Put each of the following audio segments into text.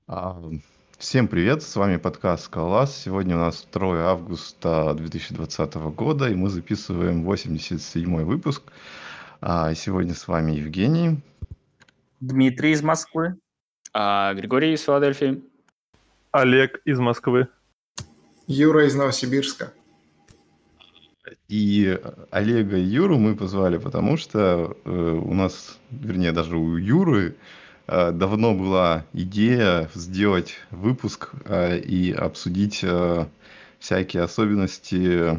А, Всем привет, с вами подкаст «Скалолаз». Сегодня у нас 2 августа 2020 года, и мы записываем 87-й выпуск. Сегодня с вами Евгений. Дмитрий из Москвы. Григорий из Филадельфии. Олег из Москвы. Юра из Новосибирска. И Олега и Юру мы позвали, потому что у нас, вернее, даже у Юры давно была идея сделать выпуск и обсудить всякие особенности,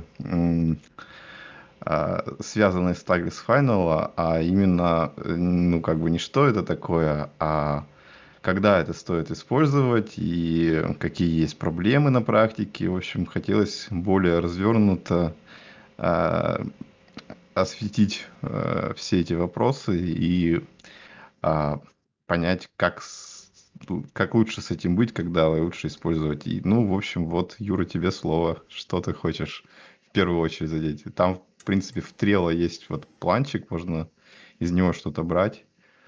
связанные с Tagless Final, а именно, ну, как бы не что это такое, а когда это стоит использовать и какие есть проблемы на практике. В общем, хотелось более развернуто а, осветить все эти вопросы и понять, как лучше с этим быть, когда лучше использовать. И, ну, в общем, вот, Юра, тебе слово. Что ты хочешь в первую очередь задеть? Там, в принципе, в Trello есть вот планчик, можно из него что-то брать.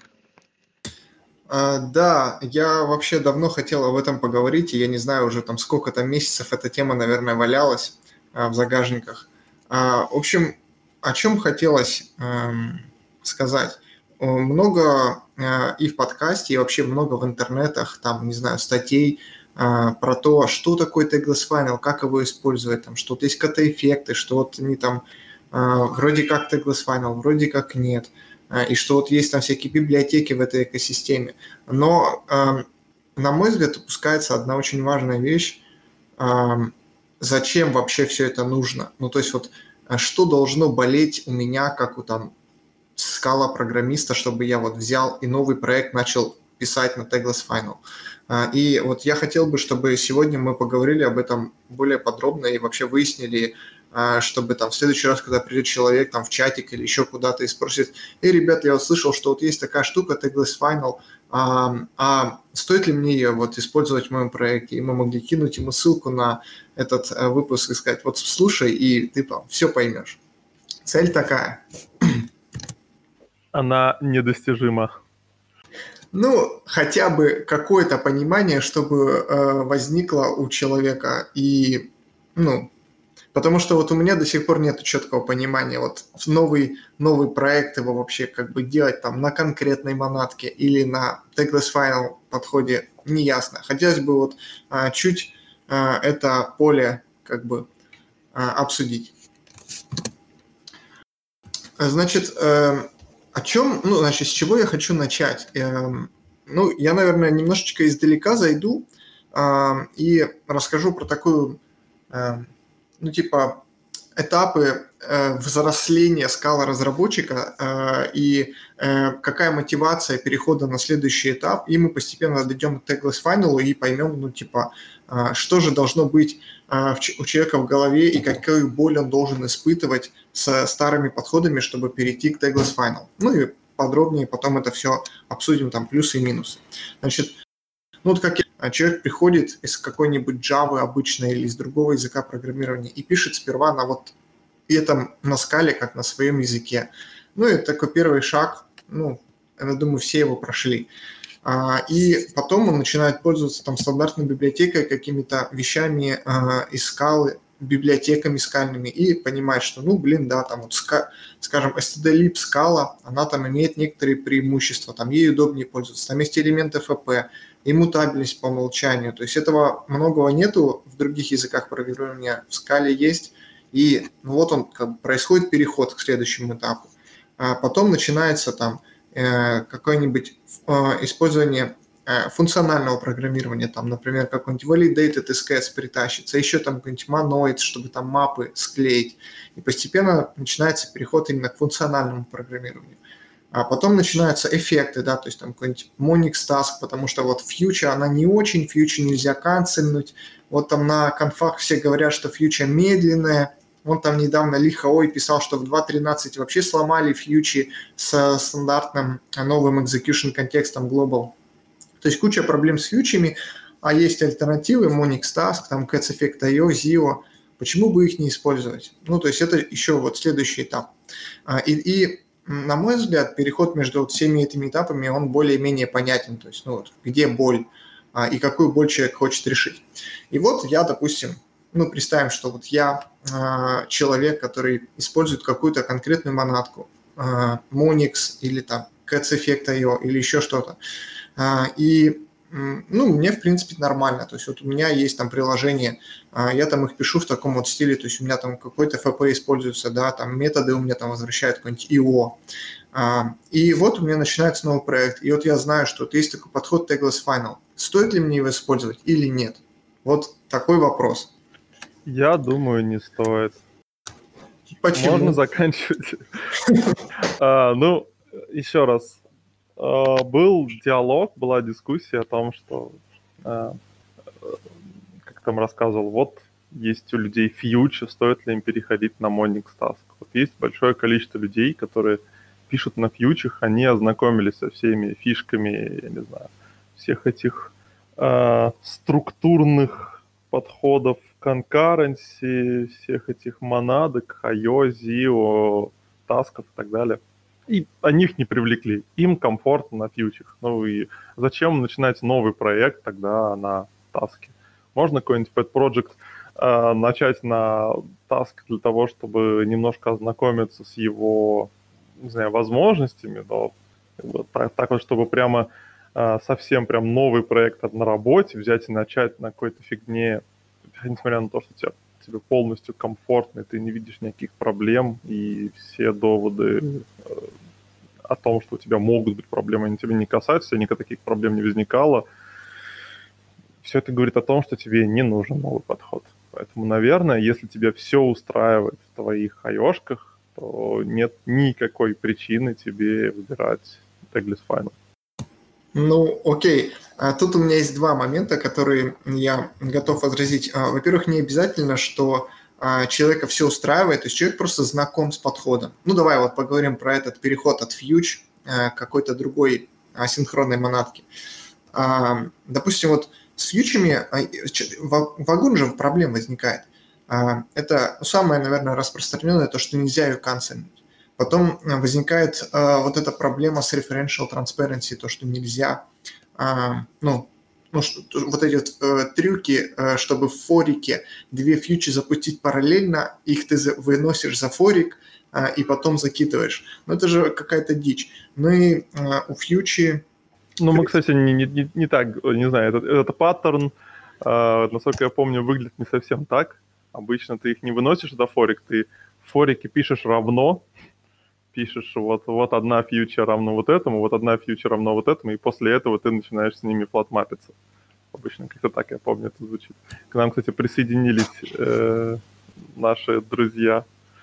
Да, я вообще давно хотел об этом поговорить, и я не знаю, уже там сколько там месяцев эта тема, наверное, валялась в загажниках. В общем, о чем хотелось сказать. Много и в подкасте, и вообще много в интернетах, там, не знаю, статей про то, что такое Tagless Final, как его использовать, там, что вот есть ката-эффекты, что вот они там вроде как Tagless Final, вроде как нет, и что вот есть там всякие библиотеки в этой экосистеме. Но, на мой взгляд, упускается одна очень важная вещь. Зачем вообще все это нужно? Ну, то есть вот что должно болеть у меня, как у там скала-программиста, чтобы я вот взял и новый проект начал писать на Tagless Final. И вот я хотел бы, чтобы сегодня мы поговорили об этом более подробно и вообще выяснили, чтобы там в следующий раз, когда придет человек там в чатик или еще куда-то и спросит: «Эй, ребята, я услышал, что вот есть такая штука Tagless Final, стоит ли мне ее вот использовать в моем проекте?» И мы могли кинуть ему ссылку на этот выпуск и сказать: вот слушай, и ты там все поймешь. Цель такая. Она недостижима. Ну, хотя бы какое-то понимание, чтобы возникло у человека. И, ну, потому что вот у меня до сих пор нет четкого понимания. Вот новый проект его вообще как бы делать там на конкретной монадке или на Tagless Final подходе, неясно. Хотелось бы вот чуть это поле как бы обсудить. Значит, о чем, ну, значит, с чего я хочу начать? Ну, я, наверное, немножечко издалека зайду и расскажу про такую, ну, типа, этапы взросления скала-разработчика и какая мотивация перехода на следующий этап, и мы постепенно дойдем к Tagless Final и поймем, ну, типа, что же должно быть у человека в голове и какую боль он должен испытывать со старыми подходами, чтобы перейти к Tagless Final. Ну и подробнее потом это все обсудим, там плюсы и минусы. Значит, ну вот как человек приходит из какой-нибудь Java обычной или из другого языка программирования и пишет сперва на вот этом на скале, как на своем языке. Ну и такой первый шаг, ну, я думаю, все его прошли. И потом он начинает пользоваться там стандартной библиотекой, какими-то вещами из скалы, библиотеками скальными, и понимает, что, ну, блин, да, там вот, скажем, stdlib скала, она там имеет некоторые преимущества, там ей удобнее пользоваться, там есть элементы FP, иммутабельность по умолчанию, то есть этого многого нету в других языках программирования, в скале есть, и ну, вот он, как бы, происходит переход к следующему этапу. Потом начинается там какое-нибудь использование функционального программирования, там, например, какой-нибудь validated SKS притащится, еще там какой-нибудь monoid, чтобы там мапы склеить. И постепенно начинается переход именно к функциональному программированию. А потом начинаются эффекты, да, то есть там какой-нибудь Monix Task, потому что вот Future, она не очень, Future нельзя канцельнуть. Вот там на конфах все говорят, что Future медленная. Он там недавно Лихаой писал, что в 2.13 вообще сломали фьючи с стандартным новым execution контекстом Global. То есть куча проблем с фьючами, а есть альтернативы, Monix Task, там Cats Effect IO, Zio. Почему бы их не использовать? Ну, то есть это еще вот следующий этап. И на мой взгляд, переход между вот всеми этими этапами, он более-менее понятен. То есть, ну, вот, где боль? и какую боль человек хочет решить. И вот я, допустим, представим, что вот я человек, который использует какую-то конкретную монадку, Monix или там Cats Effect.io или еще что-то. И мне, в принципе, нормально. То есть вот у меня есть там приложение, я там их пишу в таком вот стиле, то есть у меня там какой-то FP используется, да, там методы у меня там возвращают какой-нибудь IO. И вот у меня начинается новый проект, и вот я знаю, что вот есть такой подход Tagless Final. Стоит ли мне его использовать или нет? Вот такой вопрос. Я думаю, не стоит. Почему? Можно заканчивать. Ну, еще раз. Был диалог, была дискуссия о том, что, как там рассказывал, вот есть у людей фьючи, стоит ли им переходить на Monix Task. Вот есть большое количество людей, которые пишут на фьючах, они ознакомились со всеми фишками, я не знаю, всех этих структурных подходов конкуренции, всех этих монадок, IO, ZIO, тасков и так далее. И они их не привлекли. Им комфортно на фьючах. Ну и зачем начинать новый проект тогда на таске? Можно какой-нибудь pet project начать на таск для того, чтобы немножко ознакомиться с его, не знаю, возможностями, но так вот, чтобы прямо совсем прям новый проект на работе взять и начать на какой-то фигне, несмотря на то, что тебе полностью комфортно, и ты не видишь никаких проблем, и все доводы о том, что у тебя могут быть проблемы, они тебе не касаются, никаких таких проблем не возникало. Все это говорит о том, что тебе не нужен новый подход. Поэтому, наверное, если тебя все устраивает в твоих айошках, то нет никакой причины тебе выбирать Tagless Final. Ну, окей. Тут у меня есть два момента, которые я готов возразить. Во-первых, не обязательно, что человека все устраивает, то есть человек просто знаком с подходом. Ну, давай вот поговорим про этот переход от фьюч к какой-то другой асинхронной монадке. Допустим, вот с фьючами в Агун же проблема возникает. Это самое, наверное, распространенное, то, что нельзя ее канцелить. Потом возникает вот эта проблема с referential transparency, то, что нельзя, вот эти трюки, чтобы в форике две фьючи запустить параллельно, их ты выносишь за форик и потом закидываешь. Но это же какая-то дичь. Ну и у фьючи... Ну, мы, кстати, не так, не знаю, это паттерн, насколько я помню, выглядит не совсем так. Обычно ты их не выносишь за форик, ты в форике пишешь равно, пишешь вот одна фьючер равно вот этому, вот одна фьючер равно вот этому, и после этого ты начинаешь с ними флатмапиться. Обычно как-то так, я помню, это звучит. К нам, кстати, присоединились наши друзья.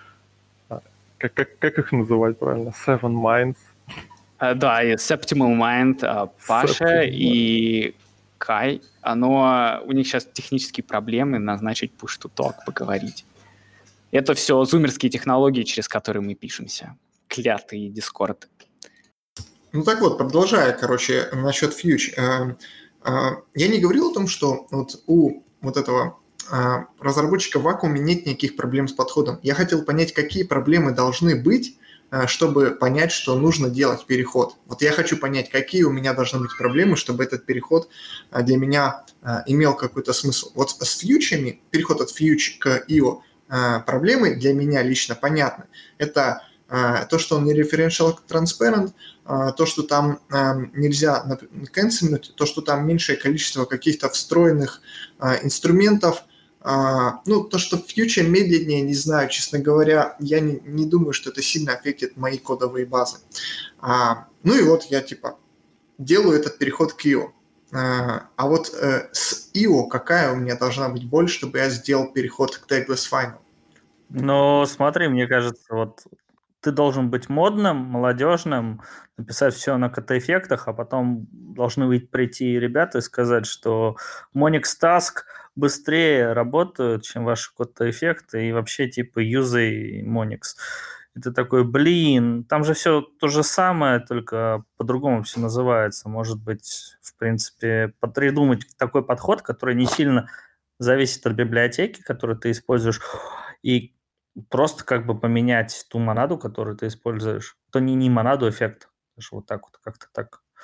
Как их называть правильно? Seven Minds. Да, и Septimal Mind, Паша и Кай. У них сейчас технические проблемы назначить push-to-talk, поговорить. Это все зумерские технологии, через которые мы пишемся. Клятый Discord. Ну так вот, продолжая, насчет фьюч. Я не говорил о том, что вот у вот этого разработчика в вакууме нет никаких проблем с подходом. Я хотел понять, какие проблемы должны быть, чтобы понять, что нужно делать переход. Вот я хочу понять, какие у меня должны быть проблемы, чтобы этот переход для меня имел какой-то смысл. Вот с фьючами, переход от фьюч к IO, проблемы для меня лично понятны. Это то, что он не referential transparent, то, что там нельзя cancelить, то, что там меньшее количество каких-то встроенных инструментов, то, что фьючер медленнее, не знаю, честно говоря, я не думаю, что это сильно аффектит мои кодовые базы. И вот я делаю этот переход к IO. А вот с IO какая у меня должна быть боль, чтобы я сделал переход к Tagless Final? Ну, смотри, мне кажется, вот ты должен быть модным, молодежным, написать все на КТ-эффектах, а потом должны прийти ребята и сказать, что Monix Task быстрее работают, чем ваши КТ-эффекты, и вообще юзай Monix. И ты такой, блин, там же все то же самое, только по-другому все называется. Может быть, в принципе, придумать такой подход, который не сильно зависит от библиотеки, которую ты используешь, и просто поменять ту монаду, которую ты используешь. То не монаду, эффект. Даже вот так вот, как-то так.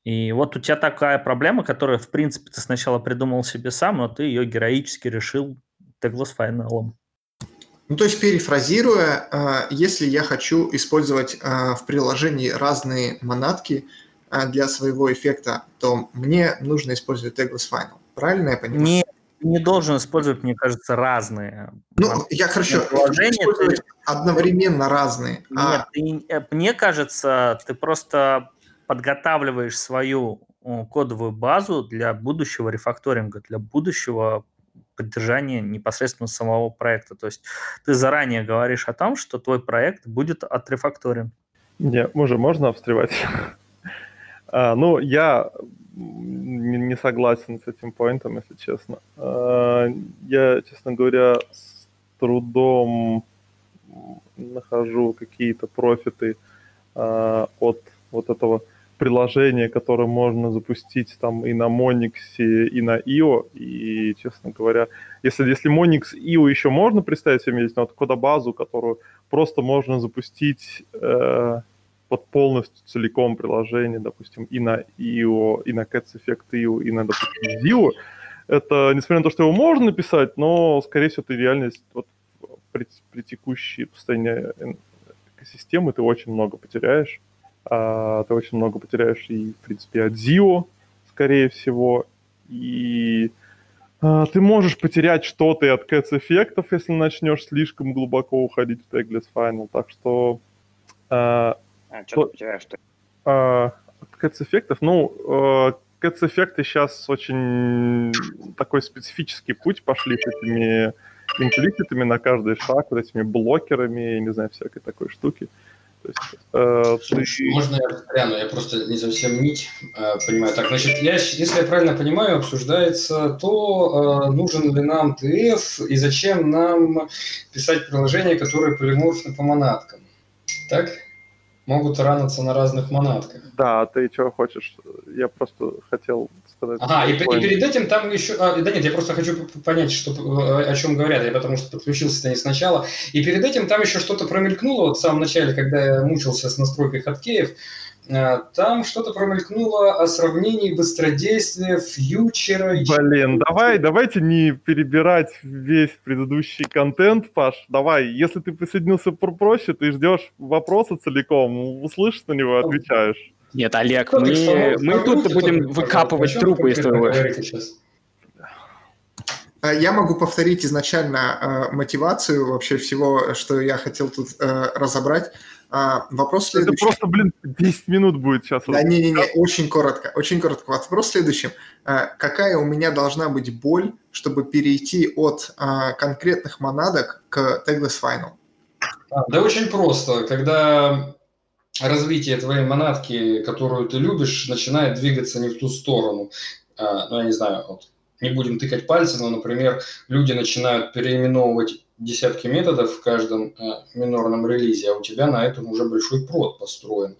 И вот у тебя такая проблема, которую, в принципе, ты сначала придумал себе сам, но ты ее героически решил Tagless Final. Ну, то есть, перефразируя, если я хочу использовать в приложении разные монадки для своего эффекта, то мне нужно использовать Tagless Final. Правильно я понимаю? Не должен использовать, мне кажется, разные. Ну, я хорошо, я хочу использовать одновременно разные. Нет, мне кажется, ты просто подготавливаешь свою кодовую базу для будущего рефакторинга, для будущего поддержания непосредственно самого проекта. То есть ты заранее говоришь о том, что твой проект будет отрефакторен. Не, можно встревать? Ну, я не согласен с этим поинтом, если честно. Я, честно говоря, с трудом нахожу какие-то профиты от вот этого приложения, которое можно запустить там и на Monix, и на IO. И, честно говоря, если Monix и IO еще можно представить себе иметь, но вот кодобазу, которую просто можно запустить под полностью целиком приложение, допустим, и на IO, и на Cats Effect IO, и на, допустим, Zio, это, несмотря на то, что его можно написать, но, скорее всего, ты реальность вот, при текущей состоянии экосистемы ты очень много потеряешь. Ты очень много потеряешь и, в принципе, от Zio, скорее всего, и ты можешь потерять что-то и от Cats эффектов, если начнешь слишком глубоко уходить в Tagless Final, так что... что ты потеряешь-то? От Cats эффектов, Cats эффекты сейчас очень такой специфический путь пошли с этими имплиситами на каждый шаг, вот этими блокерами, не знаю, всякой такой штуки. То есть, Можно я повторяю, я просто не совсем нить понимаю. Так, значит, если я правильно понимаю, обсуждается то, нужен ли нам TF и зачем нам писать приложения, которые полиморфны по монадкам. Так? Могут раниться на разных монадках. Да, ты чего хочешь? Я просто хотел сказать... Ага, и перед этим там еще... да нет, я просто хочу понять, о чем говорят, я потому что подключился-то не сначала. И перед этим там еще что-то промелькнуло, вот в самом начале, когда я мучился с настройкой хоткеев, там что-то промелькнуло о сравнении быстродействия фьючера... Блин, давайте не перебирать весь предыдущий контент, Паш. Давай, если ты присоединился проще, ты ждешь вопроса целиком, услышишь на него, отвечаешь. Нет, Олег, мы тут будем выкапывать трупы из твоего... Я могу повторить изначально мотивацию вообще всего, что я хотел тут разобрать. Вопрос следующий. Это просто, 10 минут будет сейчас. Да, не-не-не, очень коротко. Вопрос следующим. Какая у меня должна быть боль, чтобы перейти от конкретных монадок к Tagless Final? Да очень просто. Когда развитие твоей монадки, которую ты любишь, начинает двигаться не в ту сторону. Я не знаю, вот, не будем тыкать пальцем, но, например, люди начинают переименовывать десятки методов в каждом минорном релизе, а у тебя на этом уже большой прод построен.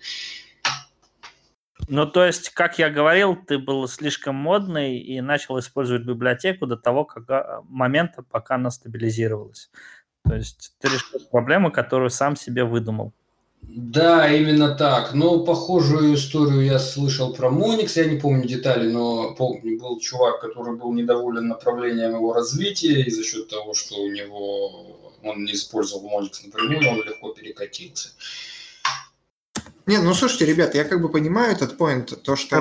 Ну, то есть, как я говорил, ты был слишком модный и начал использовать библиотеку до того момента, пока она стабилизировалась. То есть ты решил проблему, которую сам себе выдумал. Да, именно так. Но похожую историю я слышал про Monix, я не помню детали, но помню, был чувак, который был недоволен направлением его развития, и за счет того, что он не использовал Monix напрямую, он легко перекатился. Не, ну слушайте, ребят, я как бы понимаю этот поинт, то что,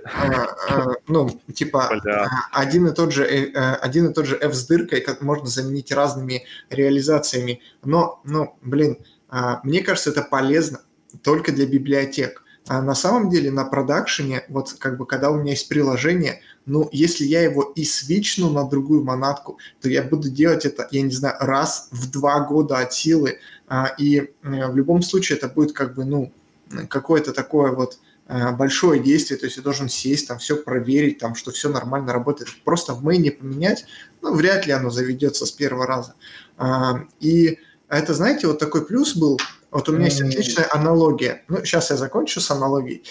один и тот же F с дыркой как можно заменить разными реализациями, но, мне кажется, это полезно только для библиотек. А на самом деле на продакшене, вот как бы когда у меня есть приложение, если я его и свичну на другую монадку, то я буду делать это, я не знаю, раз в 2 года от силы, и в любом случае это будет как бы, какое-то такое вот большое действие, то есть я должен сесть, там все проверить, там, что все нормально работает. Просто в мейне поменять, вряд ли оно заведется с первого раза. И это, знаете, вот такой плюс был. Вот у меня есть отличная аналогия. Сейчас я закончу с аналогией.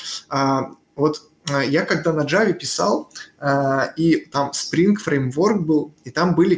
Я когда на Java писал, и там Spring Framework был, и там были,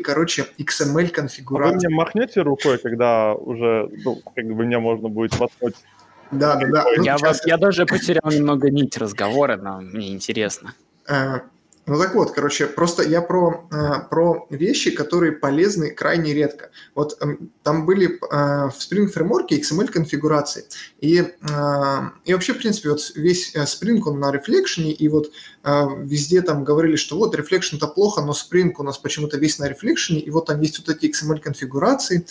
XML-конфигурации. Вы мне махнете рукой, когда уже, меня можно будет воткнуть? Да. Ну, Я даже потерял немного нить разговора, но мне интересно. Ну так вот, короче, просто я про вещи, которые полезны крайне редко. Вот там были в Spring Framework XML-конфигурации. И вообще, в принципе, вот весь Spring, он на Reflection, и вот везде там говорили, что вот Reflection-то плохо, но Spring у нас почему-то весь на Reflection, и вот там есть вот эти XML-конфигурации.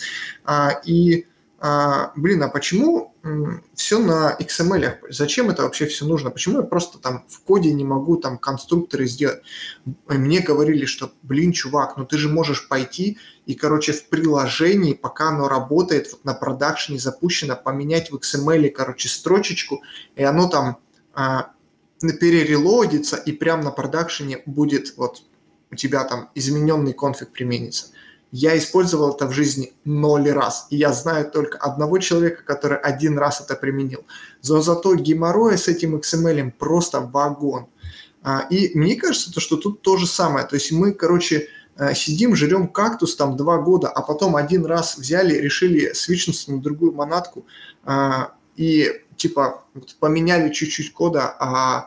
Блин, а почему все на XML? Зачем это вообще все нужно? Почему я просто там в коде не могу там конструкторы сделать? Мне говорили, что, блин, чувак, ну ты же можешь пойти и, короче, в приложении, пока оно работает, вот на продакшене запущено, поменять в XML, короче, строчечку, и оно там перерелодится, и прямо на продакшене будет вот у тебя там измененный конфиг применится. Я использовал это в жизни 0 раз. И я знаю только одного человека, который 1 раз это применил. Зато геморроя с этим XML просто вагон. И мне кажется, что тут то же самое. То есть мы, короче, сидим, жрем кактус там 2 года, а потом 1 раз взяли, решили свитчнуться на другую монадку и типа поменяли чуть-чуть кода,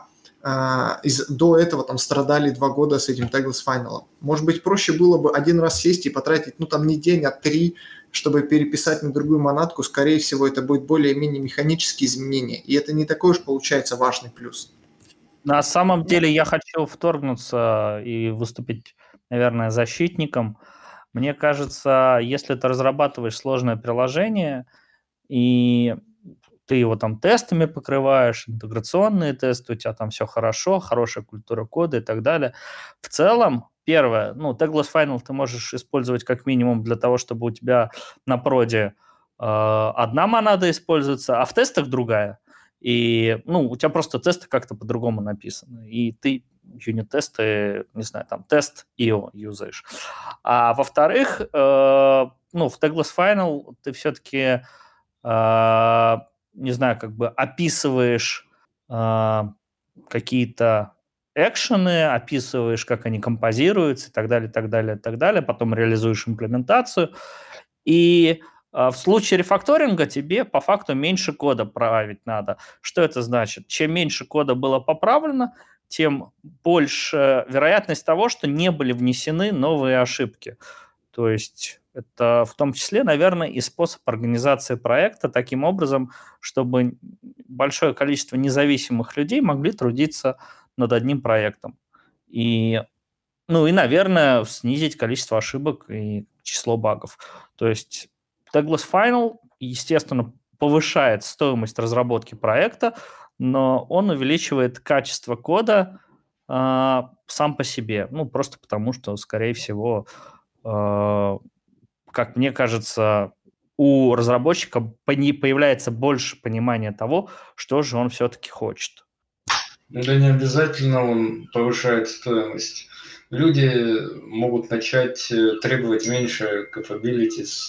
до этого там страдали 2 года с этим Tagless Final. Может быть, проще было бы 1 раз сесть и потратить, ну там не день, а 3, чтобы переписать на другую монадку. Скорее всего, это будет более-менее механические изменения. И это не такой уж получается важный плюс. На самом деле я хочу вторгнуться и выступить, наверное, защитником. Мне кажется, если ты разрабатываешь сложное приложение, и ты его там тестами покрываешь, интеграционные тесты, у тебя там все хорошо, хорошая культура кода и так далее. В целом, первое, Tagless Final ты можешь использовать как минимум для того, чтобы у тебя на проде одна монада используется, а в тестах другая. И, у тебя просто тесты как-то по-другому написаны. И ты юнит-тесты, не знаю, там, тест IO юзаешь. А во-вторых, в Tagless Final ты все-таки не знаю, как бы описываешь какие-то экшены, описываешь, как они композируются и так далее, так далее, так далее, потом реализуешь имплементацию. И в случае рефакторинга тебе по факту меньше кода править надо. Что это значит? Чем меньше кода было поправлено, тем больше вероятность того, что не были внесены новые ошибки. То есть это в том числе, наверное, и способ организации проекта таким образом, чтобы большое количество независимых людей могли трудиться над одним проектом. И, наверное, снизить количество ошибок и число багов. То есть Tagless Final, естественно, повышает стоимость разработки проекта, но он увеличивает качество кода сам по себе. Просто потому, что, скорее всего, как мне кажется, у разработчика появляется больше понимания того, что же он все-таки хочет. Да не обязательно он повышает стоимость. Люди могут начать требовать меньше capabilities,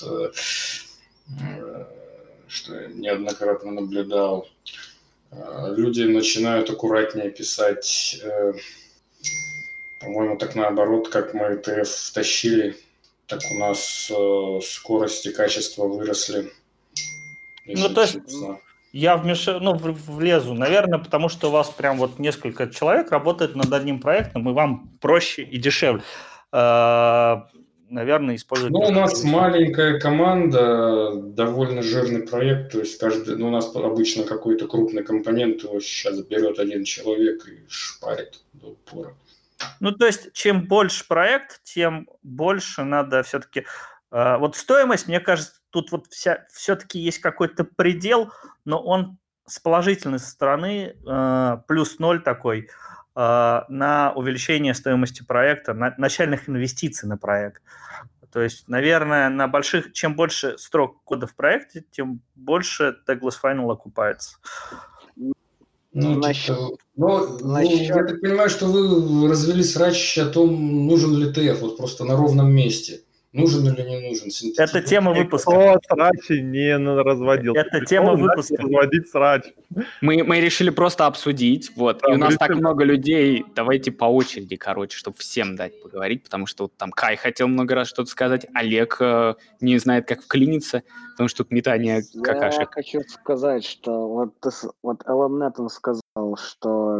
что я неоднократно наблюдал. Люди начинают аккуратнее писать. По-моему, так наоборот, как мы ETF втащили, так у нас скорость и качество выросли. То есть я влезу, наверное, потому что у вас прям вот несколько человек работает над одним проектом, и вам проще и дешевле, наверное, использовать... у нас маленькая команда, довольно жирный проект, то есть у нас обычно какой-то крупный компонент, его сейчас берет 1 человек и шпарит до упора. То есть, чем больше проект, тем больше надо все-таки... Вот стоимость, мне кажется, тут вот все-таки есть какой-то предел, но он с положительной стороны плюс 0 такой на увеличение стоимости проекта, начальных инвестиций на проект. То есть, наверное, чем больше строк кода в проекте, тем больше Tagless Final окупается. Я так понимаю, что вы развели срач о том, нужен ли TF, вот просто на ровном месте. Нужен или не нужен синтетический? Это тема выпуска. Никто срачи не разводил. Это Ты тема пришел, выпуска. начал разводить срач. Мы решили просто обсудить, вот. Да, И у мы нас так решили. много людей. Давайте по очереди, короче, чтобы всем дать поговорить, потому что вот там Кай хотел много раз что-то сказать, Олег не знает, как вклиниться, потому что тут метание Я какашек. хочу сказать, что вот Элон Неттон сказал, что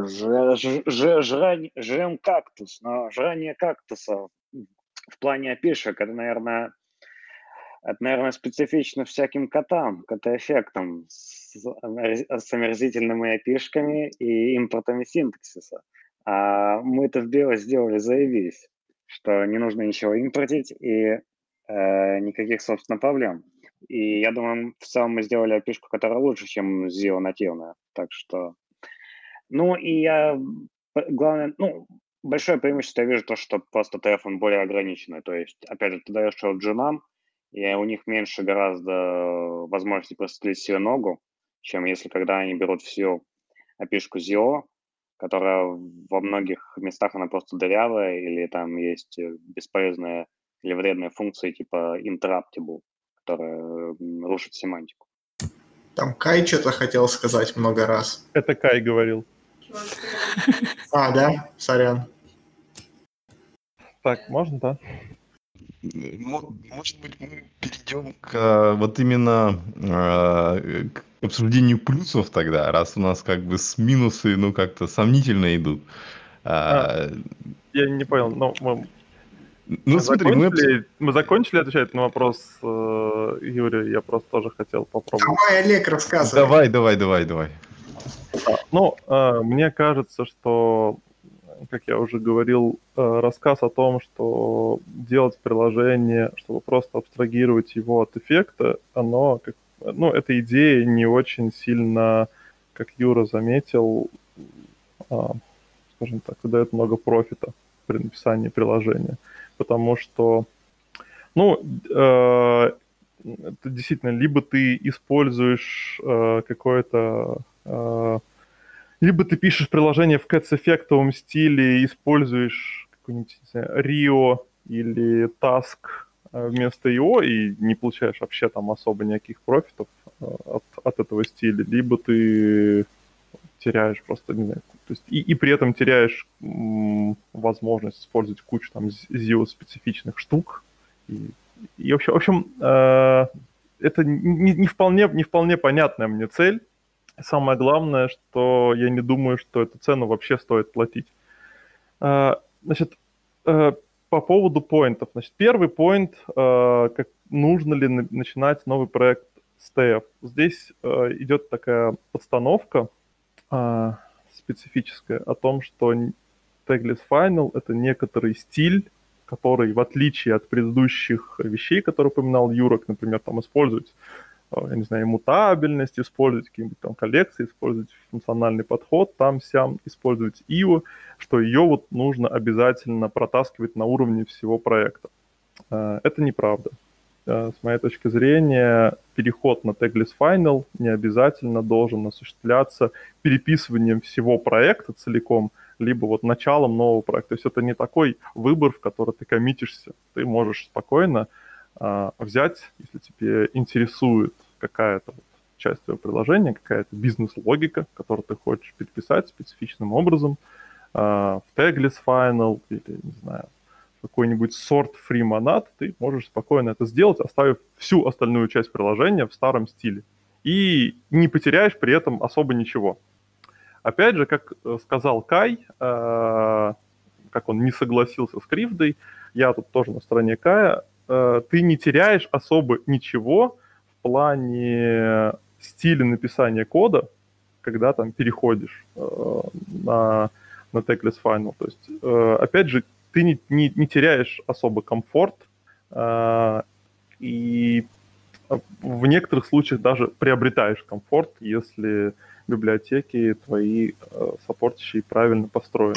жрем кактус, но жрание кактуса в плане опишек, это, наверное, специфично всяким котам, кота-эффектам с омерзительными опишками и импортами синтаксиса. А мы-то в Био сделали заебись, что не нужно ничего импортить и никаких, собственно, проблем. И я думаю, в целом мы сделали опишку, которая лучше, чем Zio нативная. Так что... Ну, и главное, большое преимущество я вижу то, что просто TF он более ограниченный. То есть, опять же, ты даешь его джунам, и у них меньше гораздо возможностей прострелить себе ногу, чем если когда они берут всю опишку Zio, которая во многих местах она просто дырявая, или там есть бесполезные или вредные функции типа interruptible, которые рушат семантику. Там Кай что-то хотел сказать много раз. Это Кай говорил. А, да? Сорян. Так, можно, да? Может быть, мы перейдем к вот именно к обсуждению плюсов тогда, раз у нас как бы с минусы, ну, как-то сомнительно идут. Я не понял, но Ну, смотри, мы закончили отвечать на вопрос Юрия, я просто тоже хотел попробовать. Давай, Олег, рассказывай. Давай. Ну, мне кажется, что, как я уже говорил, рассказ о том, что делать приложение, чтобы просто абстрагировать его от эффекта, оно, эта идея не очень сильно, как Юра заметил, скажем так, дает много профита при написании приложения. Потому что, это действительно, либо ты используешь какое-то... либо ты пишешь приложение в Cats-эффектовом стиле и используешь какой-нибудь, не знаю, Rio или Task вместо IO и не получаешь вообще там особо никаких профитов от этого стиля, либо ты теряешь просто, не знаю, то есть и при этом теряешь возможность использовать кучу там Zio-специфичных штук. И в общем, это не вполне понятная мне цель. Самое главное, что я не думаю, что эту цену вообще стоит платить. Значит, по поводу поинтов. Значит, первый поинт, как нужно ли начинать новый проект с TF. Здесь идет такая подстановка специфическая о том, что Tagless Final — это некоторый стиль, который, в отличие от предыдущих вещей, которые упоминал Юрок, например, там использовать, я не знаю, мутабельность, использовать какие-нибудь там коллекции, использовать функциональный подход, там-сям, использовать IO, что ее вот нужно обязательно протаскивать на уровне всего проекта. Это неправда. С моей точки зрения, переход на Tagless Final не обязательно должен осуществляться переписыванием всего проекта целиком, либо вот началом нового проекта. То есть это не такой выбор, в который ты коммитишься. Ты можешь спокойно взять, если тебе интересует какая-то часть твоего приложения, какая-то бизнес-логика, которую ты хочешь переписать специфичным образом в Tagless Final или, не знаю, какой-нибудь sort-free монад, ты можешь спокойно это сделать, оставив всю остальную часть приложения в старом стиле. И не потеряешь при этом особо ничего. Опять же, как сказал Кай, как он не согласился с Кривдой, я тут тоже на стороне Кая, ты не теряешь особо ничего в плане стиля написания кода, когда там переходишь на Tagless Final. То есть, опять же, ты не теряешь особо комфорт, и в некоторых случаях даже приобретаешь комфорт, если библиотеки твои саппортящие правильно построены.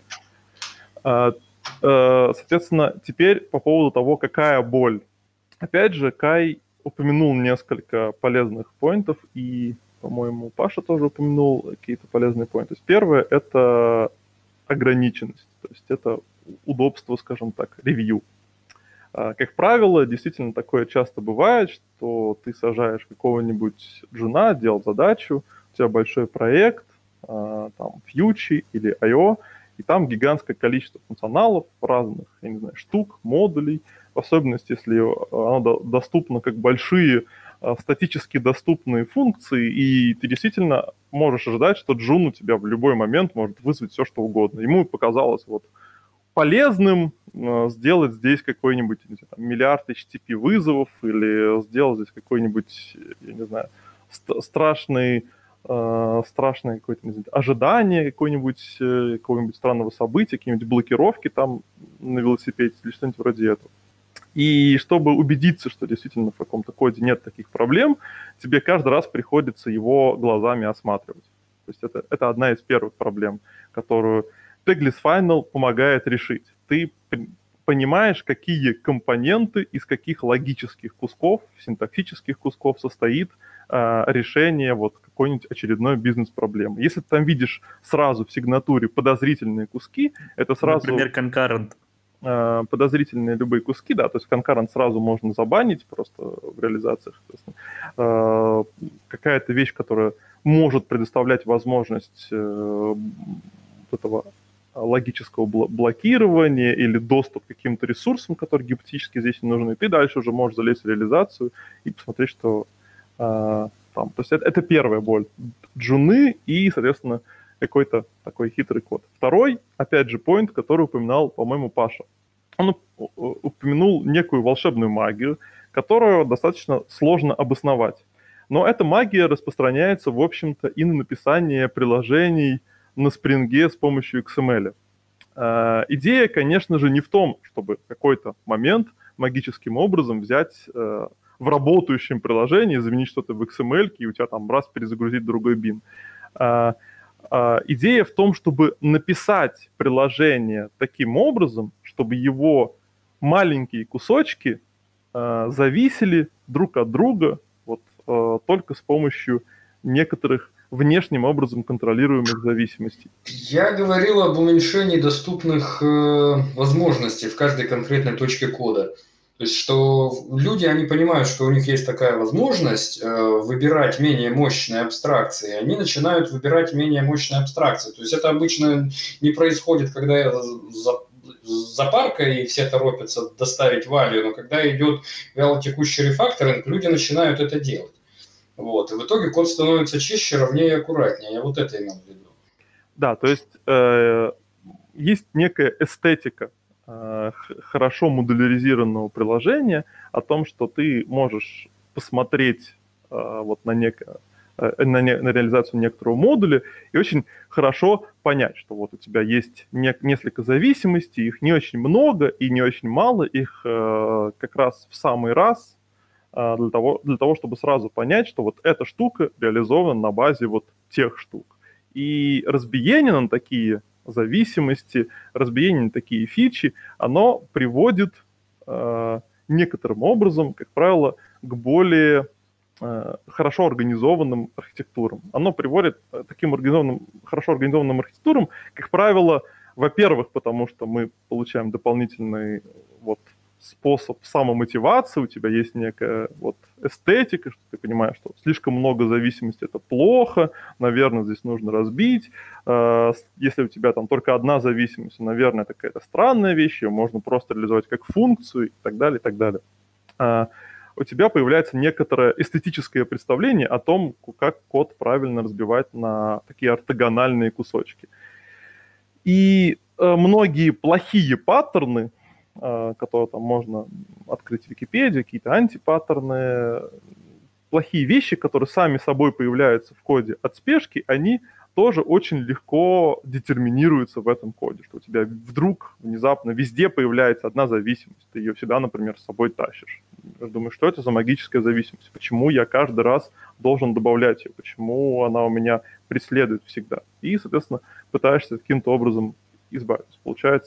Соответственно, теперь по поводу того, какая боль. Опять же, Кай упомянул несколько полезных поинтов, и, по-моему, Паша тоже упомянул какие-то полезные поинты. То есть первое — это ограниченность, то есть это удобство, скажем так, ревью. Как правило, действительно такое часто бывает, что ты сажаешь какого-нибудь джуна делать задачу, у тебя большой проект, там, Fuchs или I.O., и там гигантское количество функционалов разных, я не знаю, штук, модулей, в особенности, если оно доступно как большие статически доступные функции, и ты действительно можешь ожидать, что джун у тебя в любой момент может вызвать все, что угодно. Ему показалось вот полезным сделать здесь какой-нибудь, не знаю, там, миллиард HTTP вызовов или сделать здесь какой-нибудь, я не знаю, страшное какое-то, не знаю, ожидание какого-нибудь странного события, какие-нибудь блокировки там на велосипеде или что-нибудь вроде этого. И чтобы убедиться, что действительно в каком-то коде нет таких проблем, тебе каждый раз приходится его глазами осматривать. То есть это одна из первых проблем, которую Tagless Final помогает решить. Ты понимаешь, какие компоненты из каких логических кусков, синтаксических кусков состоит решение вот какой-нибудь очередной бизнес-проблемы. Если ты там видишь сразу в сигнатуре подозрительные куски, это сразу... Например, concurrent. Подозрительные любые куски, да, то есть concurrent сразу можно забанить просто в реализациях. Какая-то вещь, которая может предоставлять возможность этого логического блокирования или доступ к каким-то ресурсам, которые гипотетически здесь не нужны, ты дальше уже можешь залезть в реализацию и посмотреть, что там. То есть это первая боль. Джуны и, соответственно, какой-то такой хитрый код. Второй, опять же, поинт, который упоминал, по-моему, Паша. Он упомянул некую волшебную магию, которую достаточно сложно обосновать. Но эта магия распространяется, в общем-то, и на написание приложений на Spring с помощью XML. Идея, конечно же, не в том, чтобы в какой-то момент магическим образом взять в работающем приложении, заменить что-то в XML, и у тебя там раз перезагрузить другой бин. Идея в том, чтобы написать приложение таким образом, чтобы его маленькие кусочки зависели друг от друга вот, только с помощью некоторых внешним образом контролируемых зависимостей. Я говорил об уменьшении доступных возможностей в каждой конкретной точке кода. То есть, что люди, они понимают, что у них есть такая возможность выбирать менее мощные абстракции, они начинают выбирать менее мощные абстракции. То есть, это обычно не происходит, когда я за паркой и все торопятся доставить value, но когда идет вялотекущий рефакторинг, люди начинают это делать. Вот. И в итоге код становится чище, ровнее и аккуратнее. Я вот это имел в виду. Да, то есть есть некая эстетика хорошо модуляризированного приложения о том, что ты можешь посмотреть вот на реализацию некоторого модуля и очень хорошо понять, что вот у тебя есть несколько зависимостей, их не очень много и не очень мало, их как раз в самый раз для того, чтобы сразу понять, что вот эта штука реализована на базе вот тех штук. И разбиение на такие зависимости, разбиение на такие фичи, оно приводит некоторым образом, как правило, к более хорошо организованным архитектурам. Оно приводит к таким хорошо организованным архитектурам, как правило, во-первых, потому что мы получаем дополнительный вот способ самомотивации, у тебя есть некая вот эстетика, что ты понимаешь, что слишком много зависимости — это плохо, наверное, здесь нужно разбить. Если у тебя там только одна зависимость, наверное, это какая-то странная вещь, ее можно просто реализовать как функцию и так далее, и так далее. У тебя появляется некоторое эстетическое представление о том, как код правильно разбивать на такие ортогональные кусочки. И многие плохие паттерны, которые там можно открыть в Википедии, какие-то антипаттерны, плохие вещи, которые сами собой появляются в коде от спешки, они тоже очень легко детерминируются в этом коде, что у тебя вдруг внезапно везде появляется одна зависимость, ты ее всегда, например, с собой тащишь. Я думаю, что это за магическая зависимость? Почему я каждый раз должен добавлять ее? Почему она у меня преследует всегда? И, соответственно, пытаешься каким-то образом избавиться.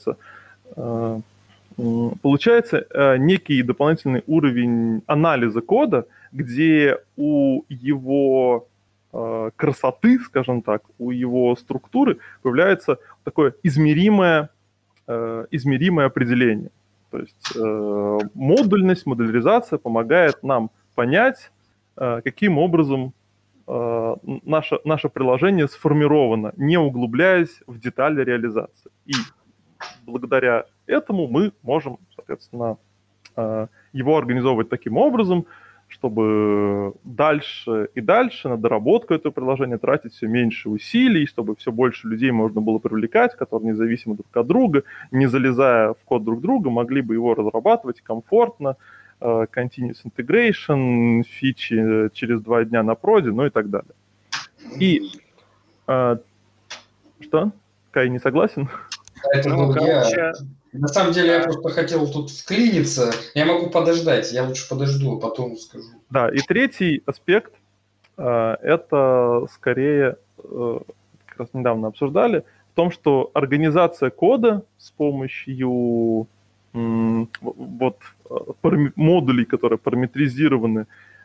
Получается некий дополнительный уровень анализа кода, где у его красоты, скажем так, у его структуры появляется такое измеримое определение. То То есть модульность, модуляризация помогает нам понять, каким образом наше приложение сформировано, не углубляясь в детали реализации. И благодаря этому мы можем, соответственно, его организовывать таким образом, чтобы дальше и дальше на доработку этого приложения тратить все меньше усилий, чтобы все больше людей можно было привлекать, которые независимо друг от друга, не залезая в код друг друга, могли бы его разрабатывать комфортно, continuous integration, фичи через 2 дня на проде, ну и так далее. И что? Кай, не согласен? Это Ну, короче, На самом деле я просто хотел тут вклиниться. Я могу подождать, я лучше подожду, а потом скажу. Да, и третий аспект, это скорее, как раз недавно обсуждали, в том, что организация кода с помощью вот модулей, которые параметризированы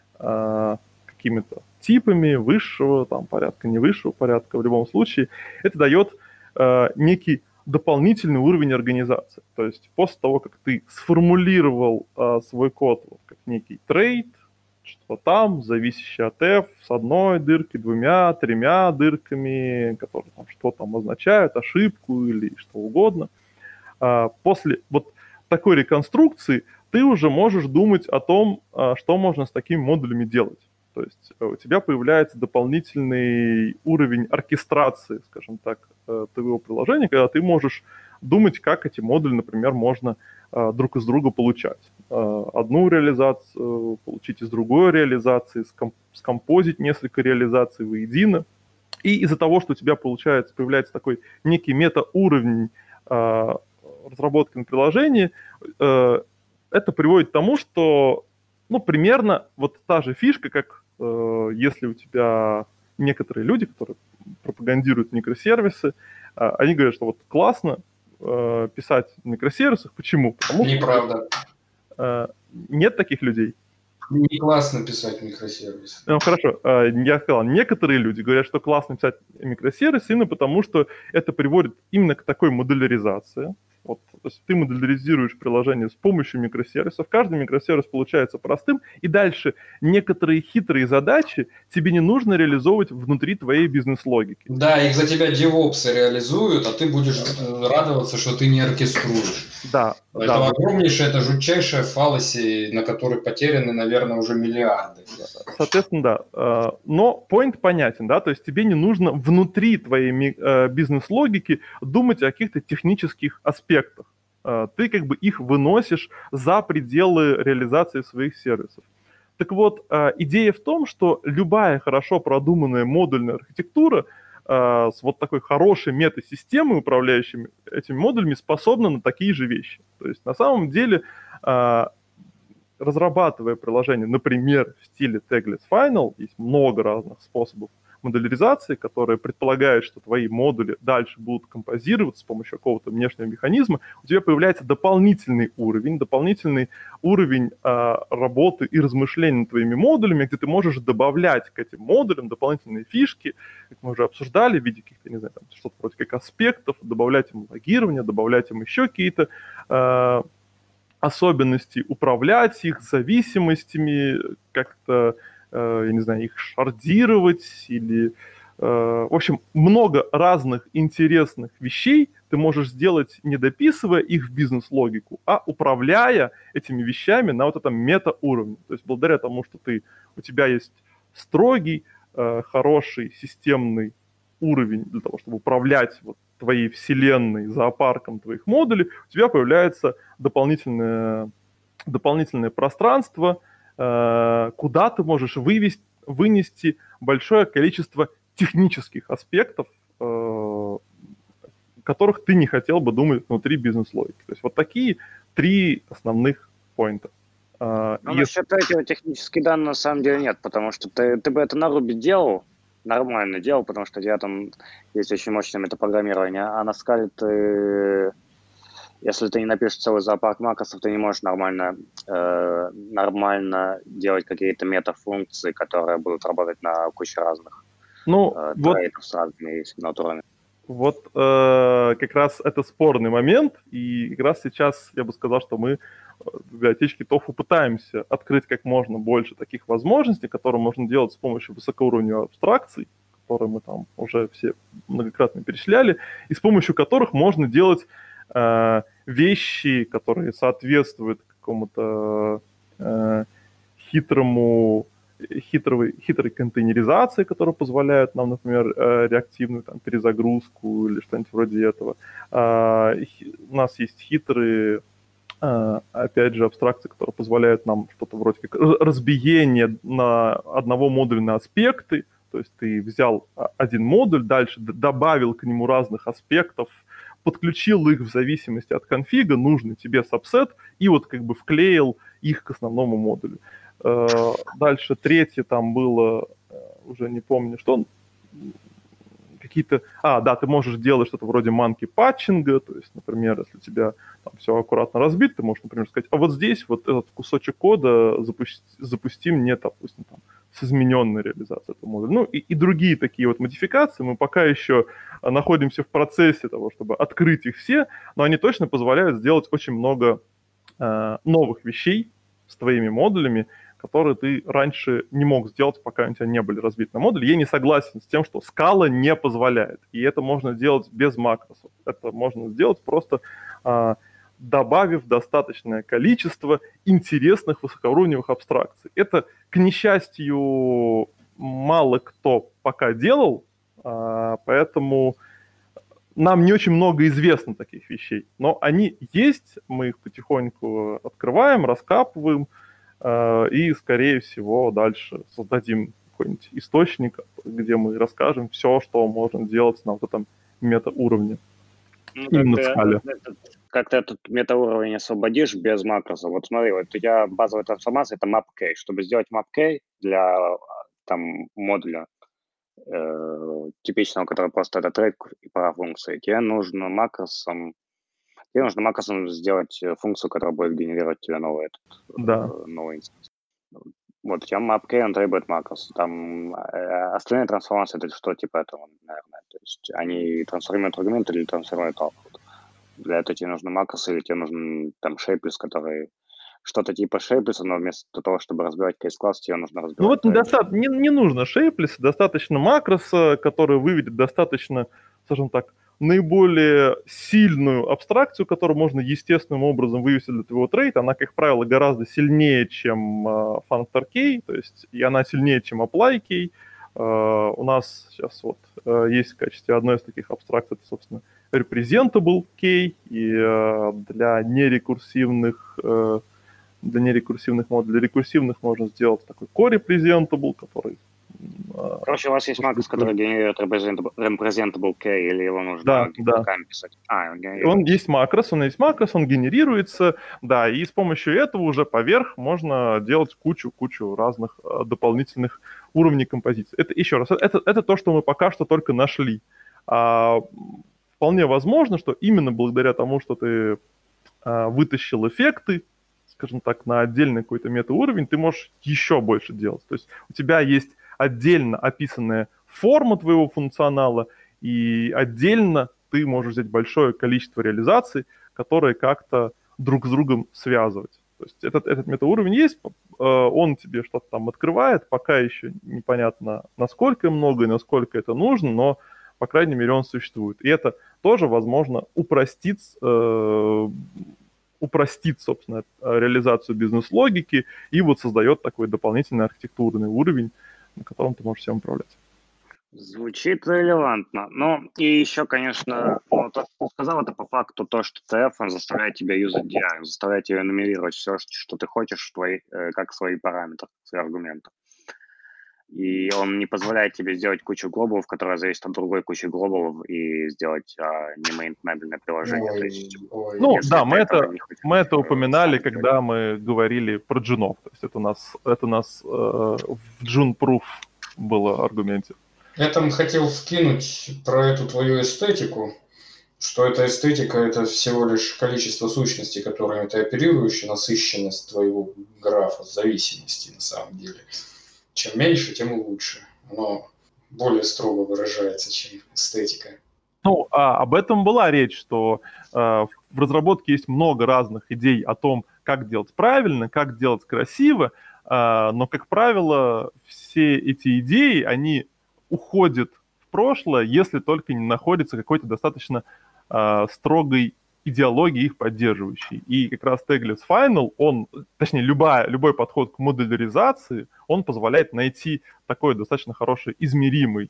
какими-то типами высшего там, порядка, не высшего порядка, в любом случае, это дает некий дополнительный уровень организации. То есть после того, как ты сформулировал свой код как некий трейд, что там, зависящий от f, с одной дыркой, 2, 3 дырками, которые там что-то означают, ошибку или что угодно. После вот такой реконструкции ты уже можешь думать о том, что можно с такими модулями делать. То есть у тебя появляется дополнительный уровень оркестрации, скажем так, твоего приложения, когда ты можешь думать, как эти модули, например, можно друг из друга получать. Одну реализацию получить из другой реализации, скомпозить несколько реализаций воедино. И из-за того, что у тебя появляется такой некий метауровень разработки на приложении, это приводит к тому, что примерно вот та же фишка, как если у тебя некоторые люди, которые пропагандируют микросервисы, они говорят, что вот классно писать в микросервисах. Почему? Потому что Неправда. Нет таких людей. Не классно писать микросервисы. Ну, хорошо. Я сказал, некоторые люди говорят, что классно писать микросервисы именно потому, что это приводит именно к такой модуляризации. Вот, то есть ты модуляризируешь приложение с помощью микросервисов, каждый микросервис получается простым, и дальше некоторые хитрые задачи тебе не нужно реализовывать внутри твоей бизнес-логики. Да, их за тебя девопсы реализуют, а ты будешь радоваться, что ты не оркеструешь. Да. Это огромнейшая, это жутчайшая фалласи, на которой потеряны, наверное, уже миллиарды. Соответственно, да. Но point понятен, да, то есть тебе не нужно внутри твоей бизнес-логики думать о каких-то технических аспектах. Ты как бы их выносишь за пределы реализации своих сервисов. Так вот, идея в том, что любая хорошо продуманная модульная архитектура с вот такой хорошей мета-системой, управляющей этими модулями, способна на такие же вещи. То есть на самом деле, разрабатывая приложение, например, в стиле Tagless Final, есть много разных способов модуляризации, которые предполагают, что твои модули дальше будут композироваться с помощью какого-то внешнего механизма, у тебя появляется дополнительный уровень работы и размышлений над твоими модулями, где ты можешь добавлять к этим модулям дополнительные фишки, как мы уже обсуждали, в виде каких-то, не знаю, там, что-то вроде как аспектов, добавлять им логирование, добавлять им еще какие-то особенности, управлять их зависимостями, как-то я не знаю, их шардировать или... В общем, много разных интересных вещей ты можешь сделать, не дописывая их в бизнес-логику, а управляя этими вещами на вот этом мета-уровне. То есть благодаря тому, что у тебя есть строгий, хороший, системный уровень для того, чтобы управлять вот твоей вселенной, зоопарком твоих модулей, у тебя появляется дополнительное пространство, куда ты можешь вынести большое количество технических аспектов, о которых ты не хотел бы думать внутри бизнес-логики. То есть вот такие 3 основных поинта. Насчет третьего технических данных на самом деле нет, потому что ты бы это на Ruby делал, нормально делал, потому что у тебя там есть очень мощное метапрограммирование, а на скале ты... Если ты не напишешь целый зоопарк макросов, ты не можешь нормально делать какие-то метафункции, которые будут работать на куче разных трейдов с разными сигнатурами. Вот как раз это спорный момент, и как раз сейчас я бы сказал, что мы в библиотечке TOEFL пытаемся открыть как можно больше таких возможностей, которые можно делать с помощью высокоуровневых абстракций, которые мы там уже все многократно перечисляли, и с помощью которых можно делать вещи, которые соответствуют какому-то хитрой контейнеризации, которая позволяет нам, например, реактивную там, перезагрузку или что-нибудь вроде этого. У нас есть хитрые, опять же, абстракции, которые позволяют нам что-то вроде как разбиение на одного модуля на аспекты. То есть ты взял один модуль, дальше добавил к нему разных аспектов, подключил их в зависимости от конфига, нужный тебе сабсет, и вот как бы вклеил их к основному модулю. Дальше третье там было, уже не помню, что, какие-то... да, ты можешь делать что-то вроде манки-патчинга, то есть, например, если у тебя там все аккуратно разбито, ты можешь, например, сказать, а вот здесь вот этот кусочек кода запусти мне, допустим, там, с измененной реализацией этого модуля. Ну, и другие такие вот модификации. Мы пока еще находимся в процессе того, чтобы открыть их все, но они точно позволяют сделать очень много новых вещей с твоими модулями, которые ты раньше не мог сделать, пока у тебя не были разбиты на модули. Я не согласен с тем, что скала не позволяет. И это можно делать без макросов. Это можно сделать просто добавив достаточное количество интересных высокоуровневых абстракций. Это, к несчастью, мало кто пока делал, поэтому нам не очень много известно таких вещей. Но они есть, мы их потихоньку открываем, раскапываем, и, скорее всего, дальше создадим какой-нибудь источник, где мы расскажем все, что можно делать на вот этом метауровне. Ну, Именно в скале. как ты этот метауровень освободишь без макроса? Вот смотри, вот у тебя базовая трансформация — это mapk. Чтобы сделать mapk для там модуля типичного, который просто это трек и парафункции, тебе нужно макросом сделать функцию, которая будет генерировать тебе новый инстанс. Вот у тебя mapk, он требует макрос. Там остальные трансформации — это что типа этого, наверное. То есть они трансформируют аргументы или трансформируют output. Для этого тебе нужны макросы, или тебе нужен там shapeless, который что-то типа shapeless, но вместо того, чтобы разбивать кейс-класс, тебе нужно разбивать... Ну вот не нужно shapeless, достаточно макроса, который выведет достаточно, скажем так, наиболее сильную абстракцию, которую можно естественным образом вывести для твоего трейда. Она, как правило, гораздо сильнее, чем functor key, то есть и она сильнее, чем apply key. У нас сейчас вот есть в качестве одной из таких абстракций, это, собственно, representable key, и для нерекурсивных модулей рекурсивных можно сделать такой co-representable, который... Короче, у вас есть макрос, который генерирует representable key, или его нужно руками писать? Есть макрос, он генерируется, да, и с помощью этого уже поверх можно делать кучу разных дополнительных уровней композиции. Это, еще раз, это то, что мы пока что только нашли. Вполне возможно, что именно благодаря тому, что ты вытащил эффекты, скажем так, на отдельный какой-то метауровень, ты можешь еще больше делать. То есть у тебя есть отдельно описанная форма твоего функционала, и отдельно ты можешь взять большое количество реализаций, которые как-то друг с другом связывать. То есть этот метауровень есть, он тебе что-то там открывает, пока еще непонятно, насколько много и насколько это нужно, но, по крайней мере, он существует. И это тоже, возможно, упростит, собственно, реализацию бизнес-логики и вот создает такой дополнительный архитектурный уровень, на котором ты можешь всем управлять. Звучит релевантно. Ну, и еще, конечно, то, что ты сказал, это по факту то, что TF, он заставляет тебя юзать DI, заставляет тебя нумерировать все, что ты хочешь, как свои параметры, свои аргументы. И он не позволяет тебе сделать кучу глобалов, которые зависят от другой кучи глобалов, и сделать не мейнтенабельное приложение. То есть, мы это упоминали, когда мы говорили про джунов. То есть это у нас в JUN-proof было аргументе. Я там хотел вкинуть про эту твою эстетику, что эта эстетика – это всего лишь количество сущностей, которыми ты оперируешь, и насыщенность твоего графа зависимости на самом деле. Чем меньше, тем лучше. Оно более строго выражается, чем эстетика. Ну, об этом была речь, что в разработке есть много разных идей о том, как делать правильно, как делать красиво, но, как правило, все эти идеи, они уходят в прошлое, если только не находится какой-то достаточно строгой идеологии их поддерживающей. И как раз Tagless Final, точнее, любой подход к модуляризации, он позволяет найти такой достаточно хороший измеримый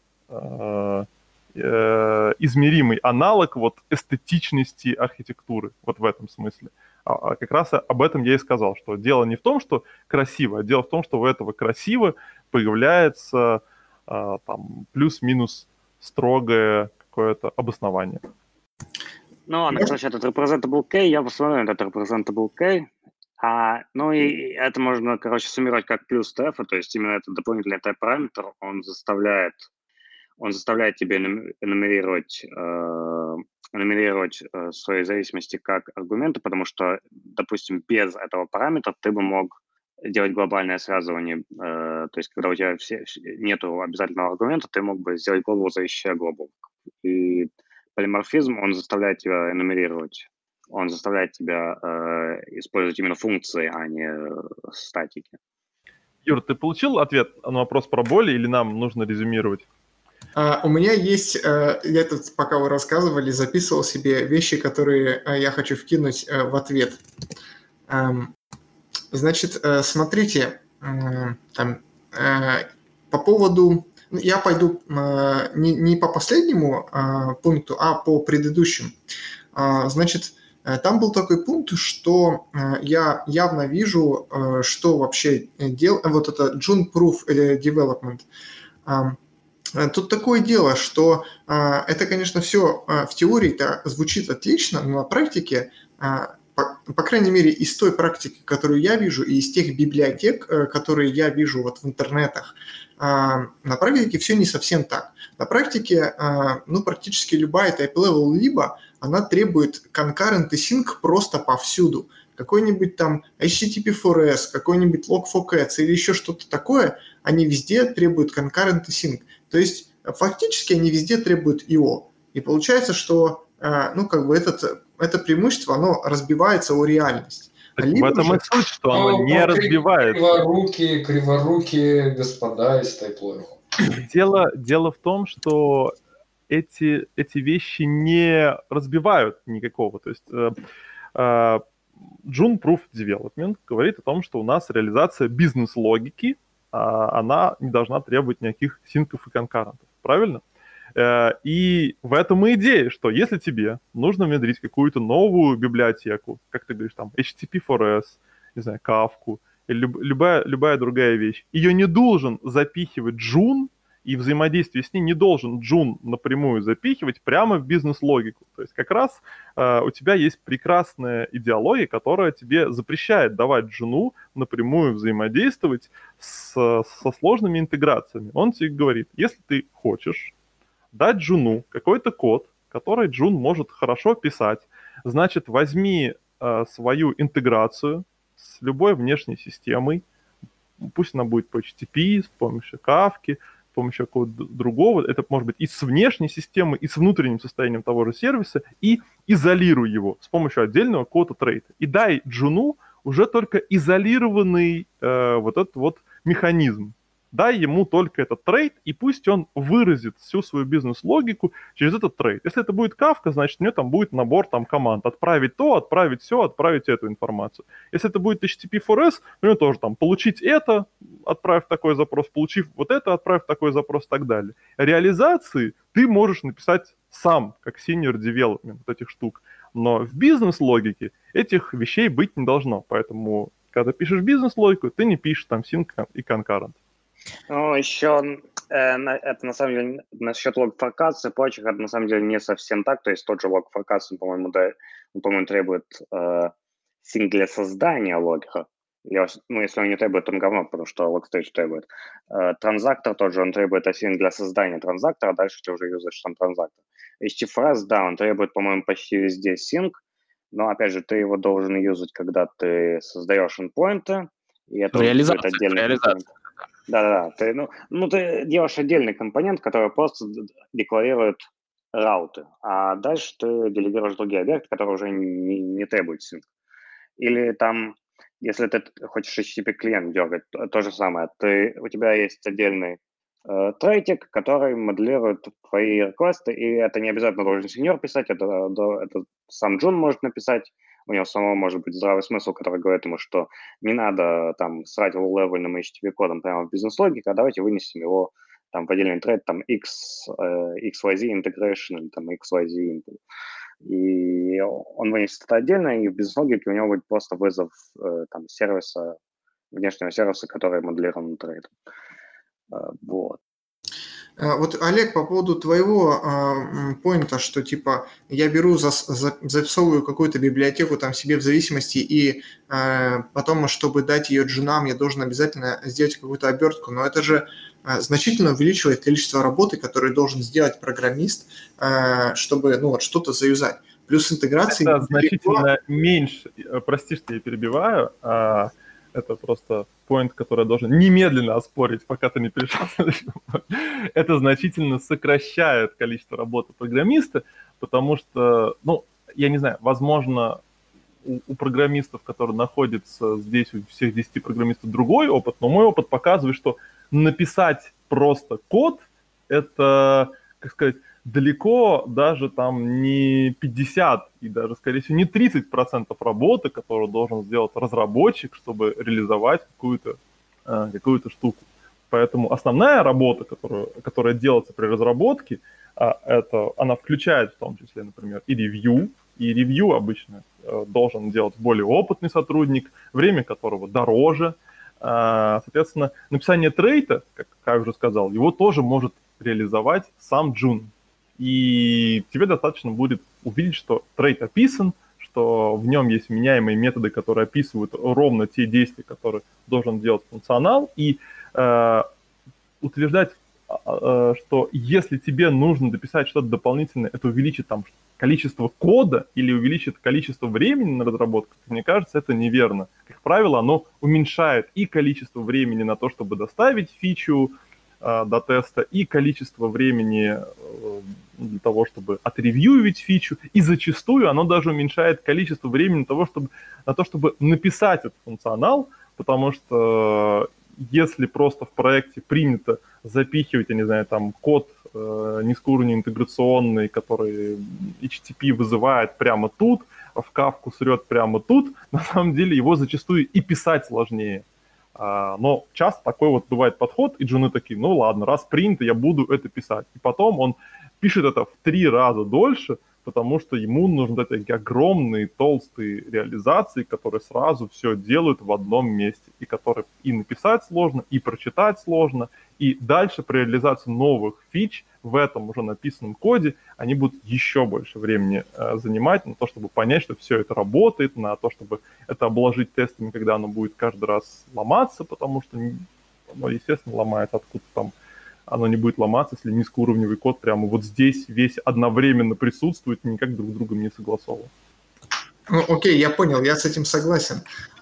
аналог вот эстетичности архитектуры, вот в этом смысле. Как раз об этом я и сказал, что дело не в том, что красиво, а дело в том, что у этого красиво появляется там плюс-минус строгое какое-то обоснование. Ну, насчет этот representable key, я посмотрю этот representable key. Ну и это можно, короче, суммировать как плюс TF, то есть именно этот дополнительный TF-параметр, он заставляет тебе энумерировать свои зависимости как аргументы, потому что, допустим, без этого параметра ты бы мог делать глобальное связывание. То есть, когда у тебя нету обязательного аргумента, ты мог бы сделать global, зависящее global. И полиморфизм, он заставляет тебя энумерировать. Он заставляет тебя использовать именно функции, а не статики. Юр, ты получил ответ на вопрос про боли или нам нужно резюмировать? У меня есть, я тут, пока вы рассказывали, записывал себе вещи, которые я хочу вкинуть в ответ. Значит, смотрите, там, по поводу... Я пойду не по последнему пункту, а по предыдущим. Значит, там был такой пункт, что я явно вижу, что вообще вот это June-proof development. Тут такое дело, что это, конечно, все в теории-то звучит отлично, но на практике, по крайней мере, из той практики, которую я вижу, и из тех библиотек, которые я вижу вот в интернетах, на практике все не совсем так. На практике, практически любая type-level либо она требует concurrent sync просто повсюду. Какой-нибудь там HTTP4S, какой-нибудь Log4Cats или еще что-то такое, они везде требуют concurrent sync. То есть фактически они везде требуют I.O. И получается, что это преимущество, оно разбивается о реальность. В этом и суть, что оно не разбивается. Криворукие господа из TypeLevel. Дело в том, что эти вещи не разбивают никакого. То есть June-proof development говорит о том, что у нас реализация бизнес-логики, она не должна требовать никаких синков и конкурентов. Правильно? И в этом и идея, что если тебе нужно внедрить какую-то новую библиотеку, как ты говоришь, там, HTTP4S, не знаю, Kafka, или любая другая вещь, ее не должен запихивать June, и взаимодействие с ней не должен June напрямую запихивать прямо в бизнес-логику. То есть как раз у тебя есть прекрасная идеология, которая тебе запрещает давать June напрямую взаимодействовать со сложными интеграциями. Он тебе говорит, если ты хочешь дать June какой-то код, который June может хорошо писать, значит, возьми свою интеграцию с любой внешней системой, пусть она будет по HTTP, с помощью Kafka, с помощью какого-то другого, это может быть и с внешней системы, и с внутренним состоянием того же сервиса, и изолируй его с помощью отдельного кода трейда. И дай June уже только изолированный вот этот вот механизм. Дай ему только этот трейд, и пусть он выразит всю свою бизнес-логику через этот трейд. Если это будет Kafka, значит, у него там будет набор там, команд. Отправить то, отправить все, отправить эту информацию. Если это будет HTTP4S, у него тоже там получить это, отправив такой запрос, получив вот это, отправив такой запрос и так далее. Реализации ты можешь написать сам, как senior development вот этих штук. Но в бизнес-логике этих вещей быть не должно. Поэтому, когда пишешь бизнес-логику, ты не пишешь там sync и concurrent. Ну, еще это на самом деле насчет лог-форкации и прочих, это на самом деле не совсем так. То есть тот же лог-форкация, по-моему, требует синк для создания логика. Если он не требует, то он говно, потому что лог-стейдж требует. Транзактор тот же, он требует async для создания транзактора, а дальше ты уже юзаешь сам транзактор. HTTP4S, да, он требует, по-моему, почти везде sync, но, опять же, ты его должен юзать, когда ты создаешь endpoint, и это будет отдельный компонент. Да-да-да. Ты делаешь отдельный компонент, который просто декларирует рауты, а дальше ты делегируешь другие объекты, которые уже не требуют синка. Или там, если ты хочешь HTTP-клиент дергать, то же самое. У тебя есть отдельный трейтик, который моделирует твои реквесты, и это не обязательно должен сеньор писать, это сам Джун может написать, у него самого может быть здравый смысл, который говорит ему, что не надо там срать low-levelным HTTP-кодом прямо в бизнес-логике, а давайте вынесем его там в отдельный трейд, там XYZ integration или там XYZ input. И он вынесет это отдельно, и в бизнес-логике у него будет просто вызов там сервиса, внешнего сервиса, который моделирован трейдом. Вот. Вот, Олег, по поводу твоего поинта, что типа я беру, записываю какую-то библиотеку там себе в зависимости, и потом, чтобы дать ее джунам, я должен обязательно сделать какую-то обертку, но это же значительно увеличивает количество работы, которую должен сделать программист, чтобы ну, вот, что-то заюзать. Плюс интеграции... Это значительно меньше, прости, что я перебиваю, это просто поинт, который я должен немедленно оспорить, пока ты не перешел. Это значительно сокращает количество работы программиста, потому что, ну, я не знаю, возможно, у программистов, которые находятся здесь, у всех 10 программистов другой опыт, но мой опыт показывает, что написать просто код – это, как сказать, далеко даже там не 50 и даже, скорее всего, не 30% работы, которую должен сделать разработчик, чтобы реализовать какую-то штуку. Поэтому основная работа, которая делается при разработке, она включает в том числе, например, и ревью обычно должен делать более опытный сотрудник, время которого дороже. Соответственно, написание трейта, как я уже сказал, его тоже может реализовать сам Джун. И тебе достаточно будет увидеть, что трейд описан, что в нем есть вменяемые методы, которые описывают ровно те действия, которые должен делать функционал, и утверждать, что если тебе нужно дописать что-то дополнительное, это увеличит там количество кода или увеличит количество времени на разработку, мне кажется, это неверно. Как правило, оно уменьшает и количество времени на то, чтобы доставить фичу до теста, и количество времени для того, чтобы отревьюить фичу, и зачастую оно даже уменьшает количество времени на то, чтобы написать этот функционал, потому что если просто в проекте принято запихивать, я не знаю, там код низкоуровневый интеграционный, который HTTP вызывает прямо тут, в кавку срет прямо тут, на самом деле его зачастую и писать сложнее. Но часто такой вот бывает подход, и джуны такие, ну ладно, раз принято, я буду это писать. И потом он пишет это в 3 раза дольше, потому что ему нужны такие огромные толстые реализации, которые сразу все делают в одном месте, и которые и написать сложно, и прочитать сложно, и дальше при реализации новых фич в этом уже написанном коде они будут еще больше времени занимать на то, чтобы понять, что все это работает, на то, чтобы это обложить тестами, когда оно будет каждый раз ломаться, потому что оно, естественно, ломается откуда-то там. Оно не будет ломаться, если низкоуровневый код прямо вот здесь весь одновременно присутствует и никак друг с другом не согласован. Ну, окей, я понял, я с этим согласен.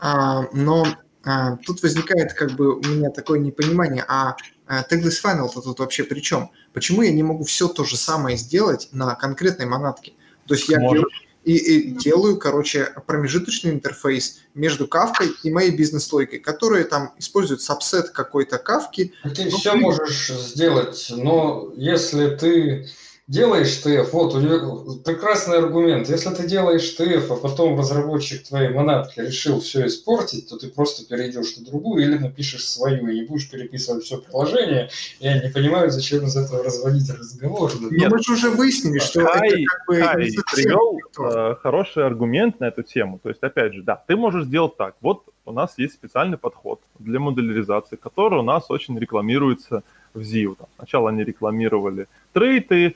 Но тут возникает как бы у меня такое непонимание, tagless final-то тут вообще при чем? Почему я не могу все то же самое сделать на конкретной монадке? То есть я беру и делаю, короче, промежуточный интерфейс между кавкой и моей бизнес-логикой, которая там использует сабсет какой-то кавки. Ты все можешь сделать, но если ты делаешь TF, вот у него прекрасный аргумент, если ты делаешь TF, а потом разработчик твоей монадки решил все испортить, то ты просто перейдешь на другую или напишешь свою, и не будешь переписывать все приложение. Я не понимаю, зачем из этого разводить разговор. Но мы же уже выяснили, что это как бы не совсем привел хороший аргумент на эту тему. То есть, опять же, да, ты можешь сделать так. Вот у нас есть специальный подход для моделяризации, который у нас очень рекламируется в ZIO. Сначала они рекламировали трейты,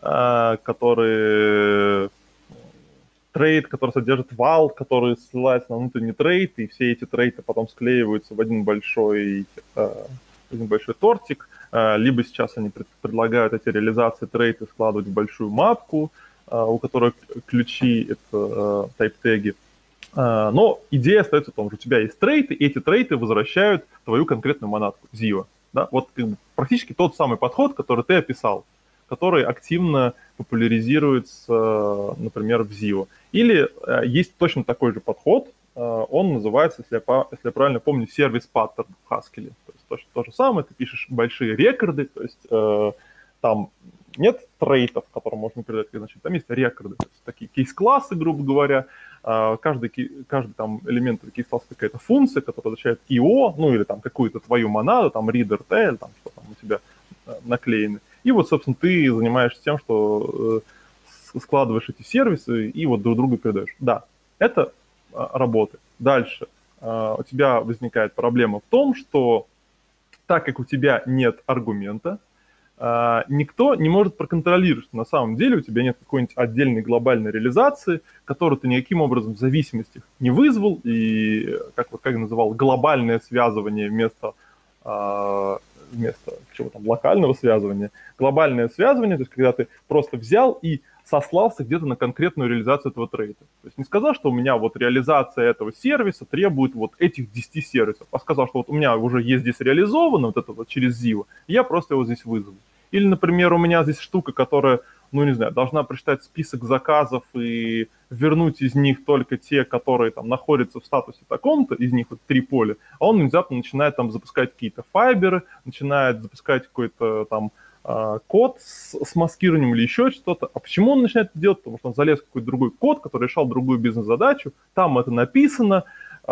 который содержит вал, который ссылается на внутренний трейд, и все эти трейты потом склеиваются в один большой тортик. Либо сейчас они предлагают эти реализации трейты складывать в большую мапку, у которой ключи — это тайп-теги. Но идея остается в том, что у тебя есть трейты, и эти трейты возвращают твою конкретную монадку, ZIO. Да? Вот как бы, практически тот самый подход, который ты описал, который активно популяризируется, например, в Zio. Или есть точно такой же подход, он называется, если я правильно помню, сервис-паттерн в Haskell. То есть точно то же самое, ты пишешь большие рекорды, то есть там нет трейтов, которые можно передать, значит, там есть рекорды, то есть такие кейс-классы, грубо говоря. Каждый там элемент кейс-класса какая-то функция, которая означает IO, ну или там какую-то твою монаду, там reader tail, там что там у тебя наклеены. И вот, собственно, ты занимаешься тем, что складываешь эти сервисы и вот друг другу передаешь. Да, это работает. Дальше у тебя возникает проблема в том, что так как у тебя нет аргумента, никто не может проконтролировать, что на самом деле у тебя нет какой-нибудь отдельной глобальной реализации, которую ты никаким образом в зависимостях не вызвал, и, как называл, глобальное связывание вместо чего там, локального связывания. Глобальное связывание, то есть когда ты просто взял и сослался где-то на конкретную реализацию этого трейда. То есть не сказал, что у меня вот реализация этого сервиса требует вот этих 10 сервисов, а сказал, что вот у меня уже есть здесь реализовано вот это вот через Zio, и я просто его здесь вызову. Или, например, у меня здесь штука, которая, ну не знаю, должна прочитать список заказов и вернуть из них только те, которые там находятся в статусе таком-то, из них вот 3 поля, а он внезапно начинает там запускать какие-то файберы, начинает запускать какой-то там код с маскированием или еще что-то. А почему он начинает это делать? Потому что он залез в какой-то другой код, который решал другую бизнес-задачу, там это написано,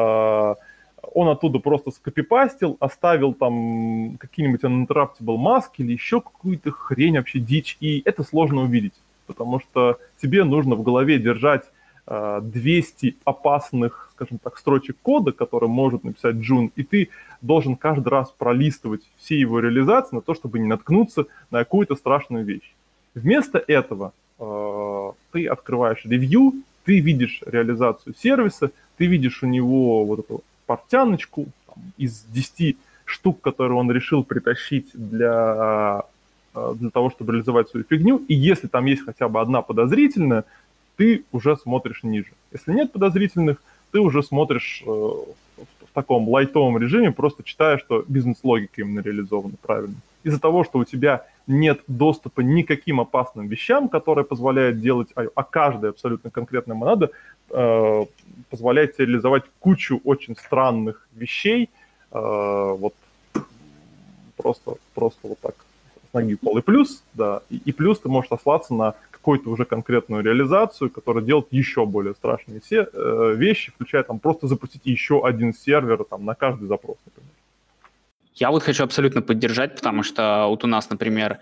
он оттуда просто скопипастил, оставил там какие-нибудь uninterruptible маски или еще какую-то хрень, вообще дичь, и это сложно увидеть, потому что тебе нужно в голове держать 200 опасных, скажем так, строчек кода, которые может написать Джун, и ты должен каждый раз пролистывать все его реализации на то, чтобы не наткнуться на какую-то страшную вещь. Вместо этого ты открываешь ревью, ты видишь реализацию сервиса, ты видишь у него вот эту портяночку там, из 10 штук, которые он решил притащить для того, чтобы реализовать свою фигню, и если там есть хотя бы одна подозрительная, ты уже смотришь ниже. Если нет подозрительных, ты уже смотришь в таком лайтовом режиме, просто читая, что бизнес-логика именно реализована правильно. Из-за того, что у тебя нет доступа ни к каким опасным вещам, которые позволяют делать, а каждая абсолютно конкретная монада позволяет тебе реализовать кучу очень странных вещей, вот просто вот так с ноги в пол. И плюс, да, и плюс ты можешь сослаться на какую-то уже конкретную реализацию, которая делает еще более страшные вещи, включая там просто запустить еще один сервер там на каждый запрос, например. Я вот хочу абсолютно поддержать, потому что вот у нас, например,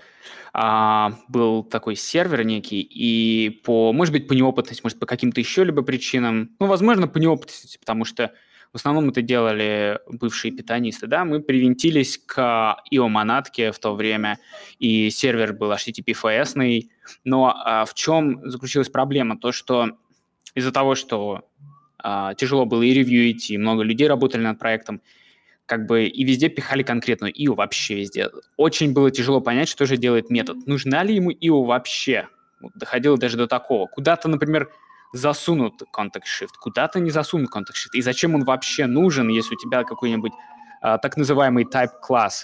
был такой сервер некий, и может быть, по неопытности, может, по каким-то еще либо причинам, ну, возможно, по неопытности, потому что в основном это делали бывшие питонисты, да, мы привинтились к IO-монадке в то время, и сервер был HTTP-FS-ный, но в чем заключилась проблема? То, что из-за того, что тяжело было и ревьюить, и много людей работали над проектом, как бы и везде пихали конкретную IO, вообще везде. Очень было тяжело понять, что же делает метод. Нужна ли ему IO вообще? Вот доходило даже до такого. Куда-то, например, засунут context shift, куда-то не засунут context shift. И зачем он вообще нужен, если у тебя какой-нибудь так называемый type class?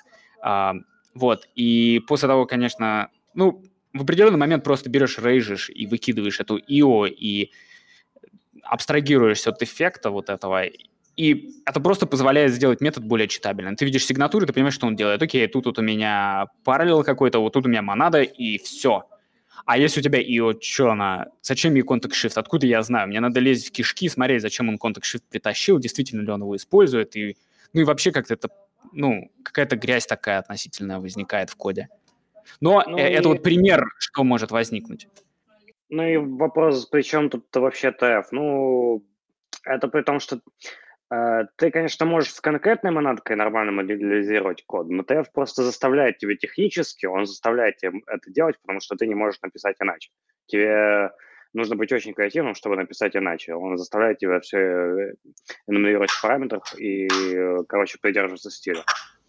Вот. И после того, конечно, ну, в определенный момент просто берешь, рейжишь и выкидываешь эту IO и абстрагируешься от эффекта вот этого. И это просто позволяет сделать метод более читабельным. Ты видишь сигнатуру, ты понимаешь, что он делает. Окей, тут вот у меня параллел какой-то, вот тут у меня монада, и все. А если у тебя IO, что она? Зачем ей context shift? Откуда я знаю? Мне надо лезть в кишки, смотреть, зачем он context shift притащил, действительно ли он его использует. И, ну и вообще как-то это, ну, какая-то грязь такая относительная возникает в коде. Но это вот пример, что может возникнуть. Ну и вопрос, при чем тут вообще TF? Ну, это при том, что ты, конечно, можешь с конкретной монадкой нормально моделизировать код, но TF просто заставляет тебя технически, он заставляет тебя это делать, потому что ты не можешь написать иначе. Тебе нужно быть очень креативным, чтобы написать иначе. Он заставляет тебя все энумерировать в параметрах и, короче, придерживаться стиля.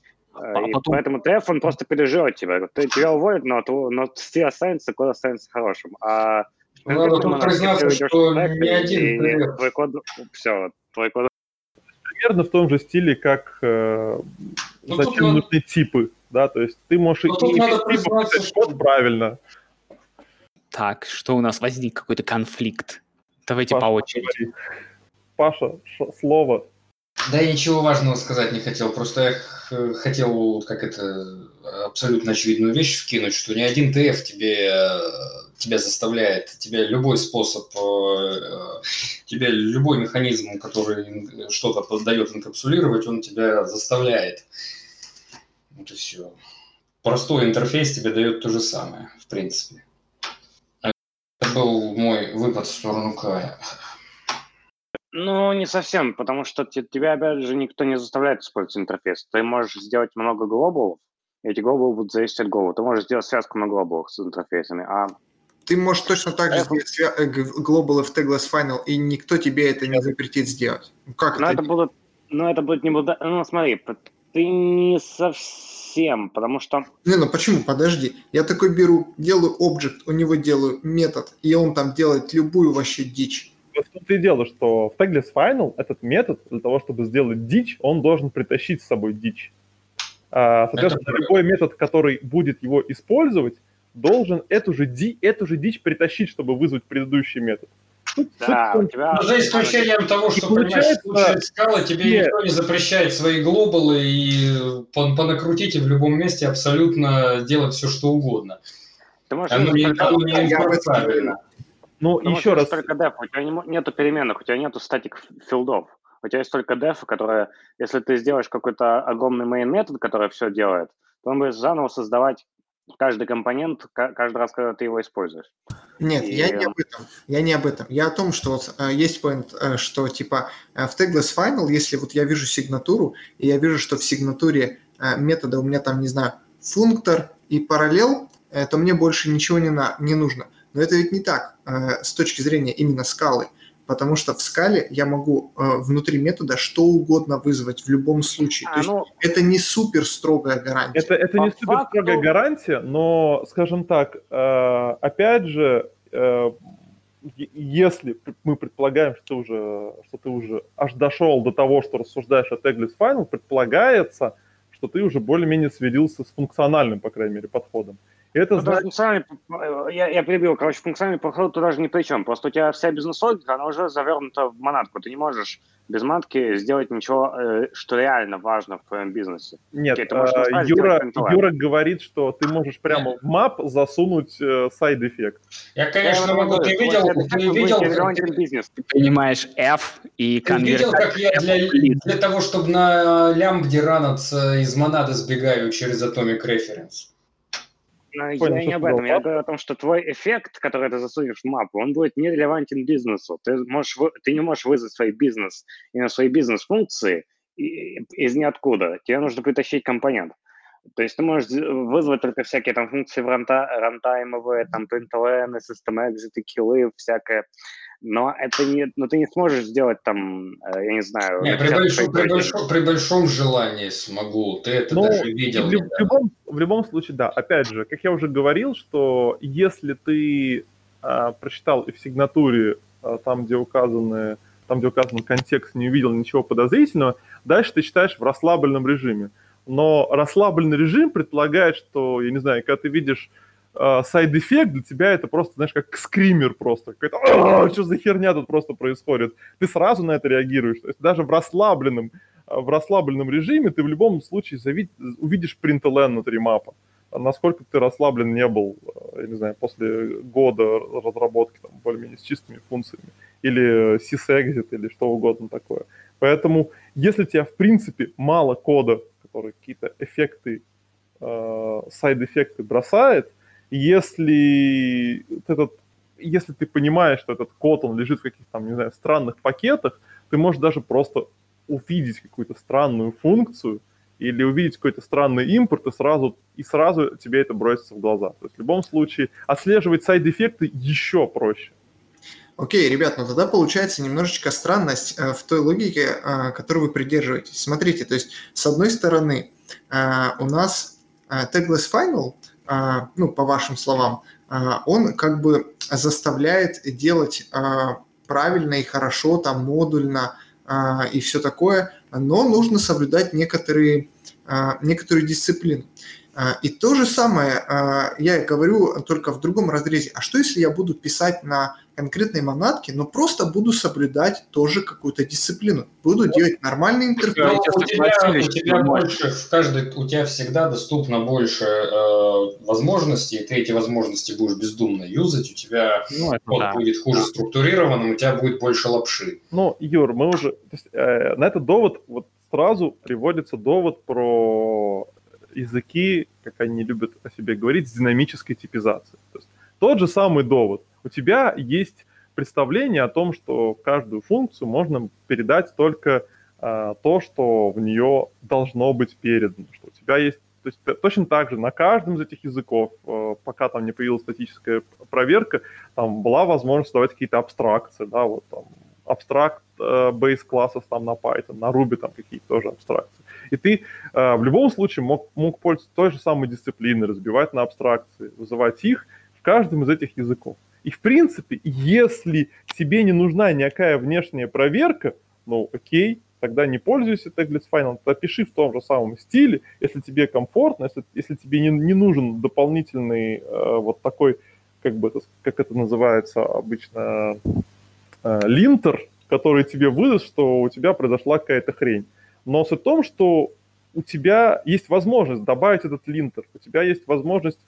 И потом... поэтому TF, он просто переживет тебя. Тебя уволят, но стиль останется, код останется хорошим. А надо тут признаться, что ни один TF. Твой код, все, твой код примерно в том же стиле, как зачем нужны типы, да, то есть ты можешь и надо признаться, код правильно. Так, что у нас возник какой-то конфликт. Давайте по очереди. Говори. Паша, слово. Да, я ничего важного сказать не хотел, просто я хотел, абсолютно очевидную вещь вкинуть, что ни один ТФ тебя заставляет, тебе любой способ, тебе любой механизм, который что-то дает инкапсулировать, он тебя заставляет. Вот и все. Простой интерфейс тебе дает то же самое, в принципе. Это был мой выпад в сторону Кая. Ну, не совсем, потому что тебя, опять же, никто не заставляет использовать интерфейс. Ты можешь сделать много глобалов, и эти глобалы будут зависеть от глобала. Ты можешь сделать связку на глобалах с интерфейсами, Ты можешь точно так же сделать глобалы в Tagless Final, и никто тебе это не запретит сделать. Как но это? это будет не... Ну, смотри, ты не совсем, потому что... Ну почему? Подожди. Я такой беру, делаю объект, у него делаю метод, и он там делает любую вообще дичь. В том-то и дело, что в Tagless Final этот метод, для того, чтобы сделать дичь, он должен притащить с собой дичь. Соответственно, любой метод, который будет его использовать, должен эту же дичь притащить, чтобы вызвать предыдущий метод. Да, у тебя... Но за исключением того, что, понимаешь, в случае скалы тебе никто не запрещает свои глобалы и понакрутить и в любом месте абсолютно делать все, что угодно. Ты можешь... Оно не правильно. Ну, еще раз. Только def, у тебя нету переменных, у тебя нету статик филдов. У тебя есть только def, которая, если ты сделаешь какой-то огромный main метод, который все делает, то он будет заново создавать каждый компонент каждый раз, когда ты его используешь. Нет, я не об этом. Я о том, что вот есть point, что типа в Tagless Final, если вот я вижу сигнатуру, и я вижу, что в сигнатуре метода у меня там, не знаю, функтор и параллел, то мне больше ничего не нужно. Но это ведь не так с точки зрения именно скалы, потому что в скале я могу внутри метода что угодно вызвать в любом случае. То есть это не супер строгая гарантия. Это не супер строгая гарантия, но, скажем так, опять же, если мы предполагаем, что ты уже аж дошел до того, что рассуждаешь о Tagless Final, предполагается, что ты уже более-менее свирился с функциональным, по крайней мере, подходом. Это я перебил. Короче, функциональный подход тут даже ни при чем. Просто у тебя вся бизнес-логика, она уже завернута в монадку. Ты не можешь без монадки сделать ничего, что реально важно в твоем бизнесе. Нет, Юра говорит, что ты можешь прямо в map засунуть сайд-эффект. Я, конечно, могу. Ты видел, ты понимаешь F и конверт. Ты видел, как я для того, чтобы на лямбде ранаться из монады сбегаю через Atomic Reference? Я не об этом. Я говорю о том, что твой эффект, который ты засунешь в мапу, он будет нерелевантен бизнесу. Ты не можешь вызвать свой бизнес и на свои бизнес-функции из ниоткуда. Тебе нужно притащить компонент. То есть ты можешь вызвать только всякие там функции в рантаймовые, там println, system exit, киллы, всякое. Но ты не сможешь сделать там, я не знаю... При большом желании смогу. Ты это даже видел. В любом случае, да. Опять же, как я уже говорил, что если ты прочитал и в сигнатуре, там, где указан контекст, не увидел ничего подозрительного, дальше ты читаешь в расслабленном режиме. Но расслабленный режим предполагает, что, я не знаю, когда ты видишь сайд-эффект, для тебя это просто, знаешь, как скример просто. Какой-то, что за херня тут просто происходит? Ты сразу на это реагируешь. То есть даже в расслабленном режиме ты в любом случае увидишь println внутри мапа. Насколько ты расслаблен не был, я не знаю, после года разработки там, более-менее с чистыми функциями. Или sysexit, или что угодно такое. Поэтому, если у тебя, в принципе, мало кода, который какие-то эффекты, сайд-эффекты бросает, если ты понимаешь, что этот код, он лежит в каких-то там, не знаю, странных пакетах, ты можешь даже просто увидеть какую-то странную функцию или увидеть какой-то странный импорт, и сразу тебе это бросится в глаза. То есть в любом случае отслеживать сайд-эффекты еще проще. Окей, ребят, но тогда получается немножечко странность в той логике, которой вы придерживаетесь. Смотрите, то есть с одной стороны у нас Tagless Final, по вашим словам, он как бы заставляет делать правильно и хорошо, там, модульно и все такое, но нужно соблюдать некоторую дисциплину. И то же самое я говорю только в другом разрезе. А что, если я буду писать на конкретной монадке, но просто буду соблюдать тоже какую-то дисциплину? Буду делать нормальный интерфейс. Я У согласились, тебя что больше, у тебя всегда доступно больше возможностей, и ты эти возможности будешь бездумно юзать, у тебя Ну, это код да. будет хуже структурированным, у тебя будет больше лапши. Ну, Юр, мы уже... То есть, на этот довод вот сразу приводится довод про языки, как они любят о себе говорить, с динамической типизацией. То есть, тот же самый довод. У тебя есть представление о том, что каждую функцию можно передать только то, что в нее должно быть передано. Что у тебя есть... То есть точно так же на каждом из этих языков, пока там не появилась статическая проверка, там была возможность создавать какие-то абстракции, да, вот там абстракт base классов там на Python, на Ruby там какие-то тоже абстракции. И ты в любом случае мог пользоваться той же самой дисциплиной, разбивать на абстракции, вызывать их в каждом из этих языков. И в принципе, если тебе не нужна никакая внешняя проверка, ну окей, тогда не пользуйся Tagless Final, пиши в том же самом стиле, если тебе комфортно, если тебе не нужен дополнительный вот такой, как это называется обычно, линтер, который тебе выдаст, что у тебя произошла какая-то хрень. Но суть в том, что у тебя есть возможность добавить этот линтер, у тебя есть возможность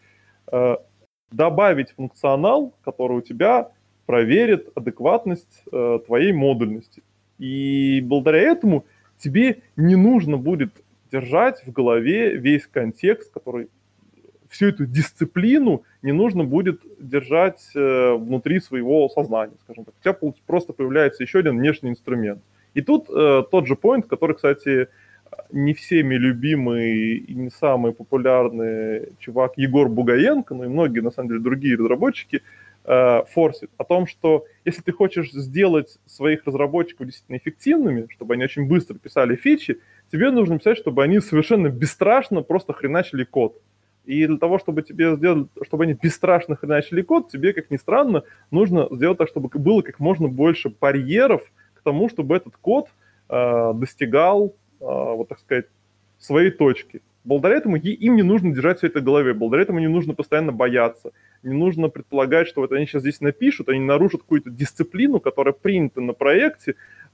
добавить функционал, который у тебя проверит адекватность твоей модульности. И благодаря этому тебе не нужно будет держать в голове весь контекст, который всю эту дисциплину не нужно будет держать внутри своего сознания, скажем так. У тебя просто появляется еще один внешний инструмент. И тут тот же point, который, кстати, не всеми любимый и не самый популярный чувак Егор Бугаенко, но и многие, на самом деле, другие разработчики форсит о том, что если ты хочешь сделать своих разработчиков действительно эффективными, чтобы они очень быстро писали фичи, тебе нужно писать, чтобы они совершенно бесстрашно просто хреначили код. И для того, чтобы тебе сделать, чтобы они бесстрашно хреначили код, тебе, как ни странно, нужно сделать так, чтобы было как можно больше барьеров к тому, чтобы этот код достигал, вот так сказать, своей точки. Благодаря этому им не нужно держать все это в голове, благодаря этому не нужно постоянно бояться, не нужно предполагать, что вот они сейчас здесь напишут, они нарушат какую-то дисциплину, которая принята на проекте,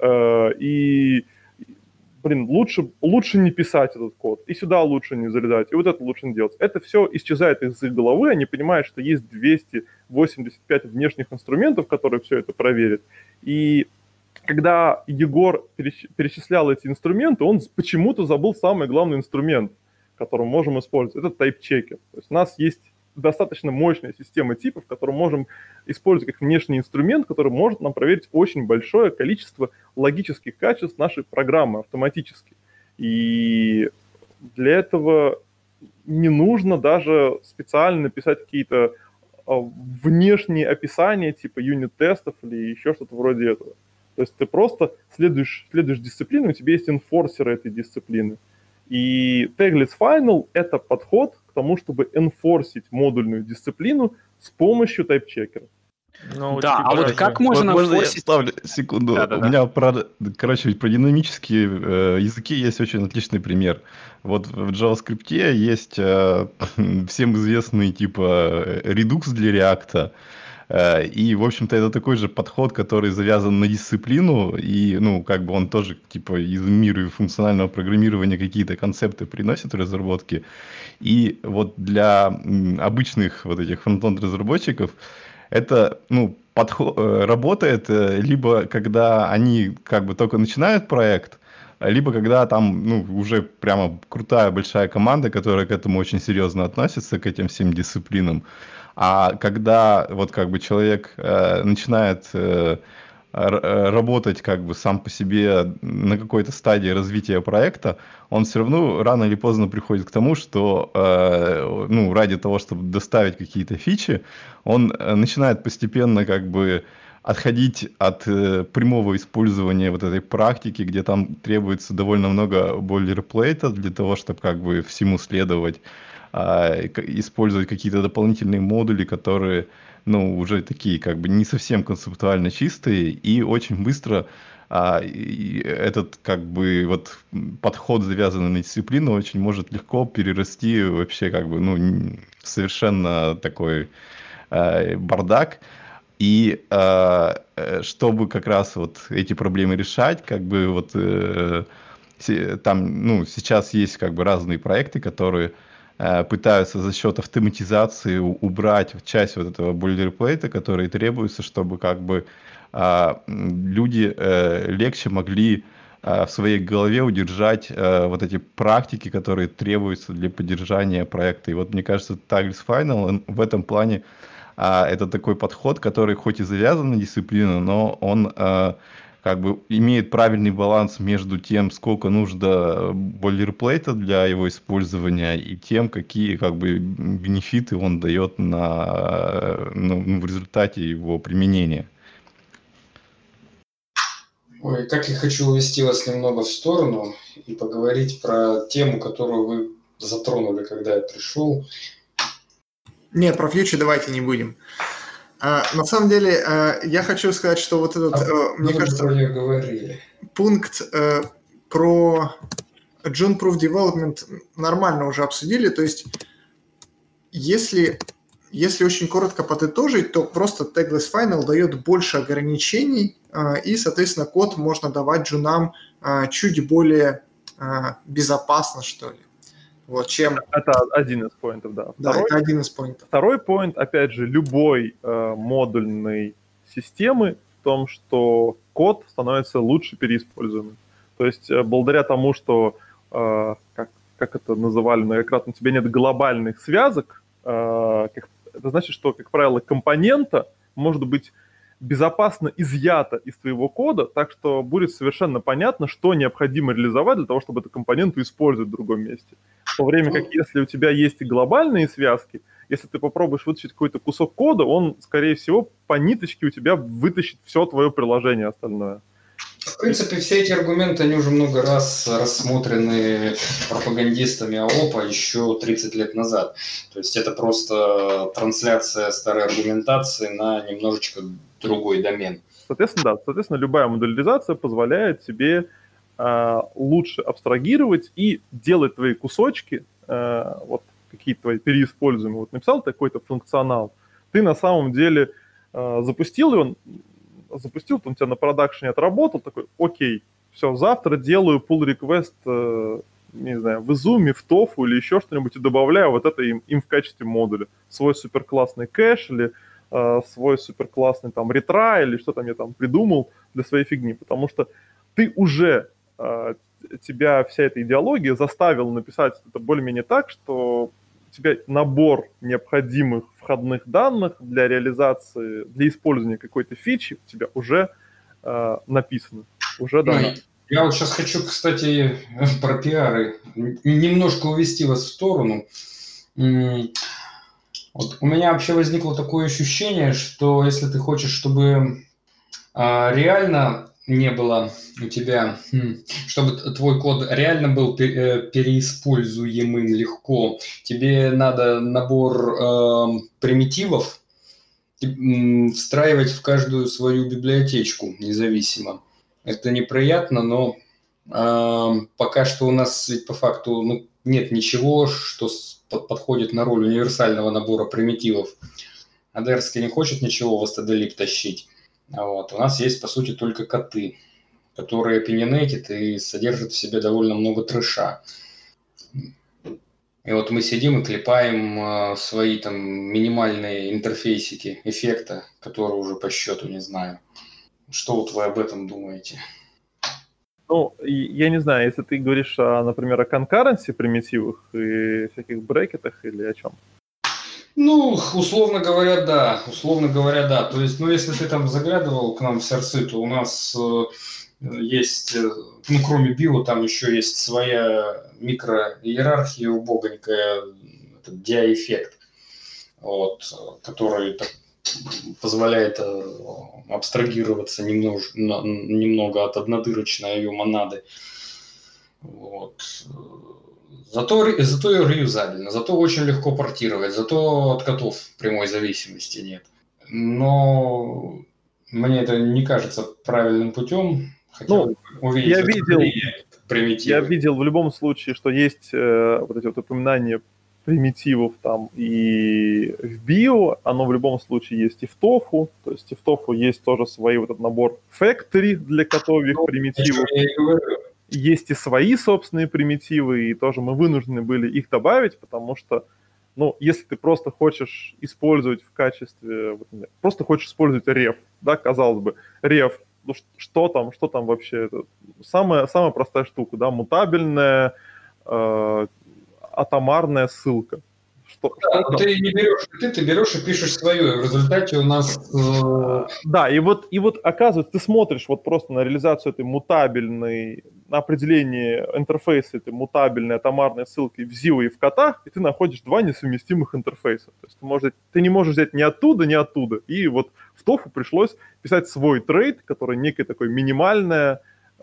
и, лучше не писать этот код, и сюда лучше не залезать, и вот это лучше не делать. Это все исчезает из их головы, они понимают, что есть 285 внешних инструментов, которые все это проверят, и когда Егор перечислял эти инструменты, он почему-то забыл самый главный инструмент, который мы можем использовать. Это type-checker. То есть у нас есть достаточно мощная система типов, которую можем использовать как внешний инструмент, который может нам проверить очень большое количество логических качеств нашей программы автоматически. И для этого не нужно даже специально писать какие-то внешние описания типа юнит-тестов или еще что-то вроде этого. То есть ты просто следуешь дисциплину, у тебя есть энфорсеры этой дисциплины. И Tagless Final — это подход к тому, чтобы энфорсить модульную дисциплину с помощью тайп-чекера. Ну, да, а вот как можно Можно я энфорсить... вставлю секунду? Да-да-да. У меня про динамические языки есть очень отличный пример. Вот в JavaScript есть всем известный типа Redux для React. И, в общем-то, это такой же подход, который завязан на дисциплину, и, ну, как бы он тоже, типа, из мира функционального программирования какие-то концепты приносит в разработке. И вот для обычных вот этих фронтенд-разработчиков это, ну, работает либо когда они как бы только начинают проект, либо когда там, ну, уже прямо крутая большая команда, которая к этому очень серьезно относится, к этим всем дисциплинам. А когда вот как бы человек начинает работать как бы сам по себе на какой-то стадии развития проекта, он все равно рано или поздно приходит к тому, что ну, ради того, чтобы доставить какие-то фичи, он начинает постепенно как бы отходить от прямого использования вот этой практики, где там требуется довольно много бойлерплейта для того, чтобы как бы всему следовать, использовать какие-то дополнительные модули, которые, ну, уже такие как бы не совсем концептуально чистые, и очень быстро И этот как бы вот подход, завязанный на дисциплину, очень может легко перерасти вообще как бы, ну, в совершенно такой бардак. И чтобы как раз вот эти проблемы решать, как бы вот там, ну, сейчас есть как бы разные проекты, которые пытаются за счет автоматизации убрать часть вот этого бойлерплейта, который требуется, чтобы как бы люди легче могли в своей голове удержать вот эти практики, которые требуются для поддержания проекта. И вот мне кажется, Tagless Final он в этом плане это такой подход, который хоть и завязан на дисциплину, но он как бы имеет правильный баланс между тем, сколько нужно бойлерплейта для его использования, и тем, какие как бы бенефиты он дает ну, в результате его применения. Ой, как я хочу увести вас немного в сторону и поговорить про тему, которую вы затронули, когда я пришел. Нет, про фьючер давайте не будем. На самом деле, я хочу сказать, что вот этот, мне кажется, говорили. Пункт про June Proof Development нормально уже обсудили. То есть, если очень коротко подытожить, то просто Tagless Final дает больше ограничений, и, соответственно, код можно давать джунам чуть более безопасно, что ли. Вот, чем... Это один из поинтов, да. Да, это один из поинтов. Второй поинт, опять же, любой модульной системы в том, что код становится лучше переиспользуемым. То есть благодаря тому, что, как это называли многократно, у тебя нет глобальных связок, это значит, что, как правило, компонента может быть безопасно изъята из твоего кода, так что будет совершенно понятно, что необходимо реализовать для того, чтобы эту компоненту использовать в другом месте. В то время как если у тебя есть и глобальные связки, если ты попробуешь вытащить какой-то кусок кода, он, скорее всего, по ниточке у тебя вытащит все твое приложение остальное. В принципе, все эти аргументы, они уже много раз рассмотрены пропагандистами АОПа еще 30 лет назад. То есть это просто трансляция старой аргументации на немножечко другой домен. Соответственно, любая модуляризация позволяет тебе лучше абстрагировать и делать твои кусочки, вот какие-то твои переиспользуемые. Вот написал какой-то функционал, ты на самом деле запустил его, он у тебя на продакшене отработал, такой, окей, все, завтра делаю pull request, не знаю, в Izumi, в TOFU или еще что-нибудь и добавляю вот это им в качестве модуля. Свой суперклассный кэш или свой суперклассный там ретра или что там я там придумал для своей фигни, потому что ты уже, тебя вся эта идеология заставила написать это более-менее так, что у тебя набор необходимых входных данных для реализации, для использования какой-то фичи у тебя уже написано, уже дано. Я вот сейчас хочу, кстати, про пиары немножко увести вас в сторону. Вот у меня вообще возникло такое ощущение, что если ты хочешь, чтобы реально не было у тебя, чтобы твой код реально был переиспользуемым легко, тебе надо набор примитивов встраивать в каждую свою библиотечку независимо. Это неприятно, но пока что у нас ведь по факту нет ничего, что подходит на роль универсального набора примитивов. Адерский не хочет ничего в stdlib тащить. Вот. У нас есть, по сути, только коты, которые opinionated и содержат в себе довольно много трэша. И вот мы сидим и клепаем свои там минимальные интерфейсики эффекта, которые уже по счету не знаю. Что вот вы об этом думаете? Ну, я не знаю, если ты говоришь, например, о конкуренции примитивах и всяких брекетах или о чем? Ну, условно говоря, да. То есть, если ты там заглядывал к нам в сердцы, то у нас есть, кроме био, там еще есть своя микроиерархия убогонькая, DI-эффект, вот, который позволяет абстрагироваться немного от однодырочной ее монады. Вот. Зато ее реюзабельно, зато очень легко портировать, зато от котов прямой зависимости нет. Но мне это не кажется правильным путем, Хотел увидеть я видел, примитивы. я видел в любом случае, что есть вот эти вот упоминания примитивов там и в био, оно в любом случае есть и в тофу, то есть и в тофу есть тоже свой вот этот набор factory для готовых примитивов. Я и говорю. Есть и свои собственные примитивы, и тоже мы вынуждены были их добавить, потому что, ну, если ты просто хочешь использовать в качестве, просто хочешь использовать реф, да, казалось бы, реф, ну, что там вообще, это самая простая штука, да, мутабельная, атомарная ссылка. Да, но ты не берешь, ты берешь и пишешь свою, и в результате у нас... Да, и вот оказывается, ты смотришь вот просто на реализацию этой мутабельной, на определение интерфейса этой мутабельной атомарной ссылки в ZIO и в котах, и ты находишь два несовместимых интерфейса. То есть ты не можешь взять ни оттуда, ни оттуда. И вот в тофу пришлось писать свой трейд, который некое такое минимальное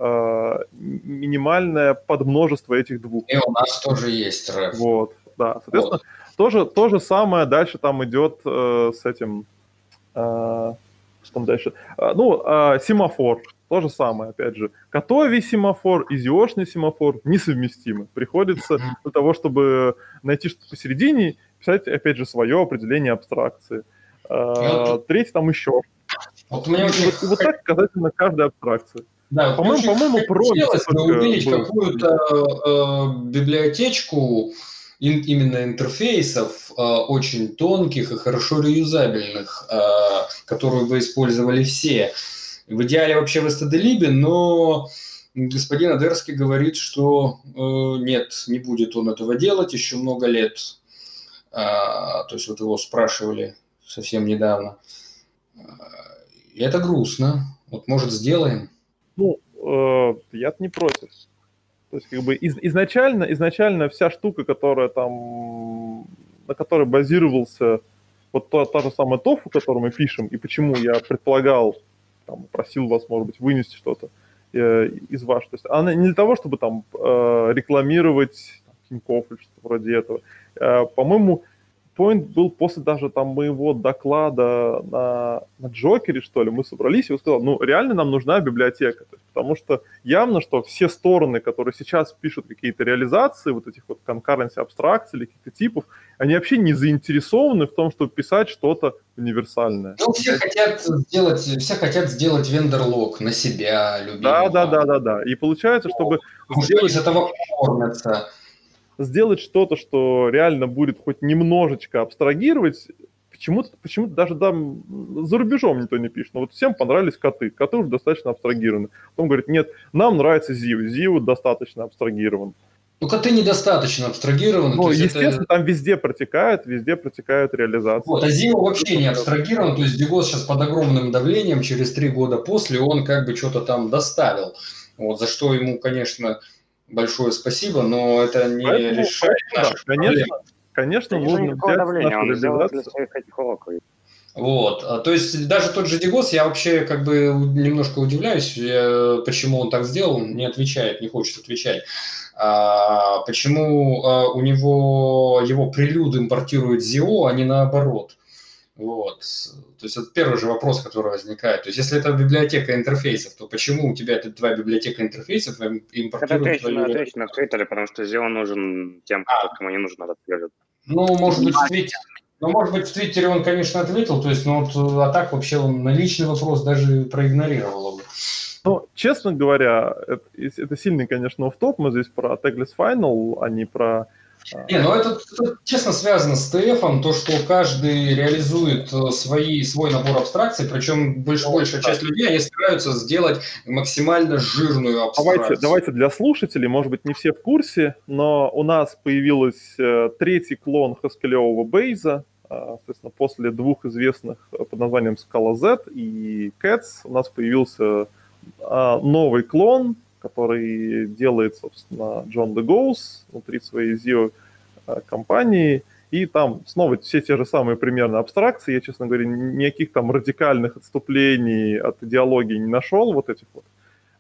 подмножество этих двух. И у нас тоже есть реф. Вот, да. Соответственно, то же самое дальше там идет с этим... что там дальше? Семафор. То же самое, опять же. Котовий семафор и зиошный семафор несовместимы. Приходится для того, чтобы найти что-то посередине, писать, опять же, свое определение абстракции. Третий там еще. Вот так касательно каждой абстракции. Да, по-моему, хотелось бы увидеть какую-то библиотечку именно интерфейсов очень тонких и хорошо реюзабельных, которую бы использовали все. В идеале вообще в stdlib, но господин Адерский говорит, что нет, не будет он этого делать еще много лет. То есть вот его спрашивали совсем недавно. И это грустно. Вот, может, сделаем? Ну, я-то не против. То есть, как бы изначально вся штука, которая там, на которой базировался вот та же самая тофу, которую мы пишем, и почему я предполагал, там, просил вас, может быть, вынести что-то из вашего. То есть она не для того, чтобы там рекламировать Тинькофф или что-то вроде этого. По-моему, point был после даже там моего доклада на Джокере, что ли, мы собрались, и он сказал, ну, реально нам нужна библиотека, то есть, потому что явно, что все стороны, которые сейчас пишут какие-то реализации, вот этих вот concurrency абстракций или каких-то типов, они вообще не заинтересованы в том, чтобы писать что-то универсальное. Ну, все хотят сделать вендор-лог на себя, любимого. Да. И получается, чтобы из этого кормятся. Сделать что-то, что реально будет хоть немножечко абстрагировать, почему-то даже там за рубежом никто не пишет. Но вот всем понравились коты. Коты уже достаточно абстрагированы. Потом говорит, нет, нам нравится ZIO. ZIO достаточно абстрагирован. Ну, коты недостаточно абстрагированы. Ну, естественно, там везде протекает реализация. Вот, а ZIO вообще не абстрагирован. То есть Digos сейчас под огромным давлением, через 3 года после, он как бы что-то там доставил. Вот, за что ему, конечно... большое спасибо, но это не решает наших проблем. Конечно, нужно взять нашу реализацию. Вот, то есть даже тот же Digos, я вообще как бы немножко удивляюсь, почему он так сделал, не отвечает, не хочет отвечать. Почему у него его прелюд импортирует ZIO, а не наоборот. Вот. То есть это первый же вопрос, который возникает. То есть если это библиотека интерфейсов, то почему у тебя это твоя библиотека интерфейсов импортирует твою... Отвечу на Твиттере, потому что ZIO нужен тем, кому не нужен этот прелюд. Ну, может быть, в Твиттере он, конечно, ответил, то есть, ну, вот, а так вообще он на личный вопрос даже проигнорировал бы. Ну, честно говоря, это сильный, конечно, офф-топ. Мы здесь про Tagless Final, а не про... Не, ну это честно связано с ТФом, то, что каждый реализует свой набор абстракций, причем большая часть людей, они стараются сделать максимально жирную абстракцию. Давайте для слушателей, может быть, не все в курсе, но у нас появился третий клон хаскелевого бейза, соответственно, после двух известных под названием Scala Z и Cats у нас появился новый клон, который делает, собственно, John DeGoes внутри своей ZIO компании, и там снова все те же самые примерно абстракции. Я, честно говоря, никаких там радикальных отступлений от идеологии не нашел вот этих вот.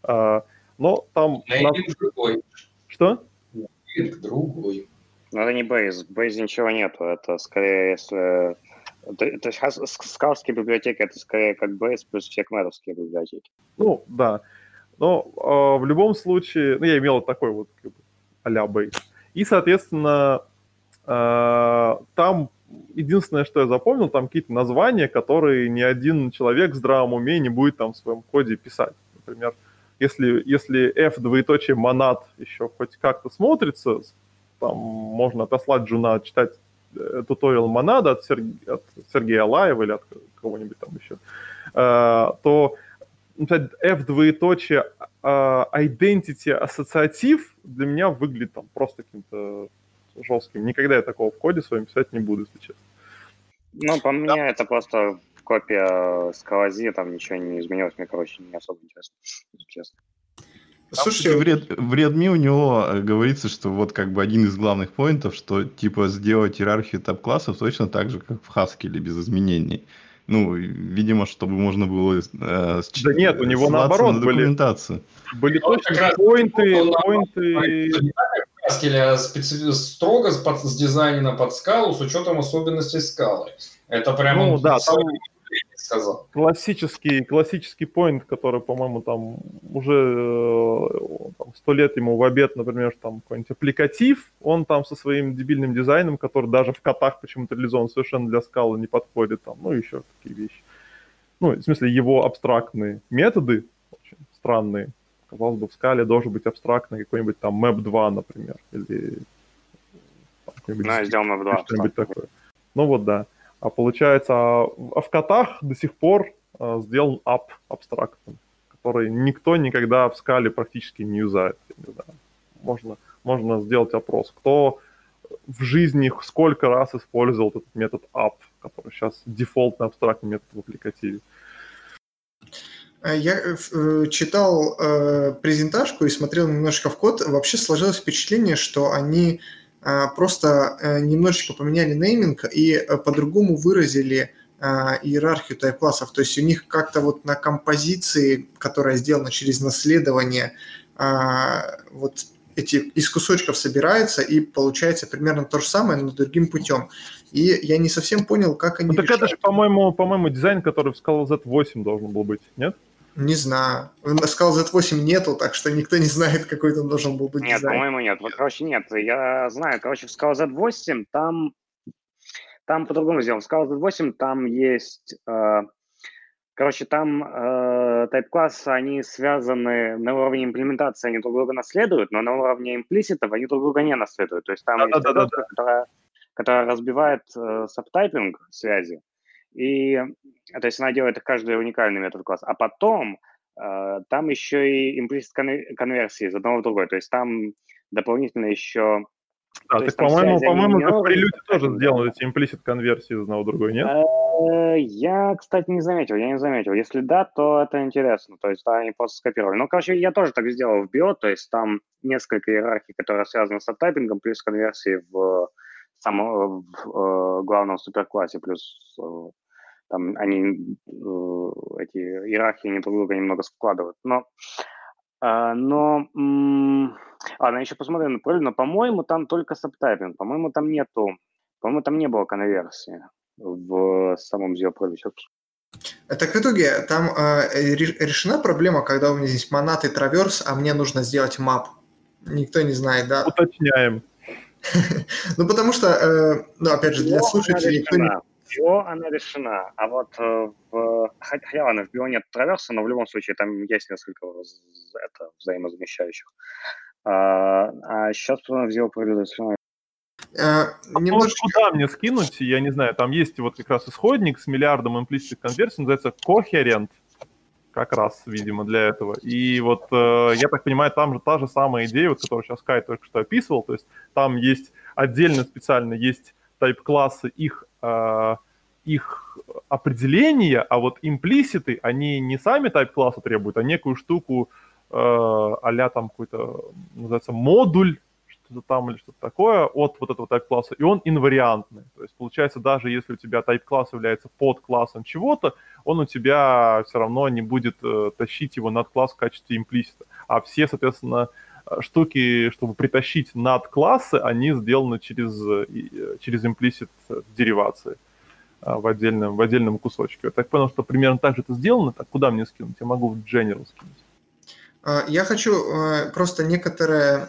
Но там... другой. Что? Другой. Но это не Base. В Base ничего нету. Это скорее, если... То есть скалские библиотеки это скорее как Base плюс все кметовские библиотеки. Ну, да. Но в любом случае, ну, я имел такой вот как бы а-ля бейс. И, соответственно, там единственное, что я запомнил, там какие-то названия, которые ни один человек в здравом уме не будет там в своем коде писать. Например, если F двоеточие монад еще хоть как-то смотрится, там можно отослать Джуна читать туториал монада от Сергея Алаева или от кого-нибудь там еще, то F двоеточие identity ассоциатив для меня выглядит там просто каким-то жестким. Никогда я такого в коде своем писать не буду, если честно. Ну, по мне, это просто копия Scala-Z, там ничего не изменилось, мне, короче, не особо интересно, если честно. Слушайте, в Redmi у него говорится, что вот как бы один из главных поинтов, что типа сделать иерархию тап-классов точно так же, как в Haskell, без изменений. Ну, видимо, чтобы можно было да нет, у него наоборот на документацию. Были точно поинты. Haskell строго сдизайнено под скалу с учетом особенностей скалы. Это прямо... Ну да, там сказал. Классический поинт, который, по-моему, там уже 100 лет ему в обед, например, там какой-нибудь аппликатив, он там со своим дебильным дизайном, который даже в котах почему-то реализован совершенно для скалы не подходит, там, ну, еще такие вещи. Ну, в смысле, его абстрактные методы, очень странные. Казалось бы, в скале должен быть абстрактный какой-нибудь там map2, например, или там, какой-нибудь... Ну, я сделал map2. Что-нибудь такое. Ну вот, да. А получается, в котах до сих пор сделан app абстрактным, который никто никогда в скале практически не юзает. Не знаю. Можно сделать опрос. Кто в жизни сколько раз использовал этот метод app, который сейчас дефолтный абстрактный метод в аппликативе? Я читал презентажку и смотрел немножко в код. Вообще сложилось впечатление, что они просто немножечко поменяли нейминг и по-другому выразили иерархию тайп-классов. То есть у них как-то вот на композиции, которая сделана через наследование, вот эти из кусочков собирается и получается примерно то же самое, но другим путем. И я не совсем понял, как они... Ну так это же, по-моему, дизайн, который в Scala Z8 должен был быть, нет? Не знаю. На Scala Z8 нету, так что никто не знает, какой там должен был быть дизайн. Нет, по-моему, нет. Вот, короче, нет. Я знаю, короче, в Scala Z8 там по-другому сделано. В Scala Z8 там есть... Короче, там тайп-классы, они связаны на уровне имплементации, они друг друга наследуют, но на уровне имплиситов они друг друга не наследуют. То есть там есть тайп-класс, которая разбивает сабтайпинг связи, и то есть она делает их каждый уникальный метод класс. А потом там еще и имплисит конверсии из одного в другой. То есть там дополнительно еще... Да, так, по-моему, в прелюде тоже сделаны эти имплисит конверсии из одного в другой, нет? Я, кстати, не заметил. Если да, то это интересно. То есть, да, они просто скопировали. Ну, короче, я тоже так сделал в био. То есть там несколько иерархий, которые связаны с сабтайпингом, плюс конверсии в главном суперклассе, плюс там они эти иерархии не друг друга немного складывают. Ладно, еще посмотрим на пролив, но, по-моему, там только сабтайпинг. По-моему, там не было конверсии в самом Zero Prolив. Так в итоге там решена проблема, когда у меня здесь монад и траверс, а мне нужно сделать мап. Никто не знает, да? Уточняем. Ну, потому что, опять же, для слушателей... Био она решена, а вот хотя ладно, в био нет траверса, но в любом случае там есть несколько взаимозамещающих. А сейчас в Zero Prolив решена. Куда мне скинуть, я не знаю, там есть вот как раз исходник с миллиардом имплиситных конверсий, называется Coherent, как раз, видимо, для этого. И вот, я так понимаю, там же та же самая идея, вот, которую сейчас Кай только что описывал, то есть там есть отдельно специально есть тайп-классы, их определения, а вот имплиситы, они не сами тайп-класса требуют, а некую штуку а-ля там какой-то, называется, модуль, что-то там или что-то такое от вот этого тайп-класса, и он инвариантный. То есть получается, даже если у тебя тайп-класс является подклассом чего-то, он у тебя все равно не будет тащить его над класс в качестве имплисита. А все, соответственно, штуки, чтобы притащить над классы, они сделаны через имплисит деривации в отдельном кусочке. Я так понял, что примерно так же это сделано. Так куда мне скинуть? Я могу в General скинуть. Я хочу просто некоторое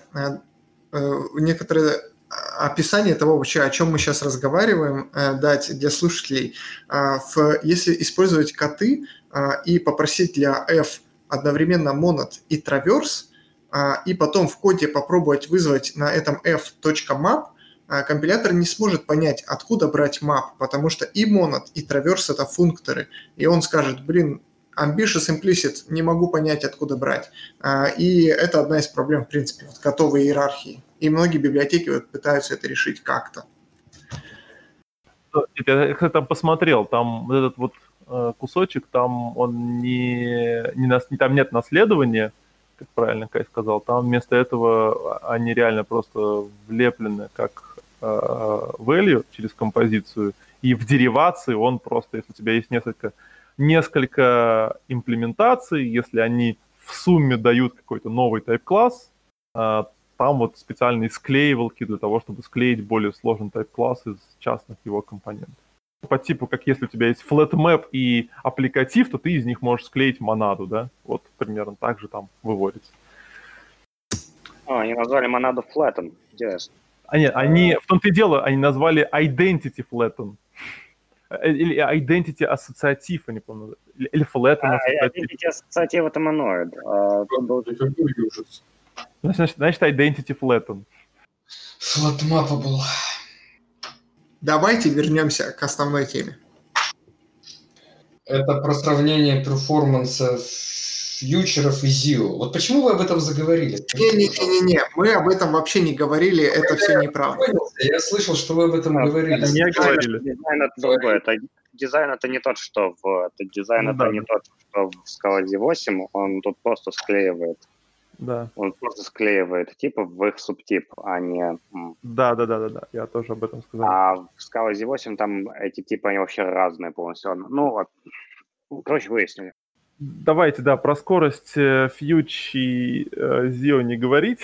описание того, вообще, о чем мы сейчас разговариваем, дать для слушателей. Если использовать коты и попросить для f одновременно monad и traverse, и потом в коде попробовать вызвать на этом f.map, компилятор не сможет понять, откуда брать map, потому что и monad, и traverse – это функторы. И он скажет, блин, ambitious implicit, не могу понять, откуда брать. И это одна из проблем, в принципе, вот котовой иерархии. И многие библиотеки вот пытаются это решить как-то. Я, кстати, там посмотрел, там вот этот вот кусочек, там он там нет наследования, как правильно Кай сказал, там вместо этого они реально просто влеплены как value через композицию, и в деривации он просто, если у тебя есть несколько имплементаций, если они в сумме дают какой-то новый type-класс, там вот специальные склеивалки для того, чтобы склеить более сложный type-класс из частных его компонентов. По типу, как если у тебя есть flatmap и аппликатив, то ты из них можешь склеить монаду, да? Вот примерно так же там выводится. Они назвали монаду flatten. Интересно. Они, в том-то и дело, они назвали identity flatten. Или identity ассоциатив, я не помню. Или flatten ассоциатив. Identity ассоциатив это моноид. Какой ужас. Значит, identity flatten. Флатмапа был. Давайте вернемся к основной теме. Это про сравнение перформанса фьючеров и ZIO. Вот почему вы об этом заговорили? Не-не-не, мы об этом вообще не говорили, это все неправда. Я слышал, что вы об этом говорили. Не говорили. Дизайн это другое. Дизайн это не тот, что не тот, что в Scala 8, он тут просто склеивает. Да. Он просто склеивает типы в их субтип, а не... Да, я тоже об этом сказал. А в Scala 8 там эти типы, они вообще разные полностью. Ну, вот. Короче, выяснили. Давайте, про скорость фьюч и ZIO не говорить.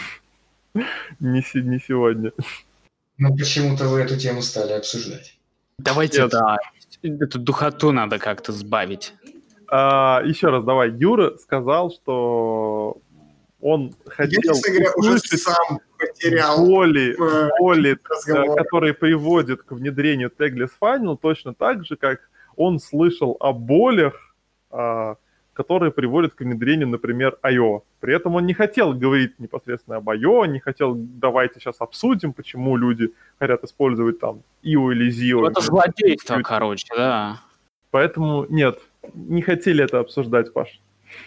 не сегодня. Но почему-то вы эту тему стали обсуждать. Давайте, эту духоту надо как-то сбавить. Еще раз, давай. Юра сказал, что он хотел услышать сам потерял боли, которые приводят к внедрению Tagless Final, точно так же, как он слышал о болях, которые приводят к внедрению, например, I.O. При этом он не хотел говорить непосредственно об I.O., не хотел, давайте сейчас обсудим, почему люди хотят использовать там IO или ZIO. Это злодейство, короче, да. Поэтому нет, не хотели это обсуждать, Паш.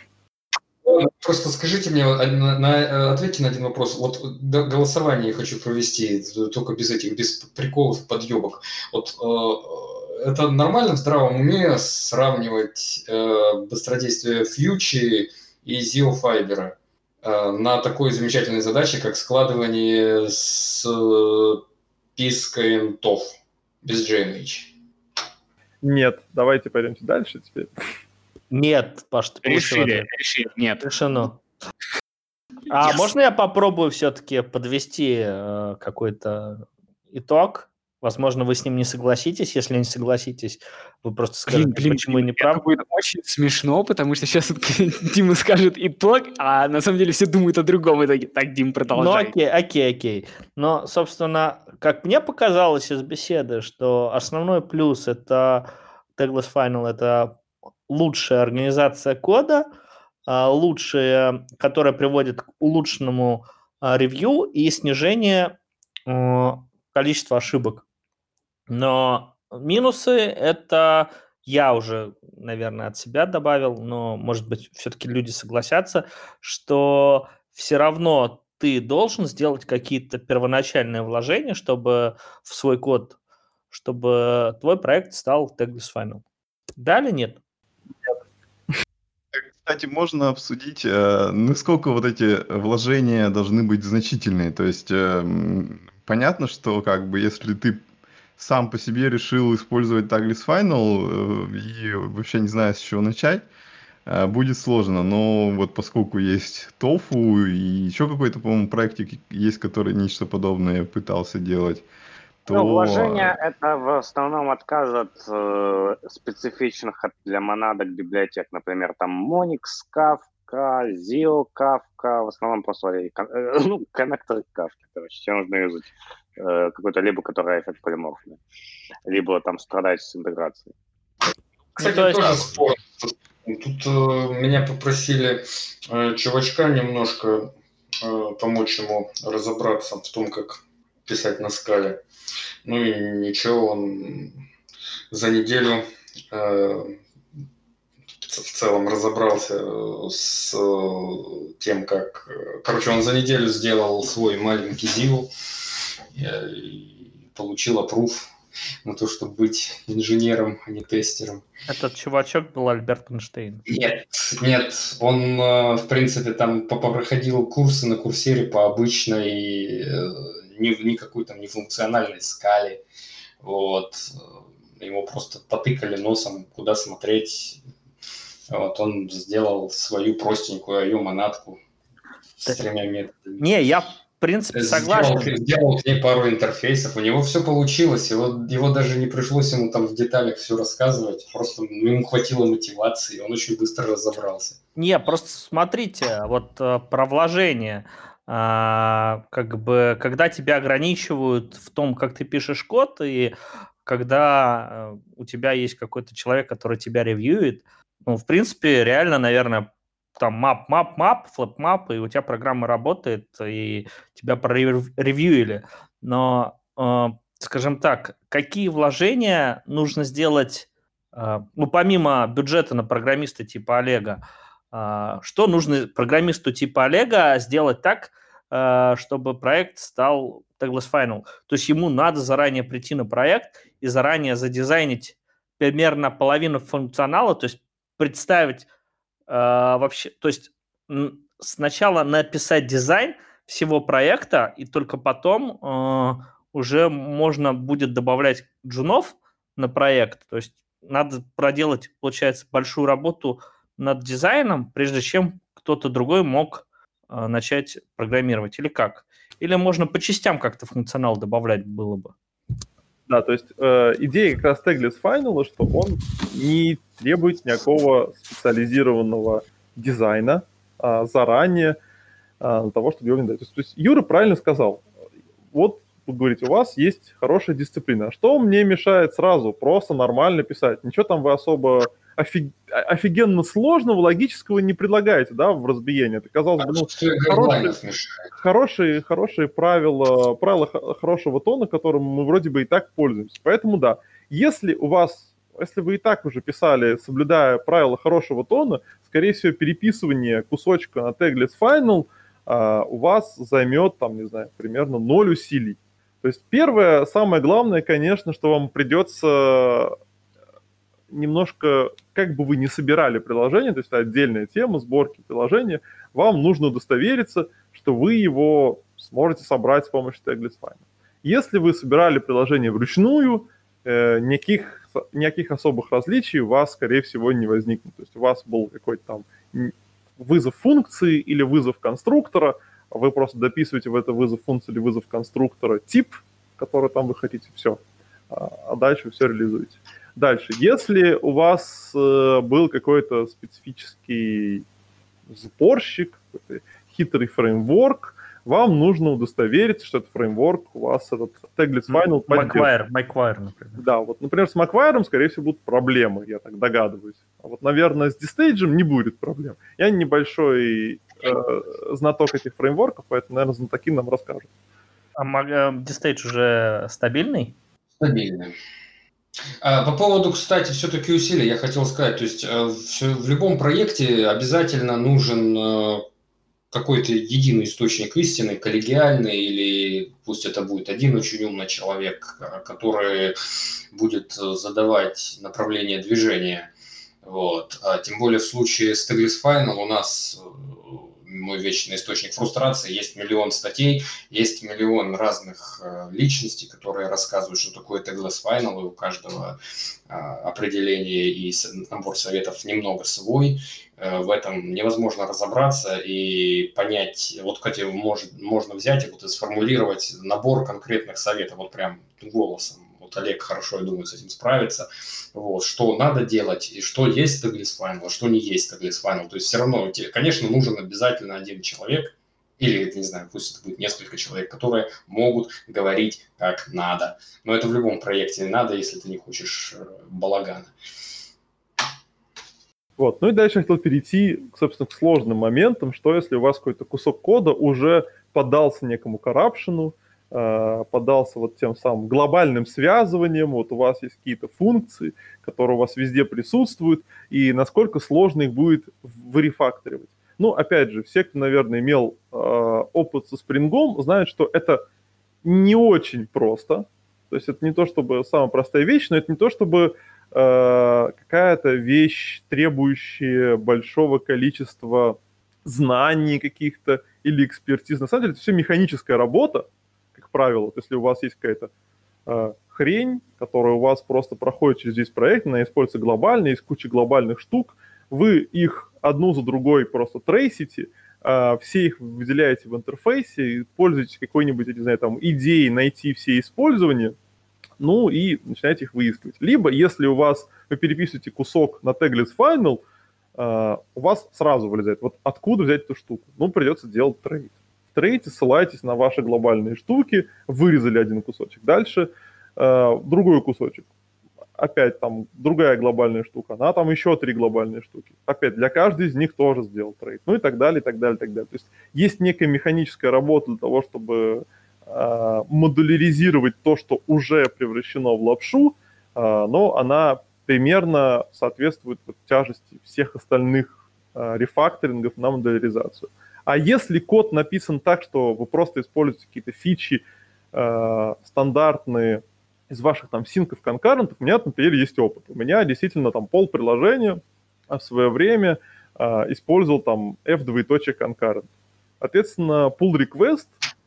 Просто скажите мне, ответьте на один вопрос. Вот голосование я хочу провести, только без приколов, подъебок. Вот это нормально в здравом уме сравнивать быстродействие фьючи и ZIO Fiber на такой замечательной задаче, как складывание с пиской TOF без JMH? Нет, давайте пойдемте дальше теперь. Нет, Паш, ты решили, нет. Решено. А можно я попробую все-таки подвести какой-то итог? Возможно, вы с ним не согласитесь. Если не согласитесь, вы просто скажете, почему я не прав. Это будет очень смешно, потому что сейчас Дима скажет итог, а на самом деле все думают о другом итоге. Так, Дим, продолжай. Ну, окей. Но, собственно, как мне показалось из беседы, что основной плюс это Tagless Final, это лучшая организация кода, лучшая, которая приводит к улучшенному ревью и снижению количества ошибок. Но минусы это я уже, наверное, от себя добавил, но, может быть, все-таки люди согласятся, что все равно ты должен сделать какие-то первоначальные вложения, чтобы в свой код, чтобы твой проект стал Tagless Final. Да или нет? Кстати, можно обсудить, насколько вот эти вложения должны быть значительные. То есть понятно, что как бы если ты сам по себе решил использовать Tagless Final и вообще не знаю, с чего начать, будет сложно. Но вот поскольку есть TOFU и еще какой-то, по-моему, проектик есть, который нечто подобное пытался делать, то... Ну, вложения это в основном отказ от специфичных для монадок библиотек. Например, там Monix, Kafka, Kafka, Zio, Kafka, в основном просто коннекторы к Kafka, короче. Тебе нужно юзать какой-то либо который эффект полиморфный, либо там страдать с интеграцией. Кстати, то есть- тоже спор. Тут меня попросили чувачка немножко помочь ему разобраться в том, как писать на скале. Ну и ничего, он за неделю в целом разобрался с тем, как... Короче, он за неделю сделал свой маленький ZIO и получил аппрув на то, чтобы быть инженером, а не тестером. Этот чувачок был Альберт Эйнштейн. Нет, он, в принципе, там проходил курсы на Курсере по обычной, никакой там не функциональной скале. Вот. Ему просто потыкали носом, куда смотреть. Вот он сделал свою простенькую IO-монадку с 3 методами. Не, я в принципе согласен. Сделал к ней пару интерфейсов, у него все получилось, его даже не пришлось ему там в деталях все рассказывать, просто ему хватило мотивации, он очень быстро разобрался. Не, просто смотрите, вот про вложение. Как бы, когда тебя ограничивают в том, как ты пишешь код, и когда у тебя есть какой-то человек, который тебя ревьюет, ну, в принципе, реально, наверное, там map, флэп-мап, и у тебя программа работает, и тебя проревьюили. Но, скажем так, какие вложения нужно сделать, ну, помимо бюджета на программиста типа Олега, что нужно программисту типа Олега сделать так, чтобы проект стал Tagless Final? То есть ему надо заранее прийти на проект и заранее задизайнить примерно половину функционала, то есть представить вообще, то есть сначала написать дизайн всего проекта, и только потом уже можно будет добавлять джунов на проект. То есть надо проделать, получается, большую работу над дизайном, прежде чем кто-то другой мог начать программировать. Или как? Или можно по частям как-то функционал добавлять было бы? Да, то есть идея как раз Tagless Final, что он не требует никакого специализированного дизайна заранее для того, чтобы его внедрять. То есть Юра правильно сказал. Вот вы говорите, у вас есть хорошая дисциплина. Что мне мешает сразу просто нормально писать? Ничего там вы особо офигенно сложного, логического не предлагаете, да, в разбиении. Это, казалось бы, хорошие правила хорошего тона, которым мы вроде бы и так пользуемся. Поэтому да, если вы и так уже писали, соблюдая правила хорошего тона, скорее всего, переписывание кусочка на Tagless Final у вас займет, там, не знаю, примерно 0 усилий. То есть первое, самое главное, конечно, что вам придется немножко, как бы вы ни собирали приложение, то есть это отдельная тема сборки приложения, вам нужно удостовериться, что вы его сможете собрать с помощью Tagless Final. Если вы собирали приложение вручную, никаких особых различий у вас, скорее всего, не возникнет. То есть у вас был какой-то там вызов функции или вызов конструктора, вы просто дописываете в это вызов функции или вызов конструктора тип, который там вы хотите, все. А дальше вы все реализуете. Дальше. Если у вас был какой-то специфический сборщик, какой-то хитрый фреймворк, вам нужно удостовериться, что этот фреймворк у вас этот Tagless Final поддерживает. Macquire, например. Да, вот, например, с Macquire, скорее всего, будут проблемы, я так догадываюсь. А вот, наверное, с D-Stage не будет проблем. Я небольшой знаток этих фреймворков, поэтому, наверное, знатоки нам расскажут. А D-Stage уже стабильный? Стабильный. По поводу, кстати, все-таки усилий я хотел сказать, то есть в любом проекте обязательно нужен какой-то единый источник истины, коллегиальный, или пусть это будет один очень умный человек, который будет задавать направление движения. Вот. Тем более в случае с Tagless Final у нас мой вечный источник фрустрации, есть миллион статей, есть миллион разных личностей, которые рассказывают, что такое Tagless Final, и у каждого определение и набор советов немного свой. В этом невозможно разобраться и понять, вот, кстати, можно взять и вот и сформулировать набор конкретных советов, вот прям голосом. Вот вот Олег хорошо, я думаю, с этим справится, вот, что надо делать, и что есть Tagless Final, а что не есть Tagless Final. То есть все равно, конечно, нужен обязательно один человек, или, не знаю, пусть это будет несколько человек, которые могут говорить как надо. Но это в любом проекте не надо, если ты не хочешь балагана. Вот. Ну и дальше я хотел перейти, собственно, к сложным моментам, что если у вас какой-то кусок кода уже поддался некому коррупшену, поддался вот тем самым глобальным связыванием, вот у вас есть какие-то функции, которые у вас везде присутствуют, и насколько сложно их будет вырефакторировать. Ну, опять же, все, кто, наверное, имел опыт со Spring, знают, что это не очень просто. То есть это не то, чтобы самая простая вещь, но это не то, чтобы какая-то вещь, требующая большого количества знаний каких-то или экспертиз. На самом деле это все механическая работа, как правило. Вот если у вас есть какая-то хрень, которая у вас просто проходит через весь проект, она используется глобально, есть куча глобальных штук, вы их одну за другой просто трейсите, все их выделяете в интерфейсе, пользуетесь какой-нибудь, я не знаю, там, идеей найти все использования, ну и начинаете их выискивать. Либо, если у вас, вы переписываете кусок на Tagless Final, у вас сразу вылезает, вот откуда взять эту штуку? Ну, придется делать трейд. В трейде ссылайтесь на ваши глобальные штуки, вырезали один кусочек. Дальше другой кусочек. Опять там другая глобальная штука, она там еще 3 глобальные штуки. Опять для каждой из них тоже сделал трейд. Ну и так далее, и так далее, и так далее. То есть есть некая механическая работа для того, чтобы модуляризировать то, что уже превращено в лапшу, но она примерно соответствует тяжести всех остальных рефакторингов на модуляризацию. А если код написан так, что вы просто используете какие-то фичи стандартные из ваших там синков, конкурентов, у меня, например, есть опыт. У меня действительно там пол приложения в свое время использовал там f:2.concurrent. Соответственно, pull request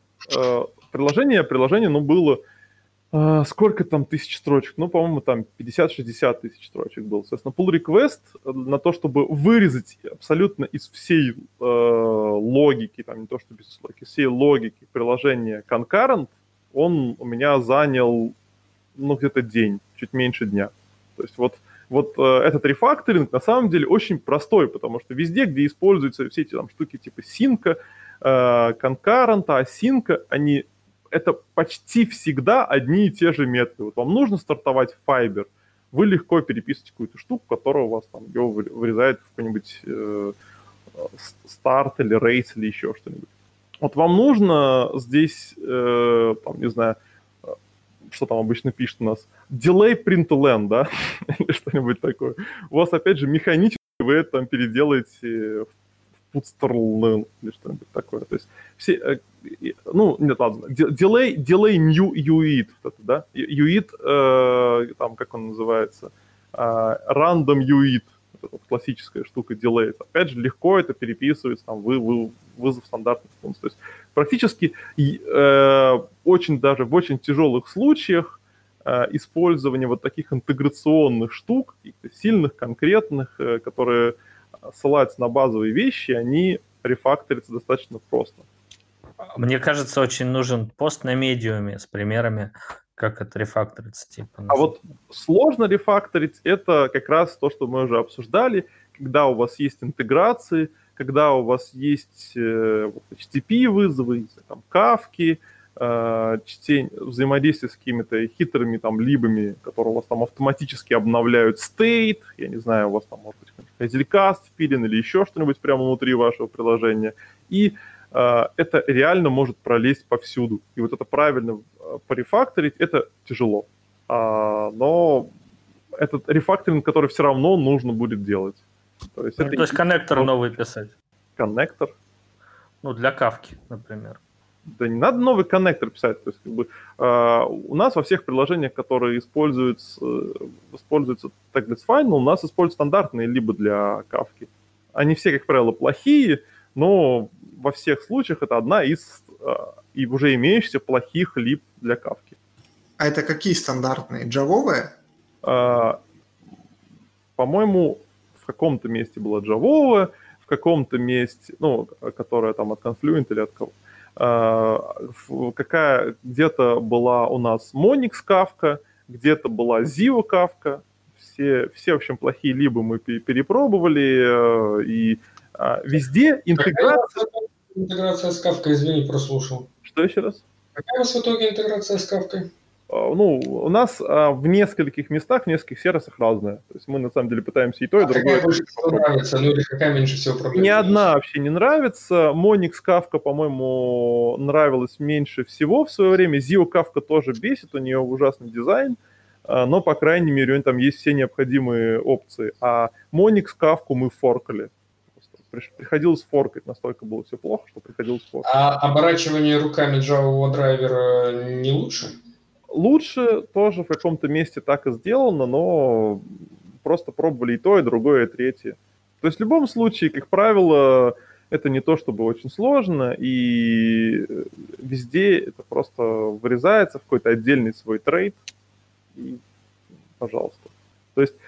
приложение, ну, было сколько там тысяч строчек? Ну, по-моему, там 50-60 тысяч строчек было. Соответственно, pull request на то, чтобы вырезать абсолютно из всей логики, там не то, что без логики, всей логики приложения concurrent, он у меня занял, ну, где-то день, чуть меньше дня. То есть вот этот рефакторинг на самом деле очень простой, потому что везде, где используются все эти там штуки типа синка, конкурента, асинка, это почти всегда одни и те же методы. Вот вам нужно стартовать Fiber, вы легко переписываете какую-то штуку, которая у вас там его вырезает в какой-нибудь старт или рейс или еще что-нибудь. Вот вам нужно здесь, там, не знаю, что там обычно пишет у нас, delay println, да, или что-нибудь такое. У вас, опять же, механически вы это там переделаете в putstrl или что-нибудь такое. То есть все, ну, нет, ладно, delay new UIT, вот это, да, UIT, там, как он называется, random UIT, вот эта классическая штука delay. Опять же, легко это переписывается, там, вызов стандартных функций. То есть практически очень даже в очень тяжелых случаях использование вот таких интеграционных штук, сильных, конкретных, которые ссылаются на базовые вещи, они рефакторятся достаточно просто. Мне кажется, очень нужен пост на медиуме с примерами, как это рефакторится. Типа, а вот сложно рефакторить, это как раз то, что мы уже обсуждали, когда у вас есть интеграции, когда у вас есть HTTP-вызовы, там, кавки, взаимодействие с какими-то хитрыми там либами, которые у вас там автоматически обновляют state, я не знаю, у вас там может быть Hazelcast впилен или еще что-нибудь прямо внутри вашего приложения, и это реально может пролезть повсюду. И вот это правильно порефакторить, это тяжело. Но этот рефакторинг, который все равно нужно будет делать. То есть коннектор новый писать. Коннектор? Ну, для кавки, например. Да не надо новый коннектор писать. То есть, как бы, у нас во всех приложениях, которые используются Tagless Final, у нас используют стандартные либо для кавки. Они все, как правило, плохие, но во всех случаях это одна из и уже имеющихся плохих либ для кавки. А это какие стандартные? Джавовые? По-моему, в каком-то месте была джавовая, в каком-то месте, ну, которая там от Confluent или от кого. Где-то была у нас Monix Kafka, где-то была Zio Kafka. Все, в общем, плохие либо мы перепробовали, и везде интеграция... Интеграция с Kafka, извини, прослушал. Что еще раз? Какая у вас в итоге интеграция с Kafka? Ну, у нас в нескольких местах, в нескольких сервисах разная. То есть мы на самом деле пытаемся и то, и другое. Какая больше всего нравится? Ну или какая меньше всего проблем? Ни одна вообще не нравится. Monix Kafka, по-моему, нравилась меньше всего в свое время. Zio Kafka тоже бесит, у нее ужасный дизайн, но, по крайней мере, у нее там есть все необходимые опции. А Monix Kafka мы форкали. Приходилось форкать, настолько было все плохо, что приходилось форкать. А оборачивание руками Java драйвера не лучше? Лучше тоже в каком-то месте так и сделано, но просто пробовали и то, и другое, и третье. То есть в любом случае, как правило, это не то чтобы очень сложно, и везде это просто вырезается в какой-то отдельный свой трейд, и пожалуйста. То есть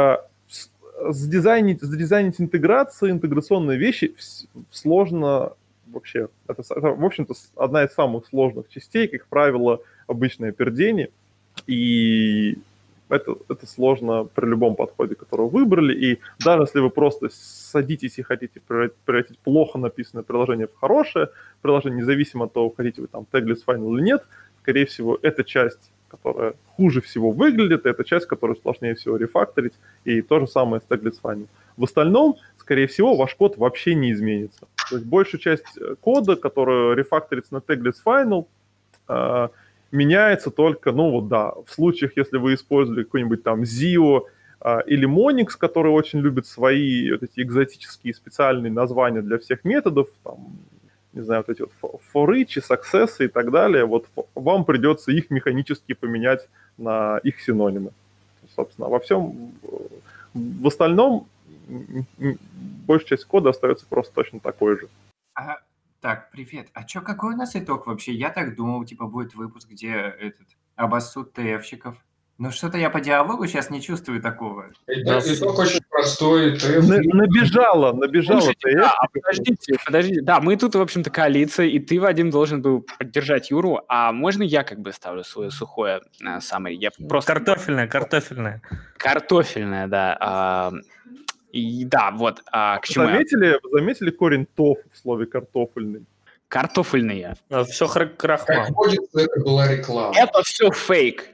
задизайнить интеграции, интеграционные вещи сложно вообще. Это, в общем-то, одна из самых сложных частей, как правило, обычное пердение, и это сложно при любом подходе, который вы выбрали, и даже если вы просто садитесь и хотите превратить плохо написанное приложение в хорошее приложение, независимо от того, хотите вы там tagless final или нет, скорее всего, эта часть, которая хуже всего выглядит, это часть, которую сложнее всего рефакторить, и то же самое с tagless final. В остальном, скорее всего, ваш код вообще не изменится. То есть большую часть кода, которая рефакторится на tagless final, меняется только, в случаях, если вы использовали какой-нибудь там Zio или Monix, который очень любит свои вот эти экзотические специальные названия для всех методов, там, не знаю, вот эти вот for each, success и так далее, вот вам придется их механически поменять на их синонимы. Собственно, во всем, в остальном, большая часть кода остается просто точно такой же. Ага. Так, привет. А чё, какой у нас итог вообще? Я так думал, типа, будет выпуск, где обоссут ТФщиков. Но что-то я по диалогу сейчас не чувствую такого. Итог очень простой. Набежало Слушайте, подождите. Да, мы тут, в общем-то, коалиция, и ты, Вадим, должен был поддержать Юру. А можно я как бы ставлю свое сухое summary? Я просто... Картофельное. Картофельное, да. И да, вот к чему заметили корень тофу в слове картофельный? Картофельные. Все крахмал. Как водится, это была реклама. Это все фейк.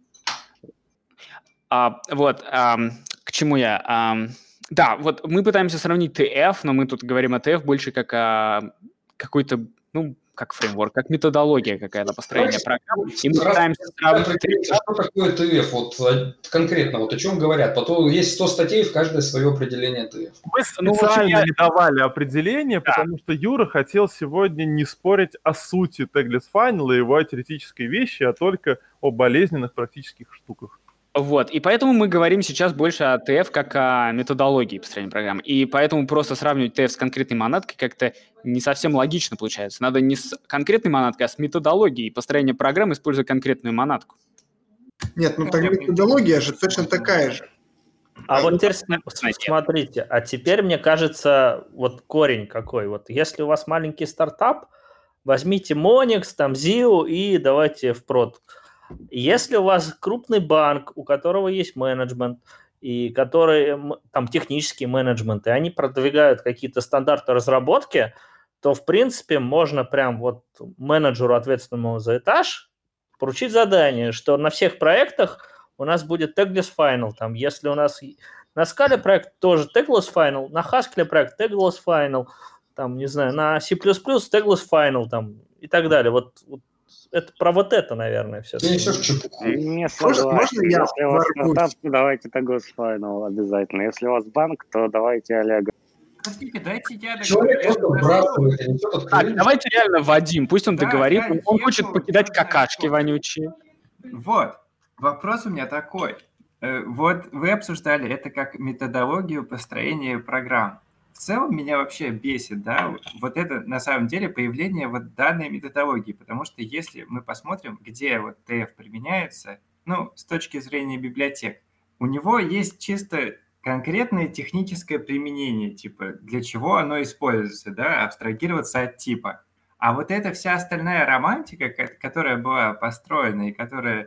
К чему я? Да, вот мы пытаемся сравнить TF, но мы тут говорим о TF больше как о какой-то, как фреймворк, как методология какая-то построения программ. И мы пытаемся сравнить... Что такое TF? Вот конкретно, вот о чем говорят? Потом есть 100 статей, в каждое свое определение TF. Мы специально не давали определение, потому что Юра хотел сегодня не спорить о сути tagless final и его теоретической вещи, а только о болезненных практических штуках. Вот, и поэтому мы говорим сейчас больше о TF как о методологии построения программ. И поэтому просто сравнивать TF с конкретной монадкой как-то не совсем логично получается. Надо не с конкретной монадкой, а с методологией построения программ, используя конкретную монадку. Нет, так методология же точно такая же. А вот теперь смотрите, а теперь, мне кажется, вот корень какой. Вот если у вас маленький стартап, возьмите Monix, там Zio и давайте в прод. Если у вас крупный банк, у которого есть менеджмент, и который там технический менеджмент, и они продвигают какие-то стандарты разработки, то, в принципе, можно прям вот менеджеру, ответственному за этаж, поручить задание, что на всех проектах у нас будет tagless final. Там, если у нас на Scala проект тоже tagless final, на Haskell проект tagless final, там, не знаю, на C++ tagless final там, и так далее. Вот это про вот это, наверное, все. Не согласен. Можно я Если у вас стартап, то давайте tagless final обязательно. Если у вас банк, то давайте Олега. Подождите, дайте я Так, давайте реально Вадим, пусть он договорит. Он хочет покидать какашки вонючие. Вот, вопрос у меня такой. Вот вы обсуждали это как методологию построения программ. В целом меня вообще бесит, да, вот это на самом деле появление вот данной методологии, потому что если мы посмотрим, где вот TF применяется, с точки зрения библиотек, у него есть чисто конкретное техническое применение, типа для чего оно используется, да, абстрагироваться от типа. А вот эта вся остальная романтика, которая была построена и которая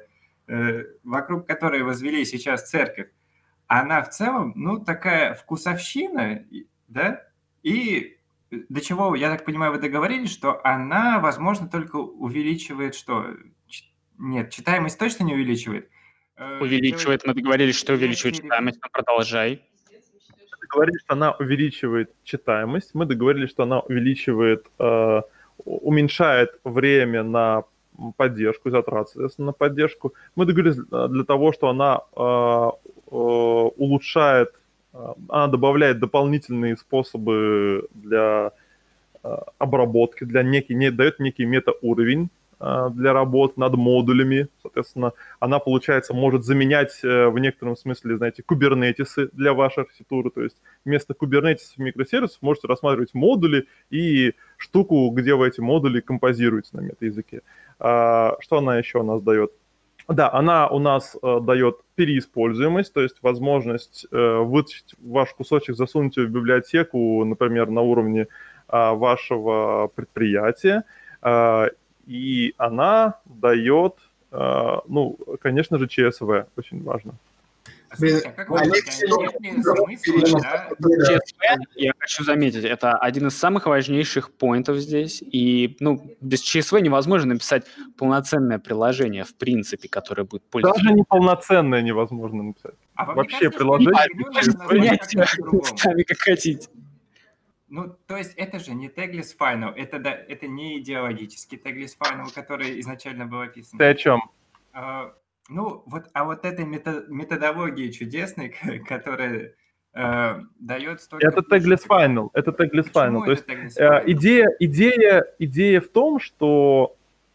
вокруг которой возвели сейчас церковь, она в целом, ну, такая вкусовщина, да, и до чего, я так понимаю, вы договорились, что она, возможно, только увеличивает что? Нет, читаемость точно не увеличивает. Увеличивает, мы договорились, что увеличивает легче читаемость, но продолжай. Мы договорились, что она увеличивает читаемость, мы договорились, что она увеличивает, уменьшает время на поддержку, затраты, соответственно, на поддержку. Мы договорились для того, что она улучшает, она добавляет дополнительные способы для обработки, дает некий метауровень для работ над модулями. Соответственно, она, получается, может заменять в некотором смысле, знаете, кубернетисы для вашей архитектуры. То есть вместо кубернетисов и микросервисов можете рассматривать модули и штуку, где вы эти модули композируете на мета-языке. Что она еще у нас дает? Да, она у нас дает переиспользуемость, то есть возможность вытащить ваш кусочек, засунуть его в библиотеку, например, на уровне вашего предприятия. И она дает, ну, конечно же, ЧСВ, очень важно. Слушайте, а как вы думаете, нет ли смысла, да? ЧСВ, я хочу заметить, это один из самых важнейших поинтов здесь. И, ну, без ЧСВ невозможно написать полноценное приложение, в принципе, которое будет пользоваться. Даже неполноценное невозможно написать. А вам Вообще не кажется, приложение... что Понятие, сами как хотите. Ну, то есть это же не tagless final, это не идеологический tagless final, который изначально был описан. Ты о чем? Ну, вот этой методологии чудесной, которая дает столько... Это tagless final, это tagless final. То есть идея в том, что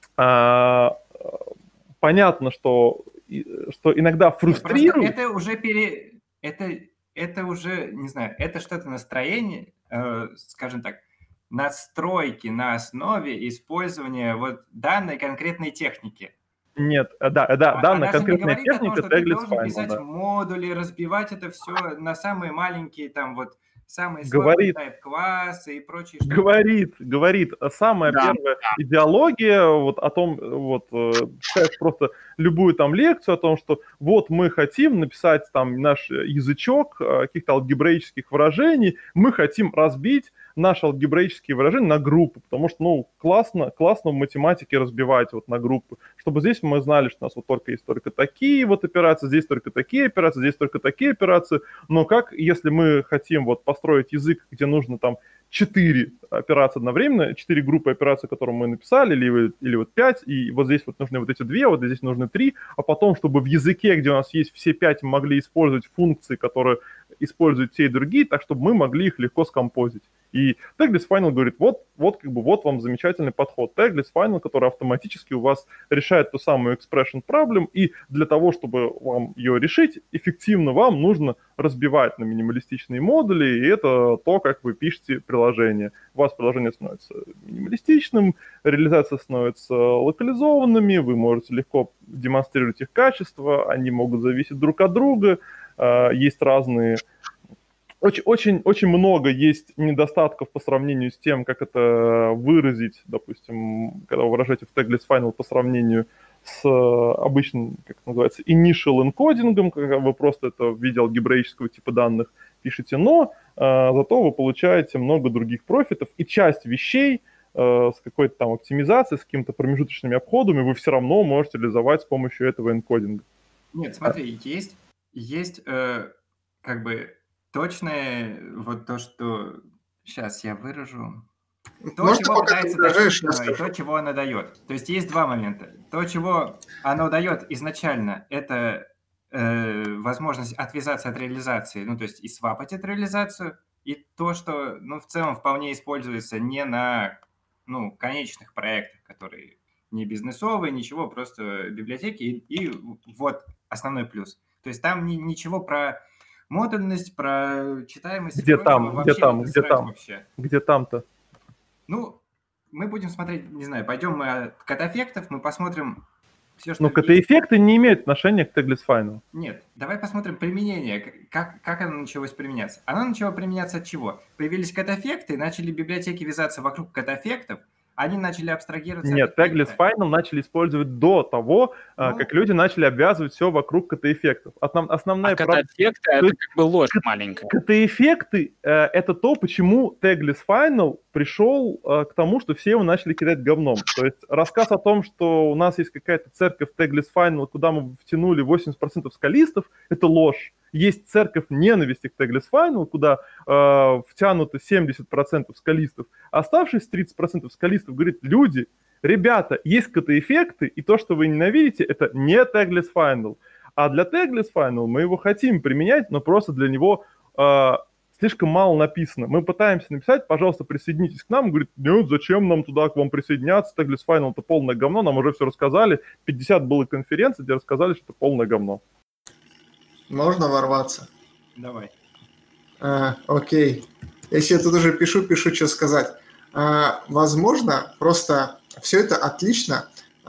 понятно, что иногда фрустрирует... Это уже, не знаю, это что-то настроение, скажем так, настройки на основе использования вот данной конкретной техники. Нет, данная конкретная техника tagless final. Ты должен писать модули, разбивать это все на самые маленькие, там вот, самые слабые тайп-классы и прочие штуки. Говорит. Самая первая идеология вот о том, вот, просто любую там лекцию о том, что вот мы хотим написать там наш язычок каких-то алгебраических выражений, мы хотим разбить наши алгебраические выражения на группы, потому что, ну, классно в математике разбивать вот на группы, чтобы здесь мы знали, что у нас вот есть только такие вот операции, здесь только такие операции, здесь только такие операции, но как, если мы хотим вот построить язык, где нужно там 4 операции одновременно, 4 группы операций, которые мы написали, или вот 5, и вот здесь вот нужны вот эти 2, вот здесь нужны 3, а потом, чтобы в языке, где у нас есть все 5, мы могли использовать функции, которые используют те и другие, так, чтобы мы могли их легко скомпозить. И tagless final говорит, вот вам замечательный подход. Tagless final, который автоматически у вас решает ту самую expression problem, и для того, чтобы вам ее решить, эффективно вам нужно разбивать на минималистичные модули, и это то, как вы пишете приложение. У вас приложение становится минималистичным, реализация становится локализованными, вы можете легко демонстрировать их качество, они могут зависеть друг от друга, есть разные... Очень много есть недостатков по сравнению с тем, как это выразить, допустим, когда вы выражаете в tagless final по сравнению с обычным, как это называется, initial encoding, когда вы просто это в виде алгебраического типа данных пишете, но зато вы получаете много других профитов, и часть вещей с какой-то там оптимизацией, с какими-то промежуточными обходами вы все равно можете реализовать с помощью этого энкодинга. Нет, смотри, есть как бы точное вот то, что... Сейчас я выражу. То, чего пытается достичь, и то, чего она дает. То есть есть два момента. То, чего оно дает изначально, это возможность отвязаться от реализации, ну, то есть и свапать эту реализацию, и то, что, ну, в целом вполне используется не на, ну, конечных проектах, которые не бизнесовые, ничего, просто библиотеки, и вот основной плюс. То есть там ничего про модульность, про читаемость. Где там-то? Ну, мы будем смотреть, не знаю, пойдем мы от кат-эффектов, мы посмотрим все, что... Но кат-эффекты не имеют отношения к tagless final. Нет, давай посмотрим применение, как оно началось применяться. Оно начало применяться от чего? Появились кат-эффекты, начали библиотеки вязаться вокруг кат-эффектов, Они начали абстрагироваться от Нет, tagless эффекта. final начали использовать до того, Ну. как люди начали обвязывать все вокруг КТ-эффектов. Основная проблема... КТ-эффекты — это как бы ложь маленькая. КТ-эффекты это то, почему tagless final пришел к тому, что все его начали кидать говном. То есть рассказ о том, что у нас есть какая-то церковь tagless final, куда мы втянули 80% скалистов, это ложь. Есть церковь ненависти к tagless final, куда втянуты 70% скалистов, а оставшиеся 30% скалистов говорит: люди, ребята, есть КТ-эффекты, и то, что вы ненавидите, это не tagless final. А для tagless final мы его хотим применять, но просто для него слишком мало написано. Мы пытаемся написать: пожалуйста, присоединитесь к нам. Он говорит: нет, зачем нам туда к вам присоединяться? Tagless final это полное говно, нам уже все рассказали. 50 было конференций, где рассказали, что это полное говно. Можно ворваться? Давай. Окей. Я себе тут уже пишу, что сказать. Возможно, просто все это отлично,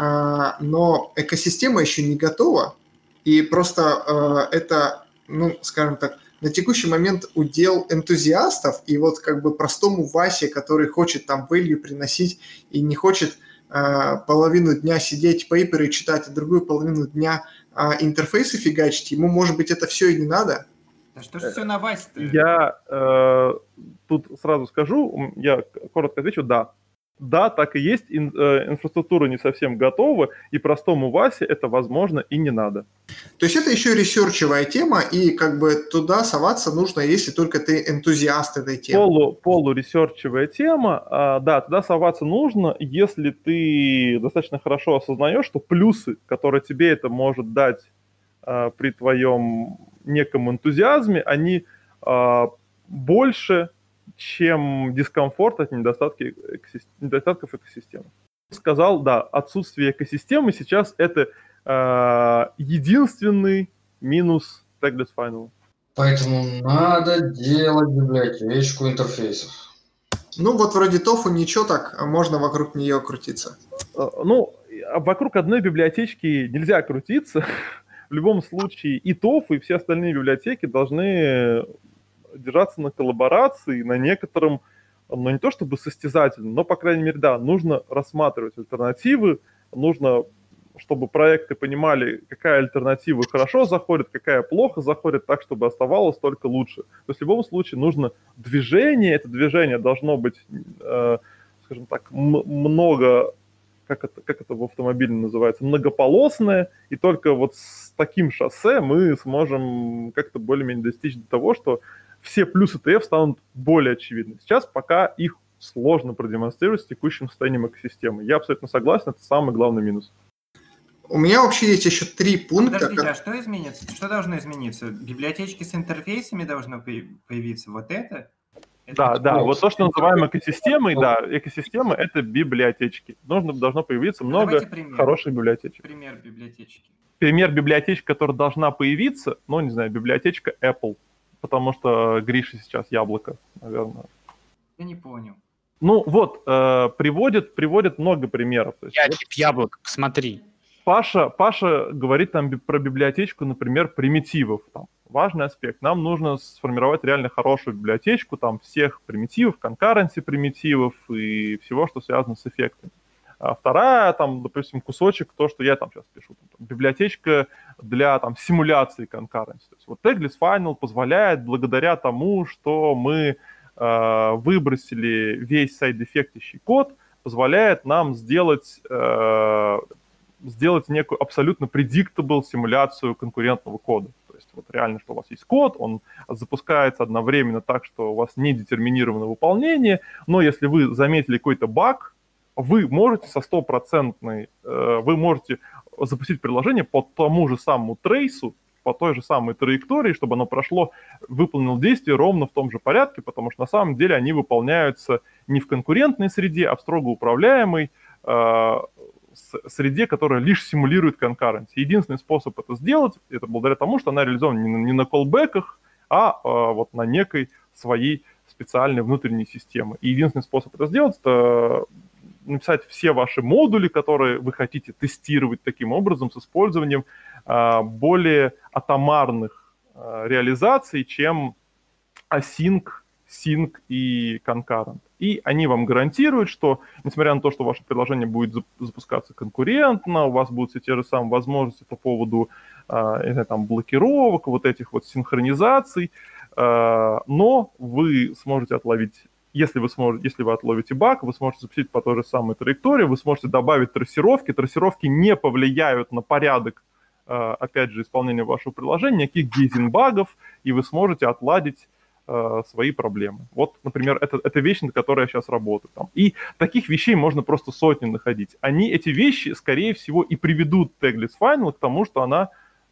но экосистема еще не готова, и просто это, ну, скажем так, на текущий момент удел энтузиастов, и вот как бы простому Васе, который хочет там value приносить и не хочет половину дня сидеть пейперы читать, а другую половину дня интерфейсы фигачить, ему, может быть, это все и не надо? Да что ж все на Васе-то? Я тут сразу скажу, я коротко отвечу: да. Да, так и есть, инфраструктура не совсем готова, и простому Васе это возможно и не надо. То есть это еще ресерчевая тема, и как бы туда соваться нужно, если только ты энтузиаст этой темы. Полуресерчевая тема, да, туда соваться нужно, если ты достаточно хорошо осознаешь, что плюсы, которые тебе это может дать при твоем неком энтузиазме, они больше, чем дискомфорт от недостатков экосистемы. Сказал, да, отсутствие экосистемы сейчас это единственный минус tagless final. Поэтому надо делать библиотечку интерфейсов. Ну вот вроде тофу ничего, так можно вокруг нее крутиться. Ну, вокруг одной библиотечки нельзя крутиться. В любом случае и тофу, и все остальные библиотеки должны держаться на коллаборации, на некотором, ну не то чтобы состязательном, но, по крайней мере, да, нужно рассматривать альтернативы, нужно, чтобы проекты понимали, какая альтернатива хорошо заходит, какая плохо заходит, так, чтобы оставалось только лучше. То есть в любом случае нужно движение, это движение должно быть, скажем так, много... Как это в автомобиле называется, многополосное, и только вот с таким шоссе мы сможем как-то более-менее достичь до того, что все плюсы ТФ станут более очевидны. Сейчас пока их сложно продемонстрировать с текущим состоянием экосистемы. Я абсолютно согласен, это самый главный минус. У меня вообще есть еще 3 пункта. Подождите, а что изменится? Что должно измениться? Библиотечки с интерфейсами должно появиться? Вот это? Да, вот то, что называем экосистемой, да, экосистема — это библиотечки. Должно появиться много хороших библиотечек. Пример библиотечки. Пример библиотечки, которая должна появиться, ну, не знаю, библиотечка Apple, потому что Гриша сейчас яблоко, наверное. Я не понял. Ну, вот, приводят много примеров. То есть, Я вот, тип яблок, посмотри. Паша говорит там про библиотечку, например, примитивов. Там, важный аспект. Нам нужно сформировать реально хорошую библиотечку там всех примитивов, конкуренции примитивов и всего, что связано с эффектами. А вторая, там, допустим, кусочек, то, что я там сейчас пишу. Там, библиотечка для там, симуляции конкуренции. То есть вот tagless final позволяет, благодаря тому, что мы выбросили весь сайд-эффектящий код, позволяет нам сделать некую абсолютно predictable симуляцию конкурентного кода. То есть вот реально, что у вас есть код, он запускается одновременно так, что у вас не детерминировано выполнение, но если вы заметили какой-то баг, вы можете вы можете запустить приложение по тому же самому трейсу, по той же самой траектории, чтобы оно выполнило действие ровно в том же порядке, потому что на самом деле они выполняются не в конкурентной среде, а в строго управляемой среде, которая лишь симулирует конкуренцию. Единственный способ это сделать, это благодаря тому, что она реализована не на колбеках, а вот на некой своей специальной внутренней системе. И единственный способ это сделать, это написать все ваши модули, которые вы хотите тестировать таким образом с использованием более атомарных реализаций, чем async, sync и concurrent. И они вам гарантируют, что, несмотря на то, что ваше приложение будет запускаться конкурентно, у вас будут все те же самые возможности по поводу там, блокировок, вот этих вот синхронизаций, но вы сможете отловить, если вы отловите баг, вы сможете запустить по той же самой траектории, вы сможете добавить трассировки. Трассировки не повлияют на порядок, опять же, исполнения вашего приложения, никаких гейзинг-багов, и вы сможете отладить свои проблемы. Вот, например, это вещь, над которой я сейчас работаю. Там. И таких вещей можно просто сотни находить. Эти вещи, скорее всего, и приведут Tagless Final к тому, что она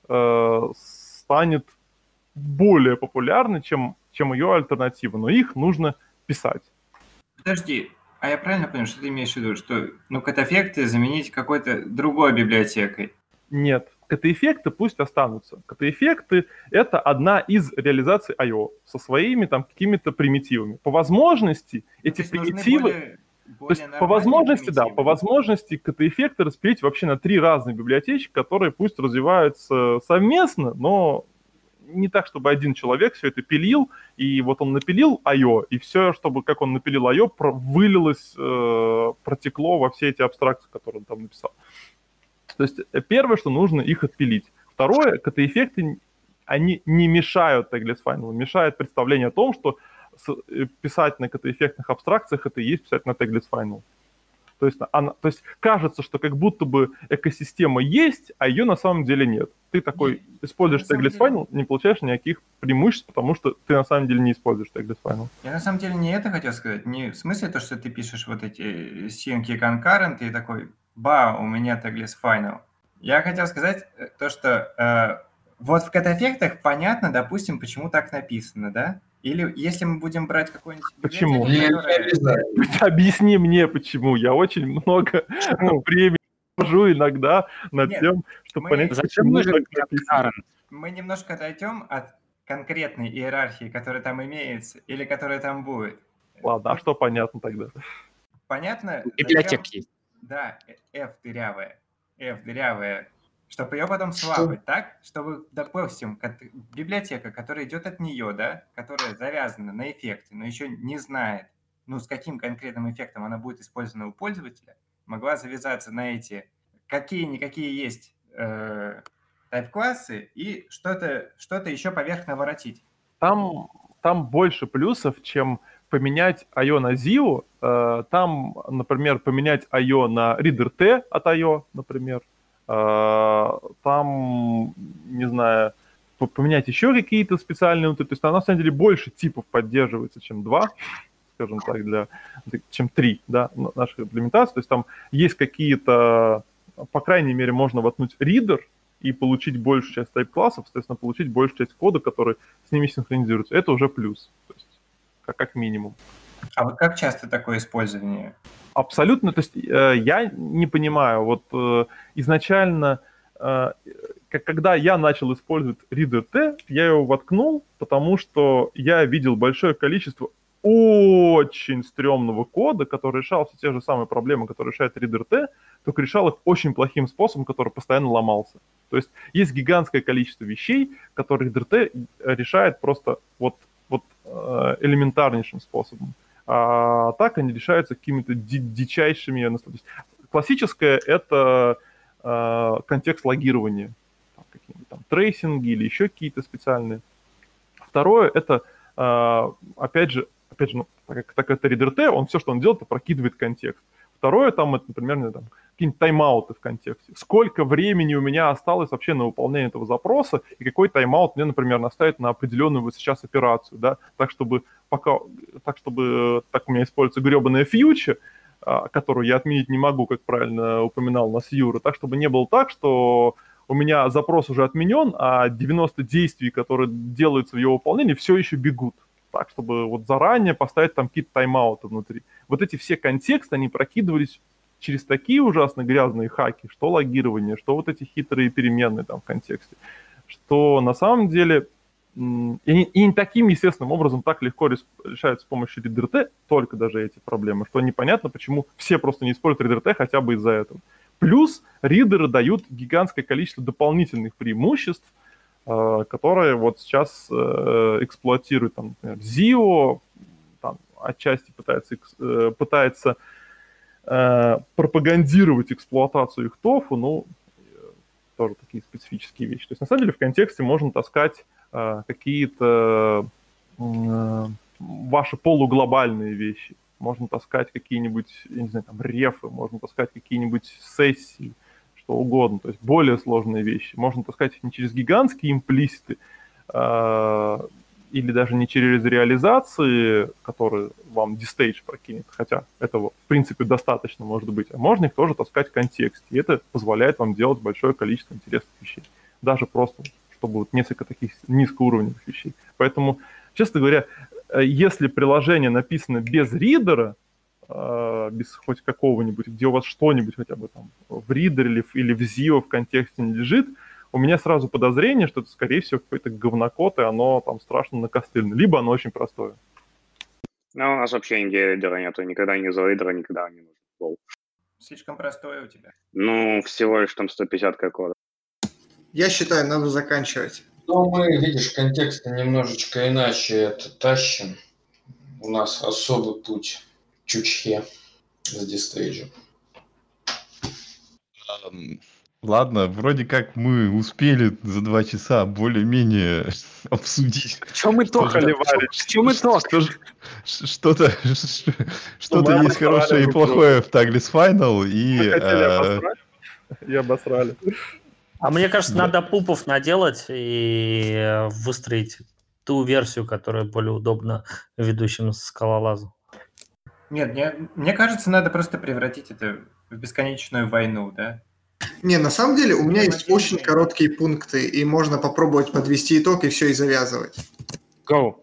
станет более популярной, чем ее альтернатива. Но их нужно писать. Подожди, а я правильно понял, что ты имеешь в виду, что кат-эффекты заменить какой-то другой библиотекой? Нет, кат-эффекты пусть останутся. Кат-эффекты — это одна из реализаций I.O. со своими там какими-то примитивами. По возможности эти примитивы... То есть по возможности, да, по возможности кат-эффекты распилить вообще на 3 разные библиотечки, которые пусть развиваются совместно, но не так, чтобы один человек все это пилил, и вот он напилил I.O., и все, чтобы как он напилил I.O., вылилось, протекло во все эти абстракции, которые он там написал. То есть первое, что нужно их отпилить. Второе, кат-эффекты, они не мешают Tagless Final, мешает представление о том, что писать на кат-эффектных абстракциях — это и есть писать на Tagless Final. То есть кажется, что как будто бы экосистема есть, а ее на самом деле нет. Ты такой используешь Tagless Final, не получаешь никаких преимуществ, потому что ты на самом деле не используешь Tagless Final. Я на самом деле не это хотел сказать. Не в смысле то, что ты пишешь вот эти синки конкуренты и такой, у меня Tagless Final. Я хотел сказать то, что вот в кат-эффектах понятно, допустим, почему так написано, да? Или если мы будем брать какой-нибудь... Почему? Объясни мне, почему. Я очень много времени провожу иногда над тем, чтобы понять, почему так написано. Мы немножко отойдем от конкретной иерархии, которая там имеется, или которая там будет. Ладно, а что понятно тогда? Понятно? Библиотек есть. Да, F дырявая, чтобы ее потом свапать, так? Чтобы, допустим, библиотека, которая идет от нее, да, которая завязана на эффекты, но еще не знает, с каким конкретным эффектом она будет использована у пользователя, могла завязаться на эти какие-никакие есть тайп-классы и что-то еще поверх наворотить. Там больше плюсов, чем поменять I.O. на ZIO. Там, например, поменять I.O. на reader T от I.O., например. Там, не знаю, поменять еще какие-то специальные... То есть там, на самом деле, больше типов поддерживается, чем 2, скажем так, чем 3, да, наших имплементаций. То есть там есть какие-то... По крайней мере, можно воткнуть reader и получить большую часть тайп-классов, соответственно, получить большую часть кода, который с ними синхронизируется. Это уже плюс, то есть как минимум. А вот как часто такое использование? Абсолютно, то есть я не понимаю, вот изначально, когда я начал использовать reader T, я его воткнул, потому что я видел большое количество очень стрёмного кода, который решал все те же самые проблемы, которые решает reader T, только решал их очень плохим способом, который постоянно ломался. То есть есть гигантское количество вещей, которые reader T решает просто вот элементарнейшим способом. А так они решаются какими-то дичайшими... Классическое — это контекст логирования, какие-нибудь там трейсинги или еще какие-то специальные. Второе — это, опять же, так как это reader T, он все, что он делает, это прокидывает контекст. Второе, там, это, например, там, какие-нибудь тайм-ауты в контексте. Сколько времени у меня осталось вообще на выполнение этого запроса, и какой тайм-аут мне, например, наставить на определенную вот сейчас операцию, да, так, чтобы так у меня используется гребаная фьючер, которую я отменить не могу, как правильно упоминал нас Юра, так, чтобы не было так, что у меня запрос уже отменен, а 90 действий, которые делаются в его выполнении, все еще бегут. Так, чтобы вот заранее поставить там какие-то тайм-ауты внутри. Вот эти все контексты, они прокидывались через такие ужасно грязные хаки, что логирование, что вот эти хитрые переменные там в контексте, что на самом деле и таким естественным образом так легко решаются с помощью reader T только даже эти проблемы, что непонятно, почему все просто не используют reader T хотя бы из-за этого. Плюс ридеры дают гигантское количество дополнительных преимуществ, которые вот сейчас эксплуатируют, там, например, ZIO, там, отчасти пытается пропагандировать эксплуатацию их тофу, ну, тоже такие специфические вещи. То есть, на самом деле, в контексте можно таскать какие-то ваши полуглобальные вещи. Можно таскать какие-нибудь, я не знаю, там, рефы, можно таскать какие-нибудь сессии, что угодно. То есть более сложные вещи. Можно таскать их не через гигантские имплиситы, или даже не через реализации, которые вам дистейдж прокинет, хотя этого, в принципе, достаточно может быть, а можно их тоже таскать в контексте, и это позволяет вам делать большое количество интересных вещей, даже просто, чтобы вот несколько таких низкоуровневых вещей. Поэтому, честно говоря, если приложение написано без ридера, без хоть какого-нибудь, где у вас что-нибудь хотя бы там в ридере или в ZIO в контексте не лежит, у меня сразу подозрение, что это, скорее всего, какой-то говнокод, и оно там страшно накостыльно. Либо оно очень простое. Ну, у нас вообще нигде ридера нету. Никогда не за ридера, никогда не нужен. Лол. Слишком простое у тебя. Ну, всего лишь там 150 кода. Я считаю, надо заканчивать. Ну, мы, видишь, контексты немножечко иначе это тащим. У нас особый путь чучхе с дистейджем. Ладно, вроде как мы успели за 2 часа более-менее обсудить. В чем итог? В чем итог? Что-то мы есть хорошее и плохое в Tagless Final. Мы хотели обосрать и обосрали. А мне кажется, надо пупов наделать и выстроить ту версию, которая более удобна ведущим скалолазу. Нет, мне кажется, надо просто превратить это в бесконечную войну, да? Не, на самом деле у меня есть очень короткие пункты, и можно попробовать подвести итог и все, и завязывать. Go.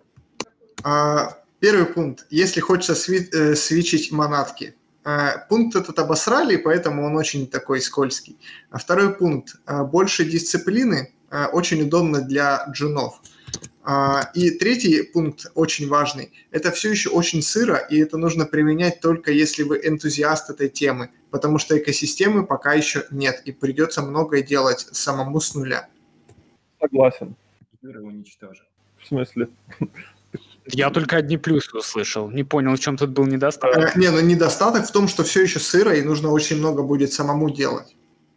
Первый пункт. Если хочется свитчить монадки. Пункт этот обосрали, поэтому он очень такой скользкий. А второй пункт. Больше дисциплины очень удобно для джунов. И третий пункт очень важный. Это все еще очень сыро, и это нужно применять только если вы энтузиаст этой темы, потому что экосистемы пока еще нет, и придется многое делать самому с нуля. Согласен. Мир уничтожен. В смысле? Я только одни плюсы услышал. Не понял, в чем тут был недостаток. Ну недостаток в том, что все еще сыро, и нужно очень много будет самому делать.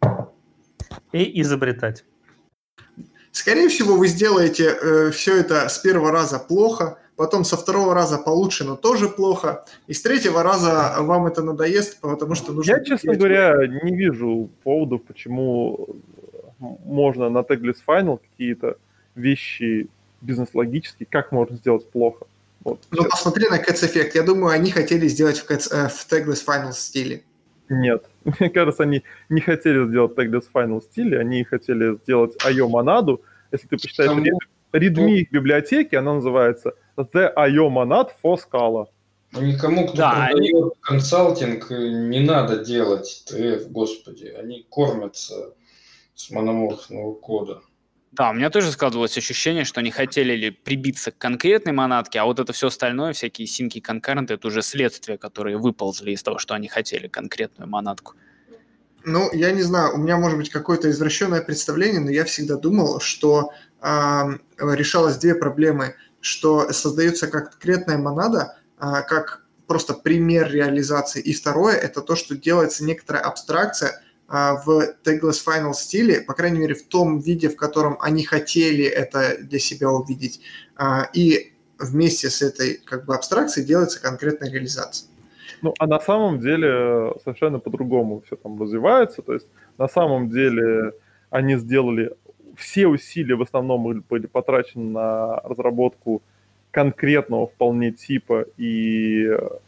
И изобретать. Скорее всего, вы сделаете все это с первого раза плохо, потом со второго раза получше, но тоже плохо, и с третьего раза вам это надоест, потому что нужно... Я, честно говоря, не вижу поводов, почему можно на Tagless Final какие-то вещи бизнес-логические, как можно сделать плохо. Вот, ну, посмотри на Cats Effect. Я думаю, они хотели сделать в Tagless Final стиле. Нет. Мне кажется, они не хотели сделать Tagless Final стиле, они хотели сделать IO монаду. Если ты почитаешь readme их библиотеки, она называется The IO Monad for Scala. Ну, никому, кто продает консалтинг, не надо делать ТФ, господи. Они кормятся с мономорфного кода. Да, у меня тоже складывалось ощущение, что они хотели ли прибиться к конкретной монадке, а вот это все остальное, всякие синки, конкуренты, это уже следствия, которые выползли из того, что они хотели конкретную монадку. Ну, я не знаю, у меня может быть какое-то извращенное представление, но я всегда думал, что решалось две проблемы, что создается конкретная монада, как просто пример реализации, и второе, это то, что делается некоторая абстракция в Tagless Final стиле, по крайней мере, в том виде, в котором они хотели это для себя увидеть. И вместе с этой как бы абстракцией делается конкретная реализация. Ну, а на самом деле совершенно по-другому все там развивается. То есть на самом деле они сделали... Все усилия в основном были потрачены на разработку конкретного вполне типа и...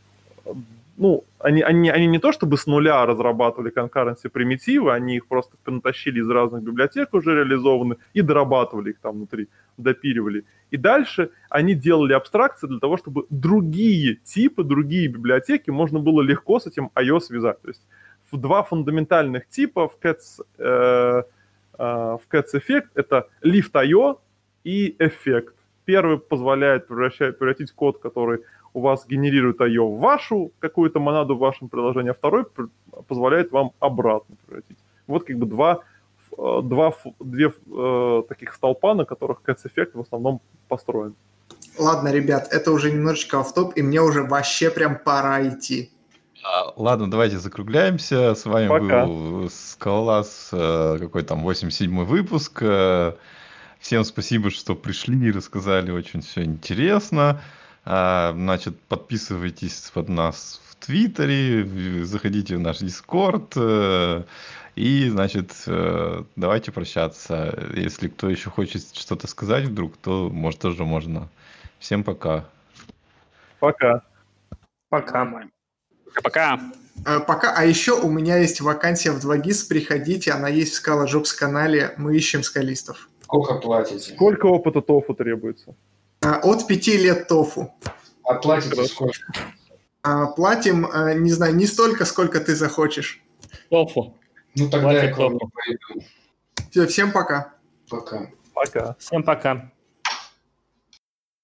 Ну, они не то чтобы с нуля разрабатывали конкуренции примитивы, они их просто натащили из разных библиотек уже реализованы и дорабатывали их там внутри, допиливали. И дальше они делали абстракции для того, чтобы другие типы, другие библиотеки можно было легко с этим IO связать. То есть два фундаментальных типа в Cats Effect это lift.io и эффект. Первый позволяет превратить код, который у вас генерирует IO в вашу какую-то монаду в вашем приложении, а второй позволяет вам обратно превратить. Вот как бы две таких столпа, на которых Cats Effect в основном построен. Ладно, ребят, это уже немножечко офф-топ, и мне уже вообще прям пора идти. Ладно, давайте закругляемся. С вами Пока. был Скалолаз, какой там, 87-й выпуск. Всем спасибо, что пришли и рассказали, очень все интересно. Значит, подписывайтесь под нас в Твиттере, заходите в наш Дискорд. И, значит, давайте прощаться. Если кто еще хочет что-то сказать вдруг, то, может, тоже можно. Всем пока. Пока. Пока. Пока. Пока. А еще у меня есть вакансия в 2GIS, приходите, она есть в Scala Jobs канале, мы ищем скалистов. Сколько платите? Сколько опыта тофу требуется? От 5 лет тофу. А платите сколько? Платим, не знаю, не столько, сколько ты захочешь. Тофу. Ну тогда я Платит к вам не тофу. пойду. Всё, всем пока. Пока. Пока. Всем пока.